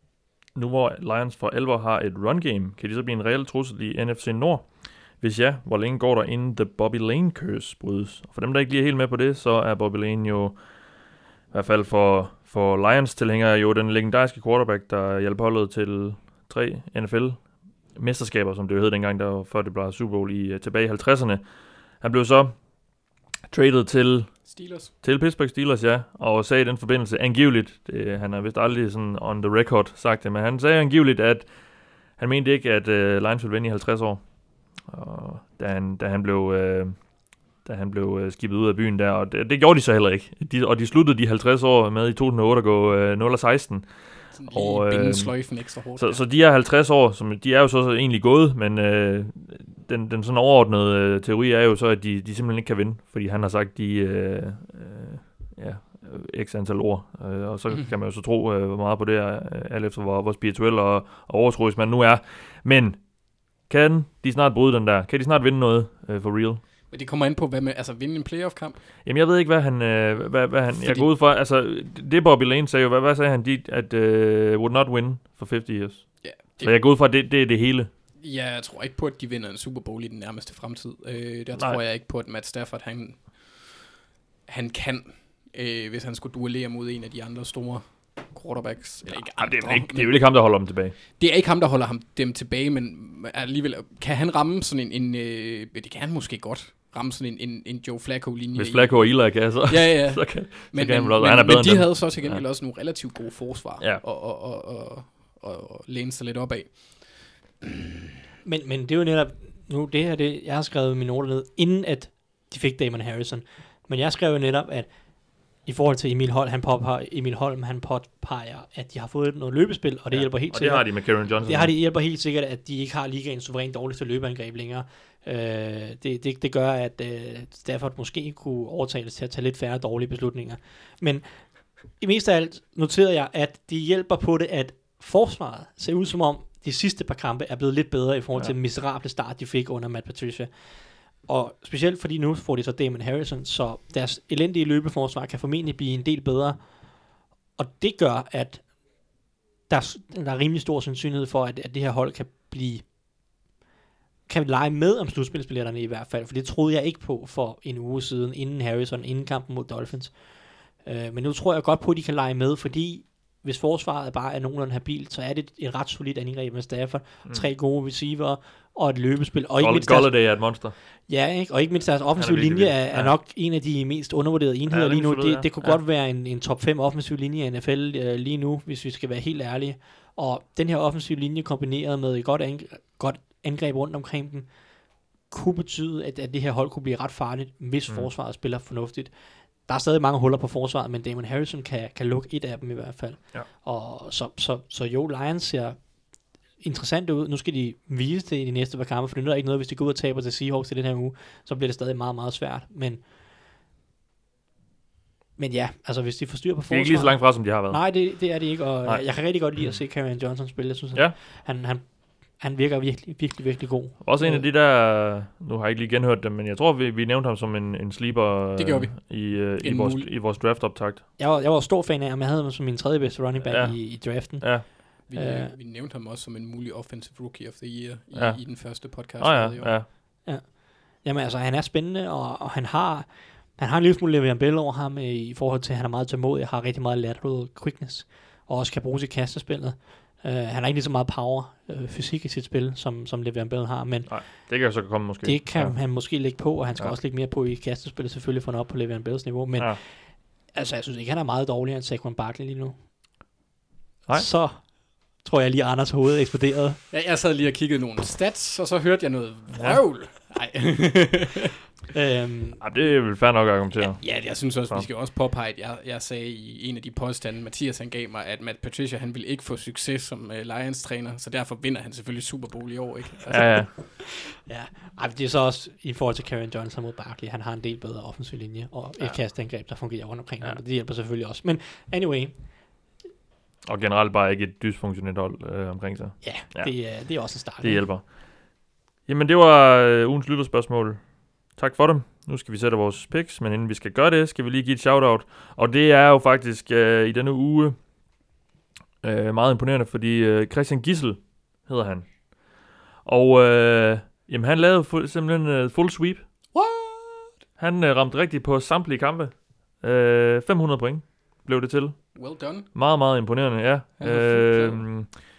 nu hvor Lions for alvor har et run game, kan de så blive en reel trussel i N F C Nord? Hvis ja, hvor længe går der inden The Bobby Lane curse brydes? For dem, der ikke lige er helt med på det, så er Bobby Lane jo, i hvert fald for, for Lions-tilhængere, jo den legendariske quarterback, der hjalp holdet til tre N F L mesterskaber, som det jo hed dengang, der var, før det blev Super Bowl i, tilbage i halvtredserne. Han blev så traded til Steelers. Til Pittsburgh Steelers, ja, og sagde i den forbindelse angiveligt, det, han har vist aldrig sådan on the record sagt det, men han sagde angiveligt, at han mente ikke, at uh, Lions ville vinde i halvtreds år, og da han, da han blev, uh, da han blev uh, skibet ud af byen der, og det, det gjorde de så heller ikke, de, og de sluttede de halvtreds år med i to tusind og otte at gå uh, nul og seksten. Og, øh, sløjfen ekstra hårdt, så, så de er halvtreds år, som de er jo så, så egentlig gået, men øh, den, den sådan overordnede øh, teori er jo så, at de, de simpelthen ikke kan vinde, fordi han har sagt de øh, øh, ja, x antal ord, øh, og så mm. kan man jo så tro øh, hvor meget på det, øh, alt efter hvor, hvor spirituel og, og overtroisk man nu er. Men kan de snart bryde den der? Kan de snart vinde noget øh, for real? Men det kommer an på, hvad med, altså vinde en playoff-kamp? Jamen, jeg ved ikke, hvad han, øh, hvad, hvad han, Fordi... jeg går ud fra, altså, det Bobby Lane sagde jo, hvad, hvad sagde han, de, at uh, would not win for halvtreds years. Ja, det... Så jeg går ud fra, at det, det er det hele. Ja, jeg tror ikke på, at de vinder en Super Bowl i den nærmeste fremtid. Øh, der Nej. tror jeg ikke på, at Matt Stafford, han, han kan, øh, hvis han skulle duellere mod en af de andre store quarterbacks. Eller ikke andre, det, er ikke, det er jo ikke ham, der holder dem tilbage. Det er ikke ham, der holder ham dem tilbage, men alligevel, kan han ramme sådan en, en øh, det kan han måske godt, ramme sådan en, en, en Joe Flacco-linje. Hvis Flacco og Eli kan, så, ja, ja. så kan, men, så kan men, han men, han er bedre men de dem. havde så til gengæld ja. også nogle relativt gode forsvar, ja. og, og, og, og, og, og læne sig lidt opad. Men, men det er jo netop, nu det her, det, jeg har skrevet mine noter ned, inden at de fik Damon Harrison. Men jeg skrev jo netop, at i forhold til Emil Holm, han påpeger, Emil Holm, han påpeger, at de har fået noget løbespil, og det ja, hjælper helt og sikkert. Og det har de med Karen Johnson. Det har de hjælper helt sikkert, at de ikke har ligaens suverænt dårligste løbeangreb længere. Øh, det, det, det gør, at øh, Stafford måske kunne overtales til at tage lidt færre dårlige beslutninger. Men i mest af alt noterede jeg, at de hjælper på det, at forsvaret ser ud som om, de sidste par kampe er blevet lidt bedre i forhold til ja. den miserable start, de fik under Matt Patricia. Og specielt fordi nu får de så Damon Harrison, så deres elendige løbeforsvar kan formentlig blive en del bedre. Og det gør, at der, der er rimelig stor sandsynlighed for, at, at det her hold kan blive kan lege med om slutspilsbilletterne i hvert fald, for det troede jeg ikke på for en uge siden, inden Harrison, inden kampen mod Dolphins. Øh, men nu tror jeg godt på, at de kan lege med, fordi hvis forsvaret bare er nogenlunde habilt, så er det et ret solidt angreb med Stafford, mm. tre gode receiver og et løbespil. Og ikke mindst Golladay er et monster. Ja, ikke? Og ikke mindst deres offensive linje er, er nok ja. en af de mest undervurderede enheder ja, lige nu. Det, det kunne ja. godt være en, en top fem offensiv linje i N F L uh, lige nu, hvis vi skal være helt ærlige. Og den her offensive linje kombineret med et godt, ang- godt angreb rundt omkring dem, kunne betyde, at, at det her hold kunne blive ret farligt, hvis mm. forsvaret spiller fornuftigt. Der er stadig mange huller på forsvaret, men Damon Harrison kan, kan lukke et af dem i hvert fald. Ja. Og så, så, så jo, Lions ser interessant ud. Nu skal de vise det i de næste par kampe, for det nytter ikke noget, hvis de går ud og taber til Seahawks i den her uge, så bliver det stadig meget, meget svært. Men, men ja, altså hvis de får styr på forsvaret... Det er ikke lige så langt fra, som de har været. Nej, det, det er det ikke, og Nej. jeg kan rigtig godt lide at se Karen Johnson spille. Jeg synes, ja. han, han, han virker virkelig, virkelig, virkelig god. Også en af de der... Nu har jeg ikke lige genhørt dem, men jeg tror, vi, vi nævnte ham som en, en sleeper det gjorde vi. i, uh, i, vores, i vores draft-optakt. Jeg var, jeg var stor fan af ham. Jeg havde ham som min tredje bedste running back ja. i, i draften. Ja. Vi, uh, vi nævnte ham også som en mulig offensive rookie of the year i, ja. i den første podcast. Oh, ja, ja. ja. Jamen altså, han er spændende, og, og han har han har en lille smule Le'Veon Bell over ham i, i forhold til, at han er meget tålmodig, har rigtig meget lateral quickness, og også kan bruges i kastespillet. Uh, han har ikke lige så meget power, uh, fysik i sit spil, som, som Le'Veon Bell har, men nej, det kan så komme måske. Det kan ja. han måske lægge på, og han skal ja. også lægge mere på i kastespillet, selvfølgelig for at nå op på Le'Veon Bells niveau, men ja. altså, jeg synes ikke, han er meget dårligere end Saquon Barkley lige nu. Nej. Så tror jeg lige, Anders hoved eksploderede. Ja, jeg sad lige og kiggede nogle stats, og så hørte jeg noget vrøvl. Nej. øhm, ja, det er vel fair nok at argumentere. Ja, ja, jeg synes også, så. vi skal også påpege, at jeg, jeg sagde i en af de påstande, Mathias han gav mig, at Matt Patricia, han ville ikke få succes som uh, Lions-træner, så derfor vinder han selvfølgelig Super Bowl i år, ikke? Altså. Ja, ja. ja. Ej, det er så også i forhold til Karen Johnson mod Barkley, han har en del bedre offensiv linje, og et ja. kastangreb, der fungerer rundt omkring ja. ham, og det hjælper selvfølgelig også. Men anyway... Og generelt bare ikke et dysfunktionelt hold øh, omkring sig. Ja, ja. Det, er, det er også en start. Det hjælper. Jamen, det var øh, ugens lytterspørgsmål. Tak for dem. Nu skal vi sætte vores picks, men inden vi skal gøre det, skal vi lige give et shout-out. Og det er jo faktisk øh, i denne uge øh, meget imponerende, fordi øh, Christian Gissel hedder han. Og øh, jamen, han lavede fu- simpelthen øh, full sweep. What? Han øh, ramte rigtigt på samtlige kampe. Øh, fem hundrede point blev det til. Well done. Meget, meget imponerende, ja. Øh,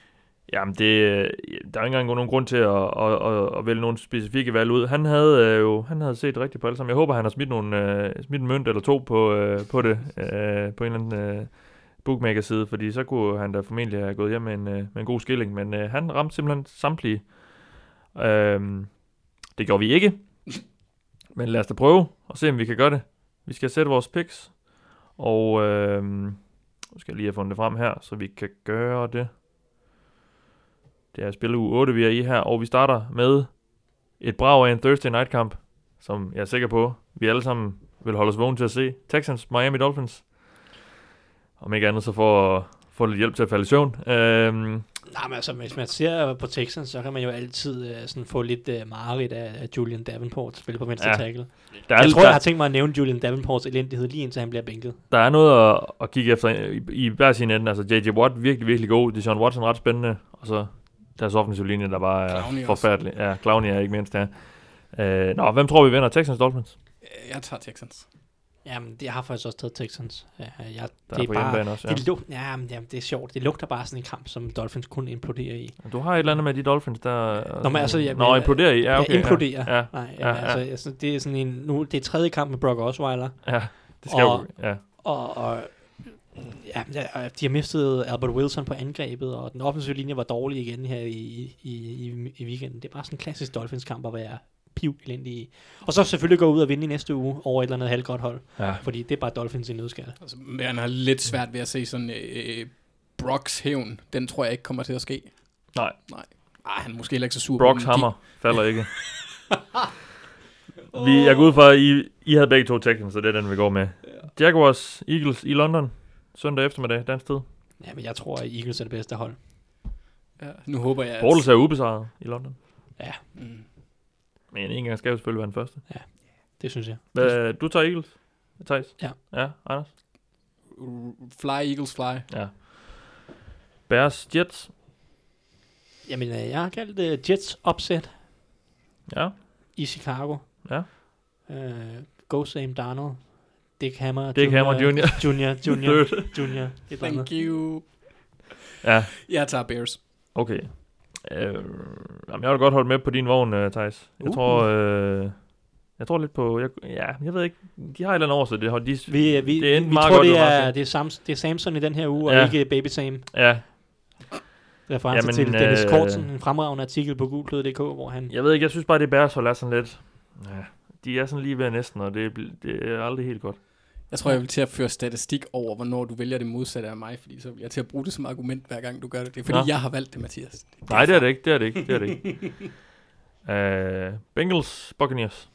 Jamen, det, der er ikke engang nogen grund til at, at, at, at vælge nogle specifikke valg ud. Han havde øh, jo han havde set rigtigt på alle sammen. Jeg håber, han har smidt, nogle, øh, smidt en mønt eller to på, øh, på det, øh, på en eller anden øh, bookmaker-side, fordi så kunne han da formentlig have gået hjem med en, øh, med en god skilling. Men øh, han ramte simpelthen samtlige. Øh, det gjorde vi ikke. Men lad os da prøve og se, om vi kan gøre det. Vi skal sætte vores picks. Og øh, nu skal jeg lige have fundet det frem her, så vi kan gøre det. Det er spilleuge otte, vi er i her, og vi starter med et brag af en Thursday Night kamp, som jeg er sikker på, vi alle sammen vil holde os vågen til at se. Texans, Miami Dolphins. Om ikke andet, så for at få lidt hjælp til at falde i søvn. Øhm, Nej, men altså, hvis man ser på Texans, så kan man jo altid uh, sådan få lidt uh, mareridt af, af Julian Davenport spille på venstre ja. tackle. Der er, jeg tror, der, jeg har tænkt mig at nævne Julian Davenports elendighed lige indtil han bliver bænket. Der er noget at, at kigge efter i, i hver sin ende. Altså, J J Watt virkelig, virkelig god. Deshaun Watson ret spændende. Og så deres offensive linje, der bare er Clowney forfærdelig. Også. Ja, Clowney er ikke mindst, ja. Uh, nå, hvem tror vi vinder? Texans, Dolphins? Jeg tager Texans. Jamen, det, jeg har faktisk også taget Texans. Ja, jeg, der det er på bare, også, ja. Det, luk, ja, jamen, det er sjovt. Det lugter bare sådan en kamp, som Dolphins kun imploderer i. Du har et eller andet med de Dolphins, der... Nå, men altså... Jeg, Nå, imploderer i? Ja, okay. Ja, imploderer. Ja. Nej, ja, jamen, ja. altså, altså, det er sådan en... Nu, det er tredje kamp med Brock Osweiler. Ja, det skal og, jo... Ja. Og, og ja, de har mistet Albert Wilson på angrebet, og den offensive linje var dårlig igen her i, i, i, i weekenden. Det er bare sådan en klassisk Dolphins-kamp at være piv elendig. Og så selvfølgelig gå ud og vinde i næste uge over et eller andet halvgodt hold. Ja. Fordi det er bare Dolphins i nødskal. Altså, man har lidt svært ved at se sådan øh, Brocks hævn. Den tror jeg ikke kommer til at ske. Nej. Nej. Ej, han er måske heller ikke så sur. Brocks hammer de... falder ikke. Vi, jeg går ud fra, at I, I havde begge to Texans, så det er den, vi går med. Ja. Jaguars, Eagles i London. Søndag eftermiddag, dansk tid. Ja, men jeg tror, at Eagles er det bedste hold. Ja, nu håber jeg, at... Bortles er ubesejret i London. Ja. Mm. Men en gang skal jo selvfølgelig være den første. Ja, det synes jeg. Hva, du tager Eagles, Thijs? Ja. Ja, Anders? Fly, Eagles, fly. Ja. Bears, Jets? Jamen, jeg har kaldt det Jets upset. Ja. I Chicago. Ja. Uh, go Sam Darnold. Dick Hammer. Dick junior, Hammer Junior Junior, Junior, Junior. Thank you. Ja. Jeg tager Bears. Okay. Øh, jamen, jeg vil godt holde med på din vogn, uh, Thijs. Jeg uh. tror, øh, jeg tror lidt på, jeg, ja, jeg ved ikke, de har et eller andet over, så det har de, vi, vi, det er vi meget tror, godt, det er, det, er Sams, det er Samson i den her uge, ja. Og ikke Baby Sam. Ja. Reference til Dennis øh, Kortsen, en fremragende artikel på gulklød punktum d k, hvor han... Jeg ved ikke, jeg synes bare, det Bears hold er sådan lidt, ja, de er sådan lige ved næsten, og det, det er aldrig helt godt. Jeg tror, jeg vil til at føre statistik over, hvornår du vælger det modsatte af mig, fordi så vil jeg til at bruge det som argument, hver gang du gør det. Det er fordi, Nå. jeg har valgt det, Mathias. Det Nej, det er det ikke, det er det ikke, det er det ikke. uh, Bengals, Buccaneers.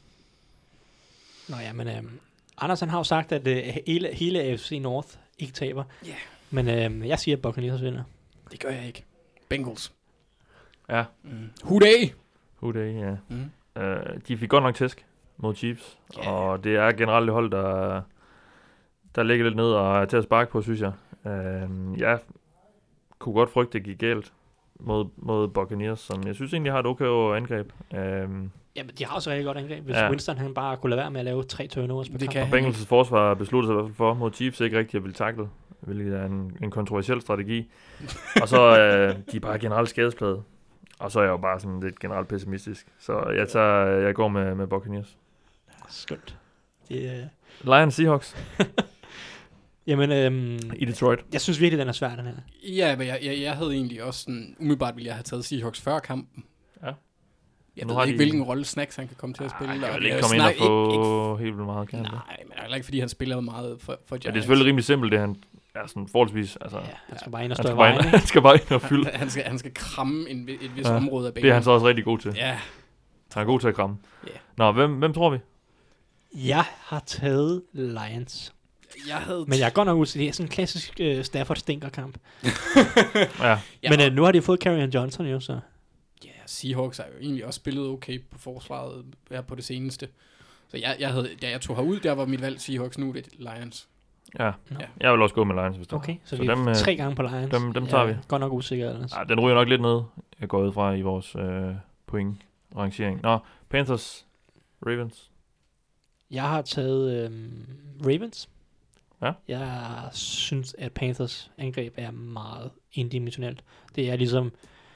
Nå ja, men um, Anders han har jo sagt, at uh, hele, hele A F C North ikke taber. Ja. Yeah. Men uh, jeg siger, at Buccaneers vinder. Det gør jeg ikke. Bengals. Ja. Mm. Hooday! Hooday, ja. Mm. Uh, de fik godt nok tæsk mod Chiefs, yeah. Og det er generelt det hold, der... der ligger lidt ned og er til at sparke på, synes jeg. Uh, jeg kunne godt frygte, det gik galt mod, mod Buccaneers, som jeg synes egentlig har et okay angreb. Uh, Jamen, de har også rigtig godt angreb. Hvis ja. Winston han bare kunne lade være med at lave tre turnovers på det kamp. kan og Bengals' forsvar besluttede sig i hvert fald for mod Chiefs ikke rigtigt at ville tackle, hvilket er en, en kontroversiel strategi. Og så uh, de er bare generelt skadesplade. Og så er jeg jo bare sådan lidt generelt pessimistisk. Så jeg tager, jeg går med, med Buccaneers. Skønt. Det, uh... Lions, Seahawks. Jamen, øhm, i Detroit. Jeg synes virkelig, den er svær, den her. Ja, men jeg, jeg, jeg havde egentlig også sådan, umiddelbart ville jeg have taget Seahawks før kampen. Ja. Jeg nu ved ikke, de... hvilken rolle Snacks han kan komme til at spille. Nej, jeg vil ikke komme ind og få helt vildt meget. Kan nej, men det er ikke, fordi han spiller meget for, for Giants. Ja, det er selvfølgelig rimelig simpelt, det han er sådan forholdsvis. Altså, ja, han skal bare ind og stå i vejen. Han skal bare ind og fylde. Han, han, skal, han skal kramme en, et vis ja, område af banen. Det er han så også rigtig god til. Ja. Han er god til at kramme. Yeah. Nå, hvem, hvem tror vi? Jeg har taget Lions. Jeg havde men jeg er godt nok usikker. Det er sådan en klassisk uh, Stafford stinker-kamp. ja. Men uh, nu har de fået Kerryon Johnson jo, så... Ja, yeah, Seahawks har jo egentlig også spillet okay på forsvaret her på det seneste. Så jeg, jeg havde, da jeg tog herud, der var mit valg Seahawks, nu det Lions. Ja, no. ja, jeg vil også gå med Lions, hvis du. Okay, så, så vi er tre gange på Lions. Dem, dem tager ja, vi. Godt nok usikker. Altså. Ja, den ryger nok lidt ned, jeg går ud fra i vores øh, point-rangering. Nå, Panthers, Ravens. Jeg har taget øh, Ravens. Ja. Jeg synes, at Panthers angreb er meget indimensionelt. Det er ligesom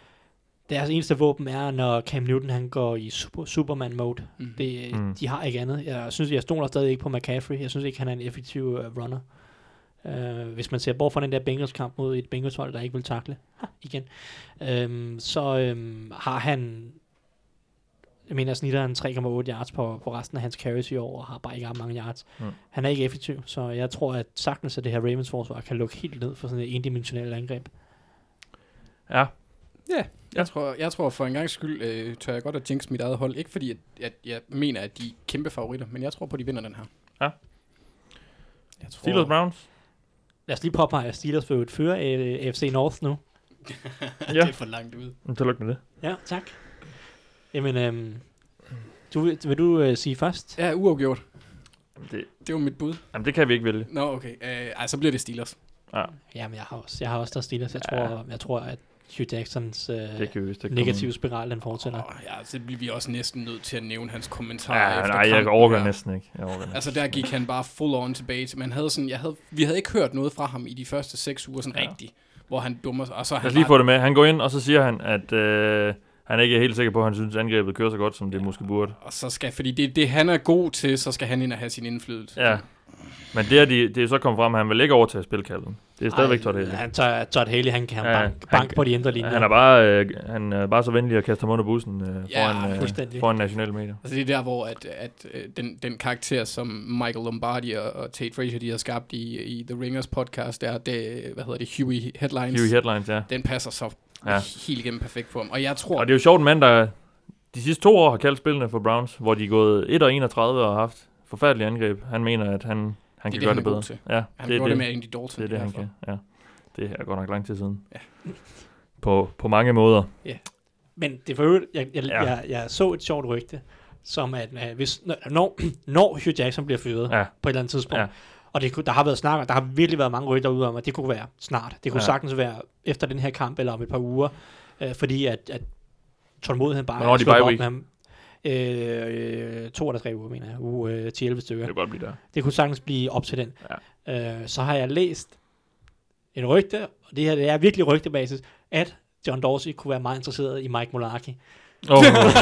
deres eneste våben er, når Cam Newton han går i super, Superman-mode. Mm. Det, Mm. De har ikke andet. Jeg synes, jeg stoler stadig ikke på McCaffrey. Jeg synes ikke, han er en effektiv uh, runner. Uh, hvis man ser bort fra den der Bengals-kamp mod et Bengals-hold, der ikke vil takle ha, igen, um, så um, har han, jeg mener, snitter han tre komma otte yards på, på resten af hans carries i år, og har bare ikke ret mange yards. Mm. Han er ikke effektiv, så jeg tror, at sagtens, at det her Ravens-forsvar kan lukke helt ned for sådan et endimensionelt angreb. Ja. Ja, jeg tror, jeg tror for en gang skyld, øh, tør jeg godt at jinx mit eget hold. Ikke fordi, at, at jeg mener, at de er kæmpe favoritter, men jeg tror på, at de vinder den her. Ja. Jeg tror, Steelers Browns. Lad os lige påpege, at Steelers får et føre af A F C North nu. Ja. Det er for langt ud. Tillykke med det. Ja, tak. Jamen, øhm, du, vil, vil du øh, sige først? Ja, uafgjort. Det, det var mit bud. Jamen, det kan vi ikke vælge. Nå, okay. Øh, ej, så bliver det Steelers. Ja. Jamen, jeg har også, jeg har også der Steelers. Jeg, ja. tror, jeg tror, at Hugh Jacksons øh, negative spiral, den fortsætter. Oh, ja, så bliver vi også næsten nødt til at nævne hans kommentarer ja, efter nej, kampen. jeg overgår næsten ikke. Jeg overgår næsten. Altså, der gik han bare full on tilbage til, man havde sådan, jeg havde, vi havde ikke hørt noget fra ham i de første seks uger, sådan ja. rigtigt, hvor han dummer sig, og så han han lige få det med. Han går ind, og så siger han, at øh, han ikke er helt sikker på, at han synes, at angrebet kører så godt, som det ja. måske burde. Og så skal, fordi det, det han er god til, så skal han ind og have sin indflydelse. Ja. Men det er, de, det er så kommet frem, at han vil ikke overtage spilkalden. Det er stadigvæk Todd Haley. Han tager Todd Haley, han kan ja, bank, bank han, på de indre linjer. Han er bare, øh, han er bare så venlig at kaste ham under bussen øh, ja, foran, øh, foran nationale medier. Altså det er der, hvor at, at, at den, den karakter, som Michael Lombardi og, og Tate Frazier, de har skabt i, i The Ringers podcast, der det, hvad hedder det, Huey Headlines. Huey Headlines, ja. Den passer så ja. helt igennem perfekt på ham. Og jeg tror... Og det er jo sjovt, en mand, der de sidste to år har kaldt spillene for Browns, hvor de er gået et og enogtredive og har haft forfærdelige angreb. Han mener, at han... Han det kan er gøre det, det bedre. Ja, han gjorde det, det med Andy Dalton. Det er det, han kan. Ja. Det er godt nok lang tid siden. Ja. På, på mange måder. Ja. Men det var jeg, jeg, ja. jeg, jeg så et sjovt rygte, som at uh, hvis, når, når Hugh Jackson bliver fyret ja. på et eller andet tidspunkt, ja. og det, der har været snak, og der har virkelig været mange rygter ude om, at det kunne være snart. Det kunne ja. sagtens være efter den her kamp, eller om et par uger, uh, fordi at, at tålmodigheden bare er slået op med ham. Øh, to eller tre uger, mener jeg. Uge øh, ti elleve stykker. Det kan godt blive der. Det kunne sagtens blive op til den. Ja. Øh, så har jeg læst en rygte, og det her det er virkelig rygtebasis, at John Dorsey kunne være meget interesseret i Mike Mularkey. Oh.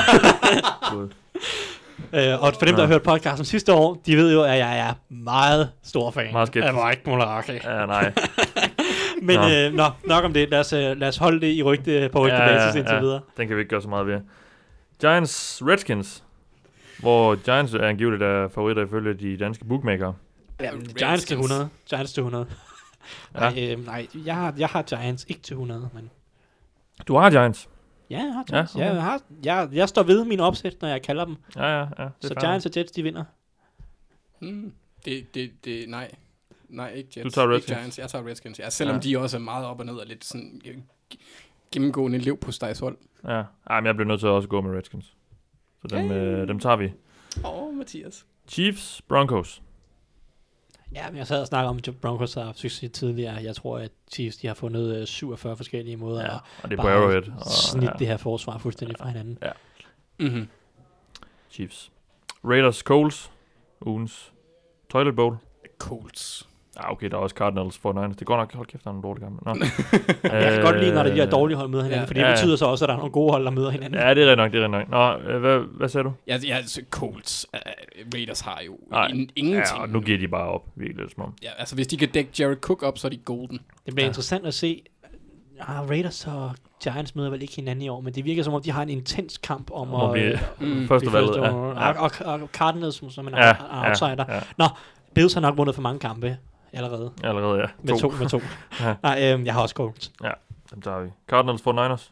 øh, og for dem, der har hørt podcasten sidste år, de ved jo, at jeg er meget stor fan meget af Mike Mularkey. Ja, nej. Men nå. Øh, nå, nok om det. Lad os, lad os holde det i rygte på rygtebasis ja, ja, ja. indtil videre. Den kan vi ikke gøre så meget ved. Giants Redskins, hvor Giants er angiveligt af favoritter ifølge de danske bookmaker. Ja, Giants til hundrede. Giants til hundrede. Ja. Nej, øh, nej jeg, har, jeg har Giants ikke til hundrede. Men... Du har Giants? Ja, jeg har Giants. Ja, okay. jeg, har, jeg, jeg står ved min opsæt, når jeg kalder dem. Ja, ja, ja. Så Giants og Jets, de vinder. Hmm. Det, det, det, nej. Nej, ikke Jets. Du tager Redskins? Ikke Giants. Jeg tager Redskins. Ja, selvom ja. de også er meget op og ned og lidt sådan gennemgående liv på stegshold. Ja, Ej, men jeg bliver nødt til at også gå med Redskins. Så dem, hey. øh, dem tager vi. Åh, oh, Mathias. Chiefs, Broncos. Ja, men jeg sad og snakkede om, at Broncos har haft succes tidligere. Jeg tror, at Chiefs de har fundet øh, syvogfyrre forskellige måder ja, at og det er på Arrowhead. Og snit ja. det her forsvar fuldstændig ja. fra hinanden. Ja. Mm-hmm. Chiefs. Raiders, Colts. Ugens Toilet Bowl. Colts. Ah, okay, der er også Cardinals for Niners. Det går nok, hold kæft, der er nogle dårlige gamle. Nå. Jeg kan godt lide, når de her dårlige hold møder hinanden, ja, for det ja, betyder så også, at der er nogle gode hold, der møder hinanden. Ja, det er rigtig nok, det er rigtig nok. Nå, hvad, hvad sagde du? Ja, ja altså, Colts. Uh, Raiders har jo in, ingenting. Ja, og nu giver de bare op, virkelig som om. Ja, altså hvis de kan dække Jared Cook op, så er de golden. Det bliver ja. interessant at se. Ah, Raiders og Giants møder vel ikke hinanden i år, men det virker som om, de har en intens kamp om, om at blive mm, første valget. Ja. Og, og, og Cardinals, som en ja, outsider. Ja, ja. Nå, Bills har nok vundet for mange kampe. Allerede. Allerede, ja. Med to, med to. ja. Nej, øhm, jeg har også Colts. Ja, dem tager vi. Cardinals for Niners.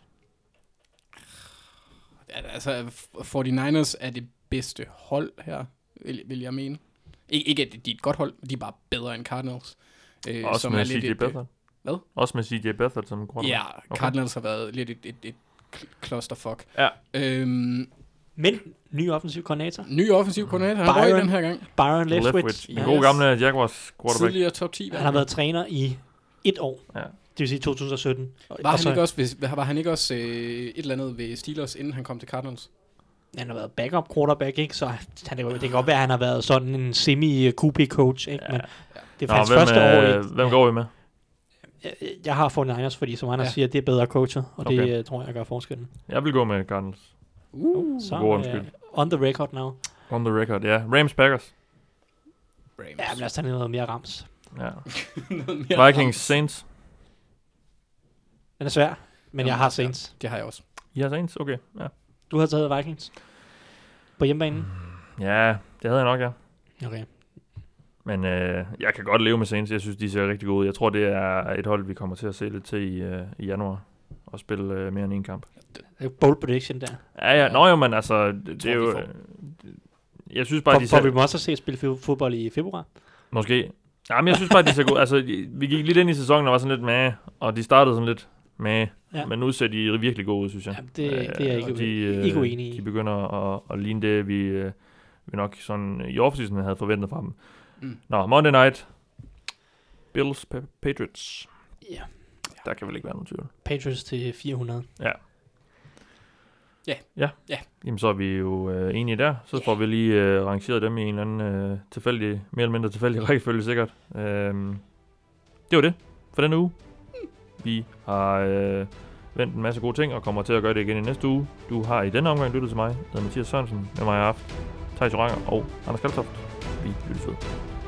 Ja, altså, forty-niners er det bedste hold her, vil, vil jeg mene. Ik- ikke, at de er et godt hold, men de er bare bedre end Cardinals. Øh, Også som med C J Beathard. Hvad? Også med C J Beathard som quarterback. Ja, okay. Cardinals har været lidt et, et, et clusterfuck. Ja. Øhm, Men ny offensiv koordinator. Ny offensiv koordinator. Han røg den her gang. Byron Leftwich. Leftwich. En yes. god gamle Jaguars quarterback. Tidligere top ti. Han har været træner i et år. Ja. Det vil sige to tusind sytten. Var han, ikke også, hvis, var han ikke også øh, et eller andet ved Steelers, inden han kom til Cardinals? Han har været backup quarterback, ikke? Så han, det kan godt være, at han har været sådan en semi-Q B-coach, ikke? Men ja. det er Nå, hans hvem, første år. Øh, hvem går vi med? Jeg, jeg har forty-niners, fordi som andre Ja. siger, det er bedre coachet, og det Okay. uh, tror jeg gør forskellen. Jeg vil gå med Cardinals. Uh, Så god undskyld. uh, on the record now. On the record, ja. Rams Packers. Rams. Ja, men lad os tage noget mere rams. Ja. Noget mere Vikings rams. Saints. Den er svær, men Jamen, jeg har Saints. Det har jeg også. I har Saints? Okay, ja. Du har taget Vikings på hjemmebanen? Ja, det havde jeg nok, ja. Okay. Men øh, jeg kan godt leve med Saints. Jeg synes, de ser rigtig gode ud. Jeg tror, det er et hold, vi kommer til at se lidt til i, øh, i januar. Og spille øh, mere end en kamp. Det er bold prediction der. Ja, ja. Nå jo, men altså, det, det Tror, er vi jo... får. Øh, jeg synes bare, For, de får ser... vi også at se spille fi- fodbold i februar? Måske. Ja, men jeg synes bare, de ser gode. Altså, vi gik lidt ind i sæsonen og var sådan lidt med, og de startede sådan lidt med. Ja. Men nu ser de virkelig gode ud, synes jeg. Ja, det, det er jeg ikke, og de, øh, ikke uenig i. De begynder at, at ligne det, vi, øh, vi nok sådan i offseason havde forventet fra dem. Mm. Nå, Monday Night. Bills, pa- Patriots. Ja. Der kan vel ikke være nogen tvivl. Patriots til fire hundrede. Ja. Ja. Ja. Ja. Jamen, så er vi jo øh, enige der. Så får vi lige øh, rangeret dem i en eller anden øh, tilfældig, mere eller mindre tilfældig rækkefølge sikkert. Øhm, det var det for denne uge. Vi har øh, vendt en masse gode ting og kommer til at gøre det igen i næste uge. Du har i denne omgang lyttet til mig. Jeg hedder Mathias Sørensen. Med mig har jeg haft Thijs Joranger og Anders Kaltoft. Vi lyttes ved.